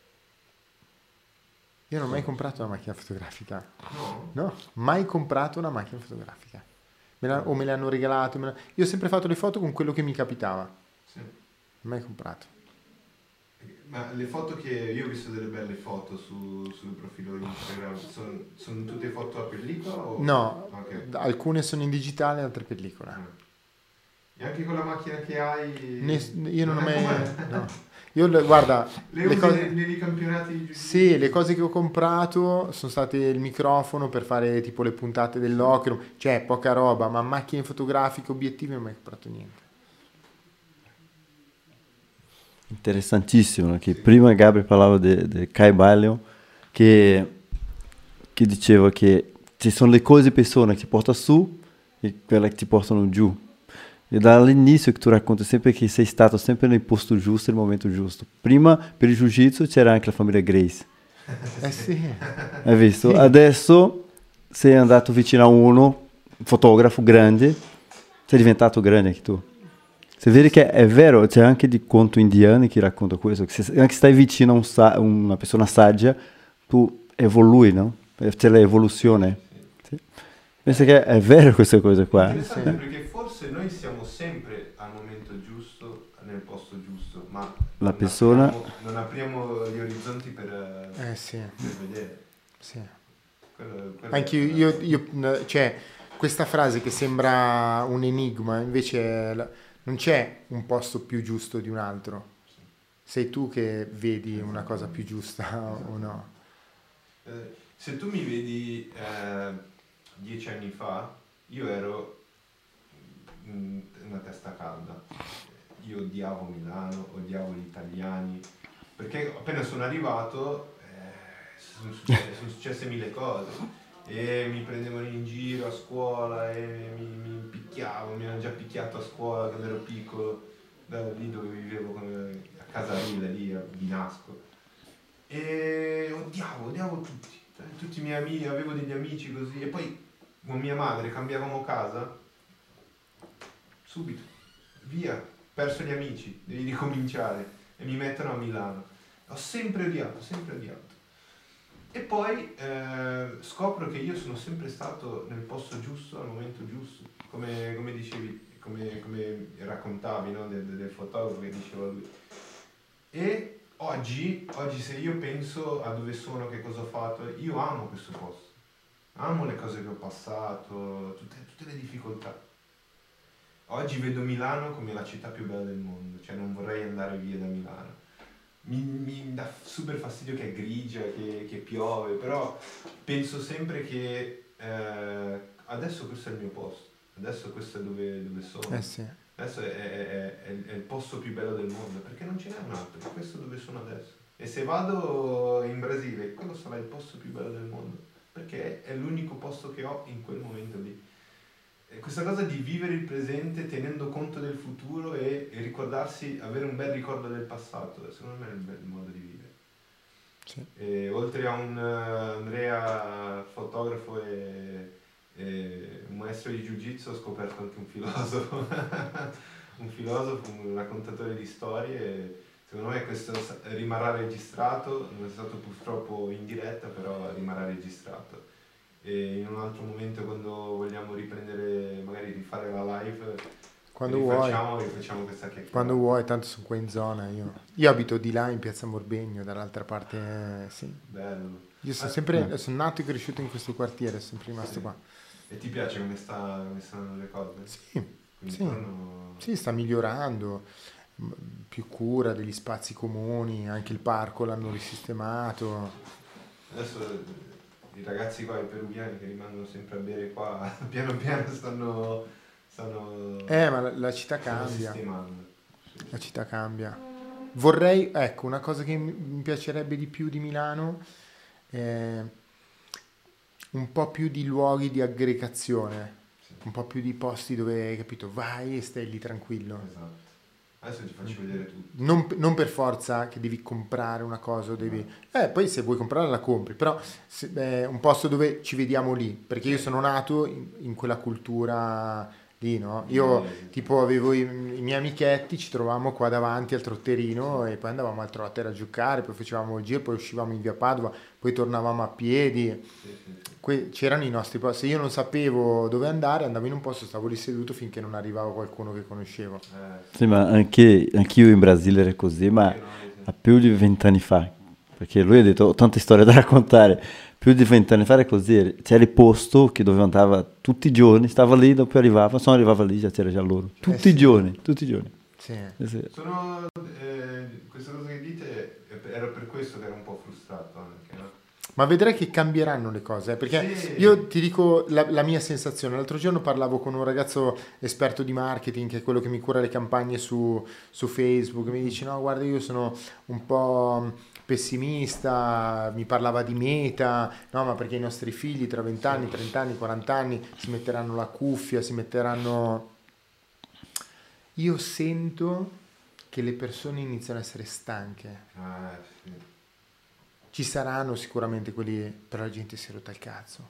Speaker 3: Io non ho mai comprato una macchina fotografica. No, mai comprato una macchina fotografica. O me le hanno regalate. Io ho sempre fatto le foto con quello che mi capitava.
Speaker 1: Sì.
Speaker 3: Mai comprato.
Speaker 1: Ma le foto che io ho visto delle belle foto sul profilo Instagram sono tutte foto a pellicola?
Speaker 3: No,
Speaker 1: okay.
Speaker 3: Alcune sono in digitale, altre pellicola.
Speaker 1: E anche con la macchina che hai?
Speaker 3: Io non ho mai... No. Io guarda...
Speaker 1: Le cose nei campionati?
Speaker 3: Sì, le cose che ho comprato sono state il microfono per fare tipo le puntate dell'Occhio, cioè poca roba, ma macchine fotografiche, obiettivi non ho mai comprato niente.
Speaker 2: Interessantissimo, che prima Gabri parlava di Kai Ballion, che diceva che ci sono le cose persone che ti portano su e quelle che ti portano giù. E dall'inizio che tu racconti sempre che sei stato sempre nel posto giusto, nel momento giusto. Prima per il jiu-jitsu c'era anche la famiglia Grace.
Speaker 3: Sì.
Speaker 2: Hai visto?
Speaker 3: Sì.
Speaker 2: Adesso sei andato vicino a uno, un fotografo grande, sei diventato grande anche tu. Se vedi che è vero, c'è anche di conto indiani che racconta questo, che se anche stai vicino a una persona saggia, tu evolui, no? C'è l'evoluzione. Sì. Penso che è vero queste cose qua.
Speaker 1: È interessante perché forse noi siamo sempre al momento giusto, nel posto giusto, ma
Speaker 2: la persona
Speaker 1: non apriamo gli orizzonti per vedere.
Speaker 3: Sì.
Speaker 1: Quello
Speaker 3: anche io, cioè, questa frase che sembra un enigma, invece non c'è un posto più giusto di un altro. Sei tu che vedi una cosa più giusta o no.
Speaker 1: Se tu mi vedi 10 anni fa, io ero una testa calda. Io odiavo Milano, odiavo gli italiani, perché appena sono arrivato sono successe mille cose e mi prendevano in giro a scuola e mi picchiavo, mi hanno già picchiato a scuola quando ero piccolo, da lì dove vivevo, a Casarilla, lì a Binasco. E odiavo tutti i miei amici, avevo degli amici così, e poi con mia madre cambiavamo casa, subito, via, perso gli amici, devi ricominciare, e mi mettono a Milano. Ho sempre odiato, sempre odiato. E poi scopro che io sono sempre stato nel posto giusto, al momento giusto, come dicevi, come raccontavi, no? del fotografo che diceva lui. E oggi se io penso a dove sono, che cosa ho fatto, io amo questo posto, amo le cose che ho passato, tutte le difficoltà. Oggi vedo Milano come la città più bella del mondo, cioè non vorrei andare via da Milano. Mi dà super fastidio che è grigia, che piove, però penso sempre che adesso questo è il mio posto, adesso questo è dove sono.
Speaker 3: Sì.
Speaker 1: Adesso è il posto più bello del mondo, perché non ce n'è un altro, è questo dove sono adesso. E se vado in Brasile, quello sarà il posto più bello del mondo, perché è l'unico posto che ho in quel momento lì. E questa cosa di vivere il presente tenendo conto del futuro e ricordarsi, avere un bel ricordo del passato, secondo me è il bel modo di vivere.
Speaker 3: Sì.
Speaker 1: E oltre a un Andrea fotografo e un maestro di Jiu-Jitsu, ho scoperto anche un filosofo, un raccontatore di storie. E secondo me questo rimarrà registrato, non è stato purtroppo in diretta, però rimarrà registrato. E in un altro momento, quando vogliamo riprendere, magari rifare la live,
Speaker 3: Quando vuoi.
Speaker 1: rifacciamo questa chiacchierata.
Speaker 3: Quando vuoi, tanto sono qua in zona. Io abito di là in piazza Morbegno, dall'altra parte, sì.
Speaker 1: Bello.
Speaker 3: Io sono nato e cresciuto in questo quartiere, sono sempre rimasto qua.
Speaker 1: E ti piace come stanno le cose?
Speaker 3: Sì,
Speaker 1: Sì.
Speaker 3: sì, sta migliorando, più cura degli spazi comuni, anche il parco l'hanno risistemato.
Speaker 1: Adesso i ragazzi qua, i peruviani che rimangono sempre a bere qua, piano piano stanno
Speaker 3: Ma la città cambia.
Speaker 1: sistemando. Sì.
Speaker 3: La città cambia. Vorrei, ecco, una cosa che mi piacerebbe di più di Milano è un po' più di luoghi di aggregazione,
Speaker 1: Sì.
Speaker 3: un po' più di posti dove, capito, vai e stai lì tranquillo.
Speaker 1: Esatto. Adesso ti faccio vedere tutto.
Speaker 3: Non per forza che devi comprare una cosa o devi... poi se vuoi comprarla la compri, però un posto dove ci vediamo lì, perché io sono nato in quella cultura lì, no? Io tipo avevo i miei amichetti, ci trovavamo qua davanti al trotterino e poi andavamo al trotter a giocare, poi facevamo il giro, poi uscivamo in via Padova, poi tornavamo a piedi. C'erano i nostri posti. Se io non sapevo dove andare, andavo in un posto, stavo lì seduto finché non arrivava qualcuno che conoscevo.
Speaker 2: Sì, ma anch'io in Brasile era così, ma a più di 20 anni fa, perché lui ha detto ho tante storie da raccontare, più di 20 anni fa era così, c'era il posto che dove andava tutti i giorni, stava lì, dopo arrivava lì, già c'era già loro, tutti i giorni.
Speaker 3: Sì.
Speaker 1: Questa cosa che dite, era per questo che ero un po' frustrato anche, no?
Speaker 3: Ma vedrai che cambieranno le cose, perché
Speaker 1: Sì.
Speaker 3: io ti dico la mia sensazione. L'altro giorno parlavo con un ragazzo esperto di marketing, che è quello che mi cura le campagne su Facebook, mi dice no, guarda, io sono un po' pessimista, mi parlava di meta, no, ma perché i nostri figli tra 20 anni, 30 anni, 40 anni si metteranno la cuffia, si metteranno... Io sento che le persone iniziano a essere stanche.
Speaker 1: Sì.
Speaker 3: Ci saranno sicuramente quelli, però la gente si è rotta il cazzo.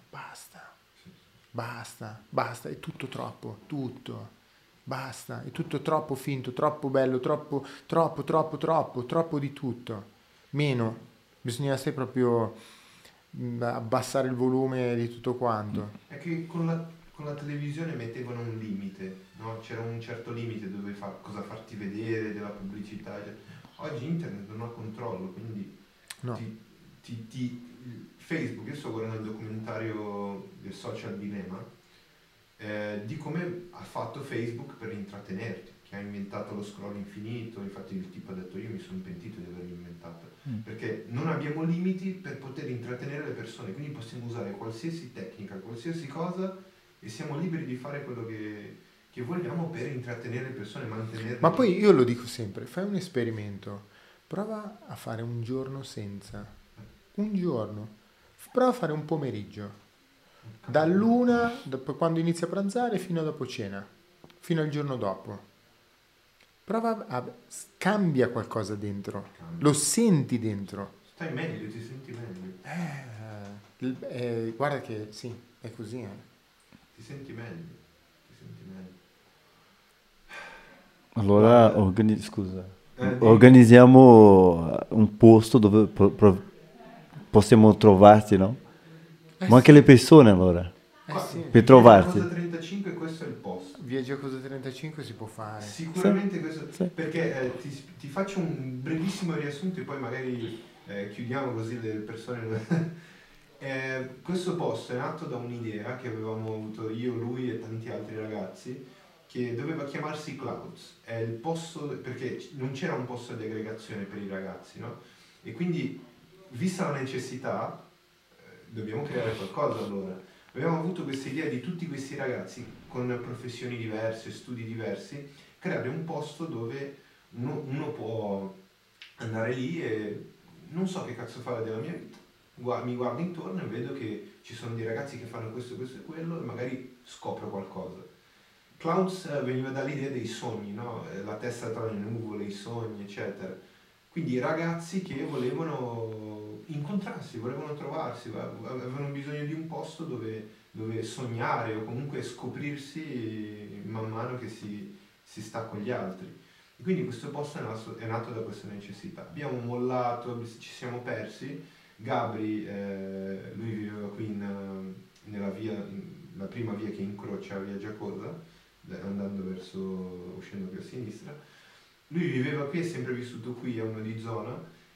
Speaker 3: Basta, è tutto troppo, tutto. Basta, è tutto troppo finto, troppo bello, troppo di tutto. Meno, bisogna essere proprio abbassare il volume di tutto quanto.
Speaker 1: È che con la televisione mettevano un limite, no? C'era un certo limite dove cosa farti vedere, della pubblicità. Oggi internet non ha controllo, quindi
Speaker 3: No.
Speaker 1: Facebook, io sto guardando il documentario del Social Dilemma, di come ha fatto Facebook per intrattenerti, che ha inventato lo scroll infinito. Infatti il tipo ha detto io mi sono pentito di averlo inventato, perché non abbiamo limiti per poter intrattenere le persone, quindi possiamo usare qualsiasi tecnica, qualsiasi cosa e siamo liberi di fare quello che vogliamo per intrattenere le persone, mantenerle.
Speaker 3: Ma poi io lo dico sempre, fai un esperimento. Prova a fare un giorno senza. Un giorno. Prova a fare un pomeriggio. Dall'una, dopo quando inizi a pranzare, fino a dopo cena. Fino al giorno dopo. Prova a... Cambia qualcosa dentro. Lo senti dentro.
Speaker 1: Stai meglio, ti senti meglio.
Speaker 3: Guarda che sì, è così.
Speaker 1: Ti senti meglio. Ti senti meglio.
Speaker 2: Allora, scusa, organizziamo un posto dove possiamo trovarti, no? Ma anche le persone, allora,
Speaker 3: Sì.
Speaker 2: per trovarti.
Speaker 1: Cosa 35, questo è il posto.
Speaker 3: Via Giacosa 35 si può fare.
Speaker 1: Sicuramente
Speaker 2: Sì,
Speaker 1: questo,
Speaker 2: sì.
Speaker 1: perché ti faccio un brevissimo riassunto e poi magari chiudiamo così le persone. Questo posto è nato da un'idea che avevamo avuto io, lui e tanti altri ragazzi, che doveva chiamarsi Clouds. È il posto, perché non c'era un posto di aggregazione per i ragazzi, no? E quindi, vista la necessità, dobbiamo creare qualcosa allora. Abbiamo avuto questa idea di tutti questi ragazzi con professioni diverse, studi diversi, creare un posto dove uno può andare lì e non so che cazzo fare della mia vita. Mi guardo intorno e vedo che ci sono dei ragazzi che fanno questo, questo e quello e magari scopro qualcosa. Clouds veniva dall'idea dei sogni, no? La testa tra le nuvole, i sogni, eccetera. Quindi ragazzi che volevano incontrarsi, volevano trovarsi, avevano bisogno di un posto dove sognare o comunque scoprirsi man mano che si sta con gli altri. E quindi questo posto è nato da questa necessità. Abbiamo mollato, ci siamo persi. Gabri, lui viveva qui nella via, la prima via che incrocia via Giacosa, andando uscendo qui a sinistra. Lui viveva qui, è sempre vissuto qui, è uno di zona,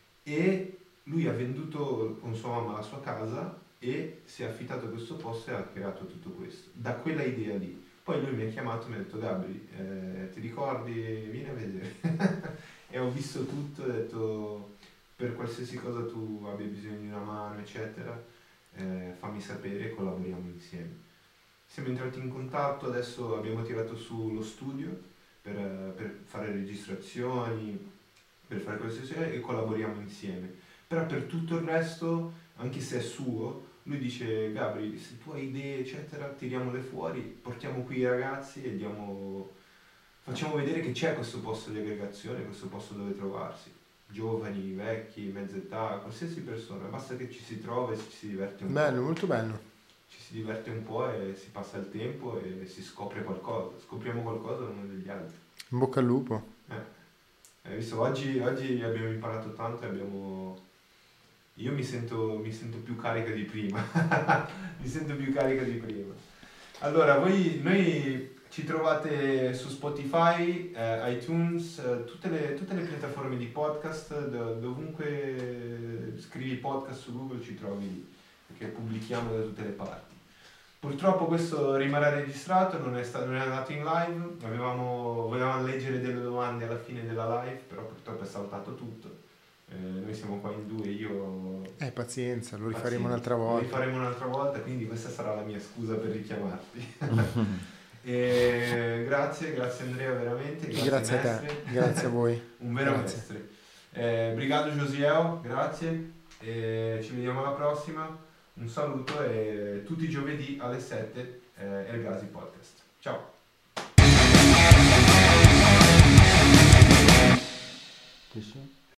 Speaker 1: e lui ha venduto con sua mamma la sua casa e si è affittato a questo posto e ha creato tutto questo, da quella idea lì. Poi lui mi ha chiamato e mi ha detto: Gabri, ti ricordi? Vieni a vedere. E ho visto tutto, ho detto: per qualsiasi cosa tu abbia bisogno di una mano, eccetera, fammi sapere e collaboriamo insieme. Siamo entrati in contatto, adesso abbiamo tirato su lo studio per fare registrazioni, per fare qualsiasi cosa e collaboriamo insieme. Però per tutto il resto, anche se è suo, lui dice: Gabri, se tu hai idee, eccetera, tiriamole fuori, portiamo qui i ragazzi e facciamo vedere che c'è questo posto di aggregazione, questo posto dove trovarsi. Giovani, vecchi, mezza età, qualsiasi persona, basta che ci si trova e ci si diverte un po'.
Speaker 3: Bello, molto bello.
Speaker 1: Ci si diverte un po' e si passa il tempo e si scopre qualcosa, scopriamo qualcosa l'uno degli altri.
Speaker 3: In bocca al lupo.
Speaker 1: Hai visto, oggi abbiamo imparato tanto e io mi sento più carica di prima. Mi sento più carica di prima. Allora, noi ci trovate su Spotify, iTunes, tutte le piattaforme di podcast, dovunque scrivi podcast su Google ci trovi lì, perché pubblichiamo da tutte le parti. Purtroppo questo rimarrà registrato, non è andato in live, volevamo leggere delle domande alla fine della live, però purtroppo è saltato tutto. Noi siamo qua in due, io...
Speaker 3: Pazienza, lo rifaremo un'altra volta.
Speaker 1: Lo rifaremo un'altra volta, quindi questa sarà la mia scusa per richiamarti. E grazie Andrea, veramente.
Speaker 3: Grazie a te, grazie a voi.
Speaker 1: Un vero mestre. Brigado Josiel, grazie. Ci vediamo alla prossima. Un saluto e tutti i giovedì alle 7 El Gazi Podcast. Ciao.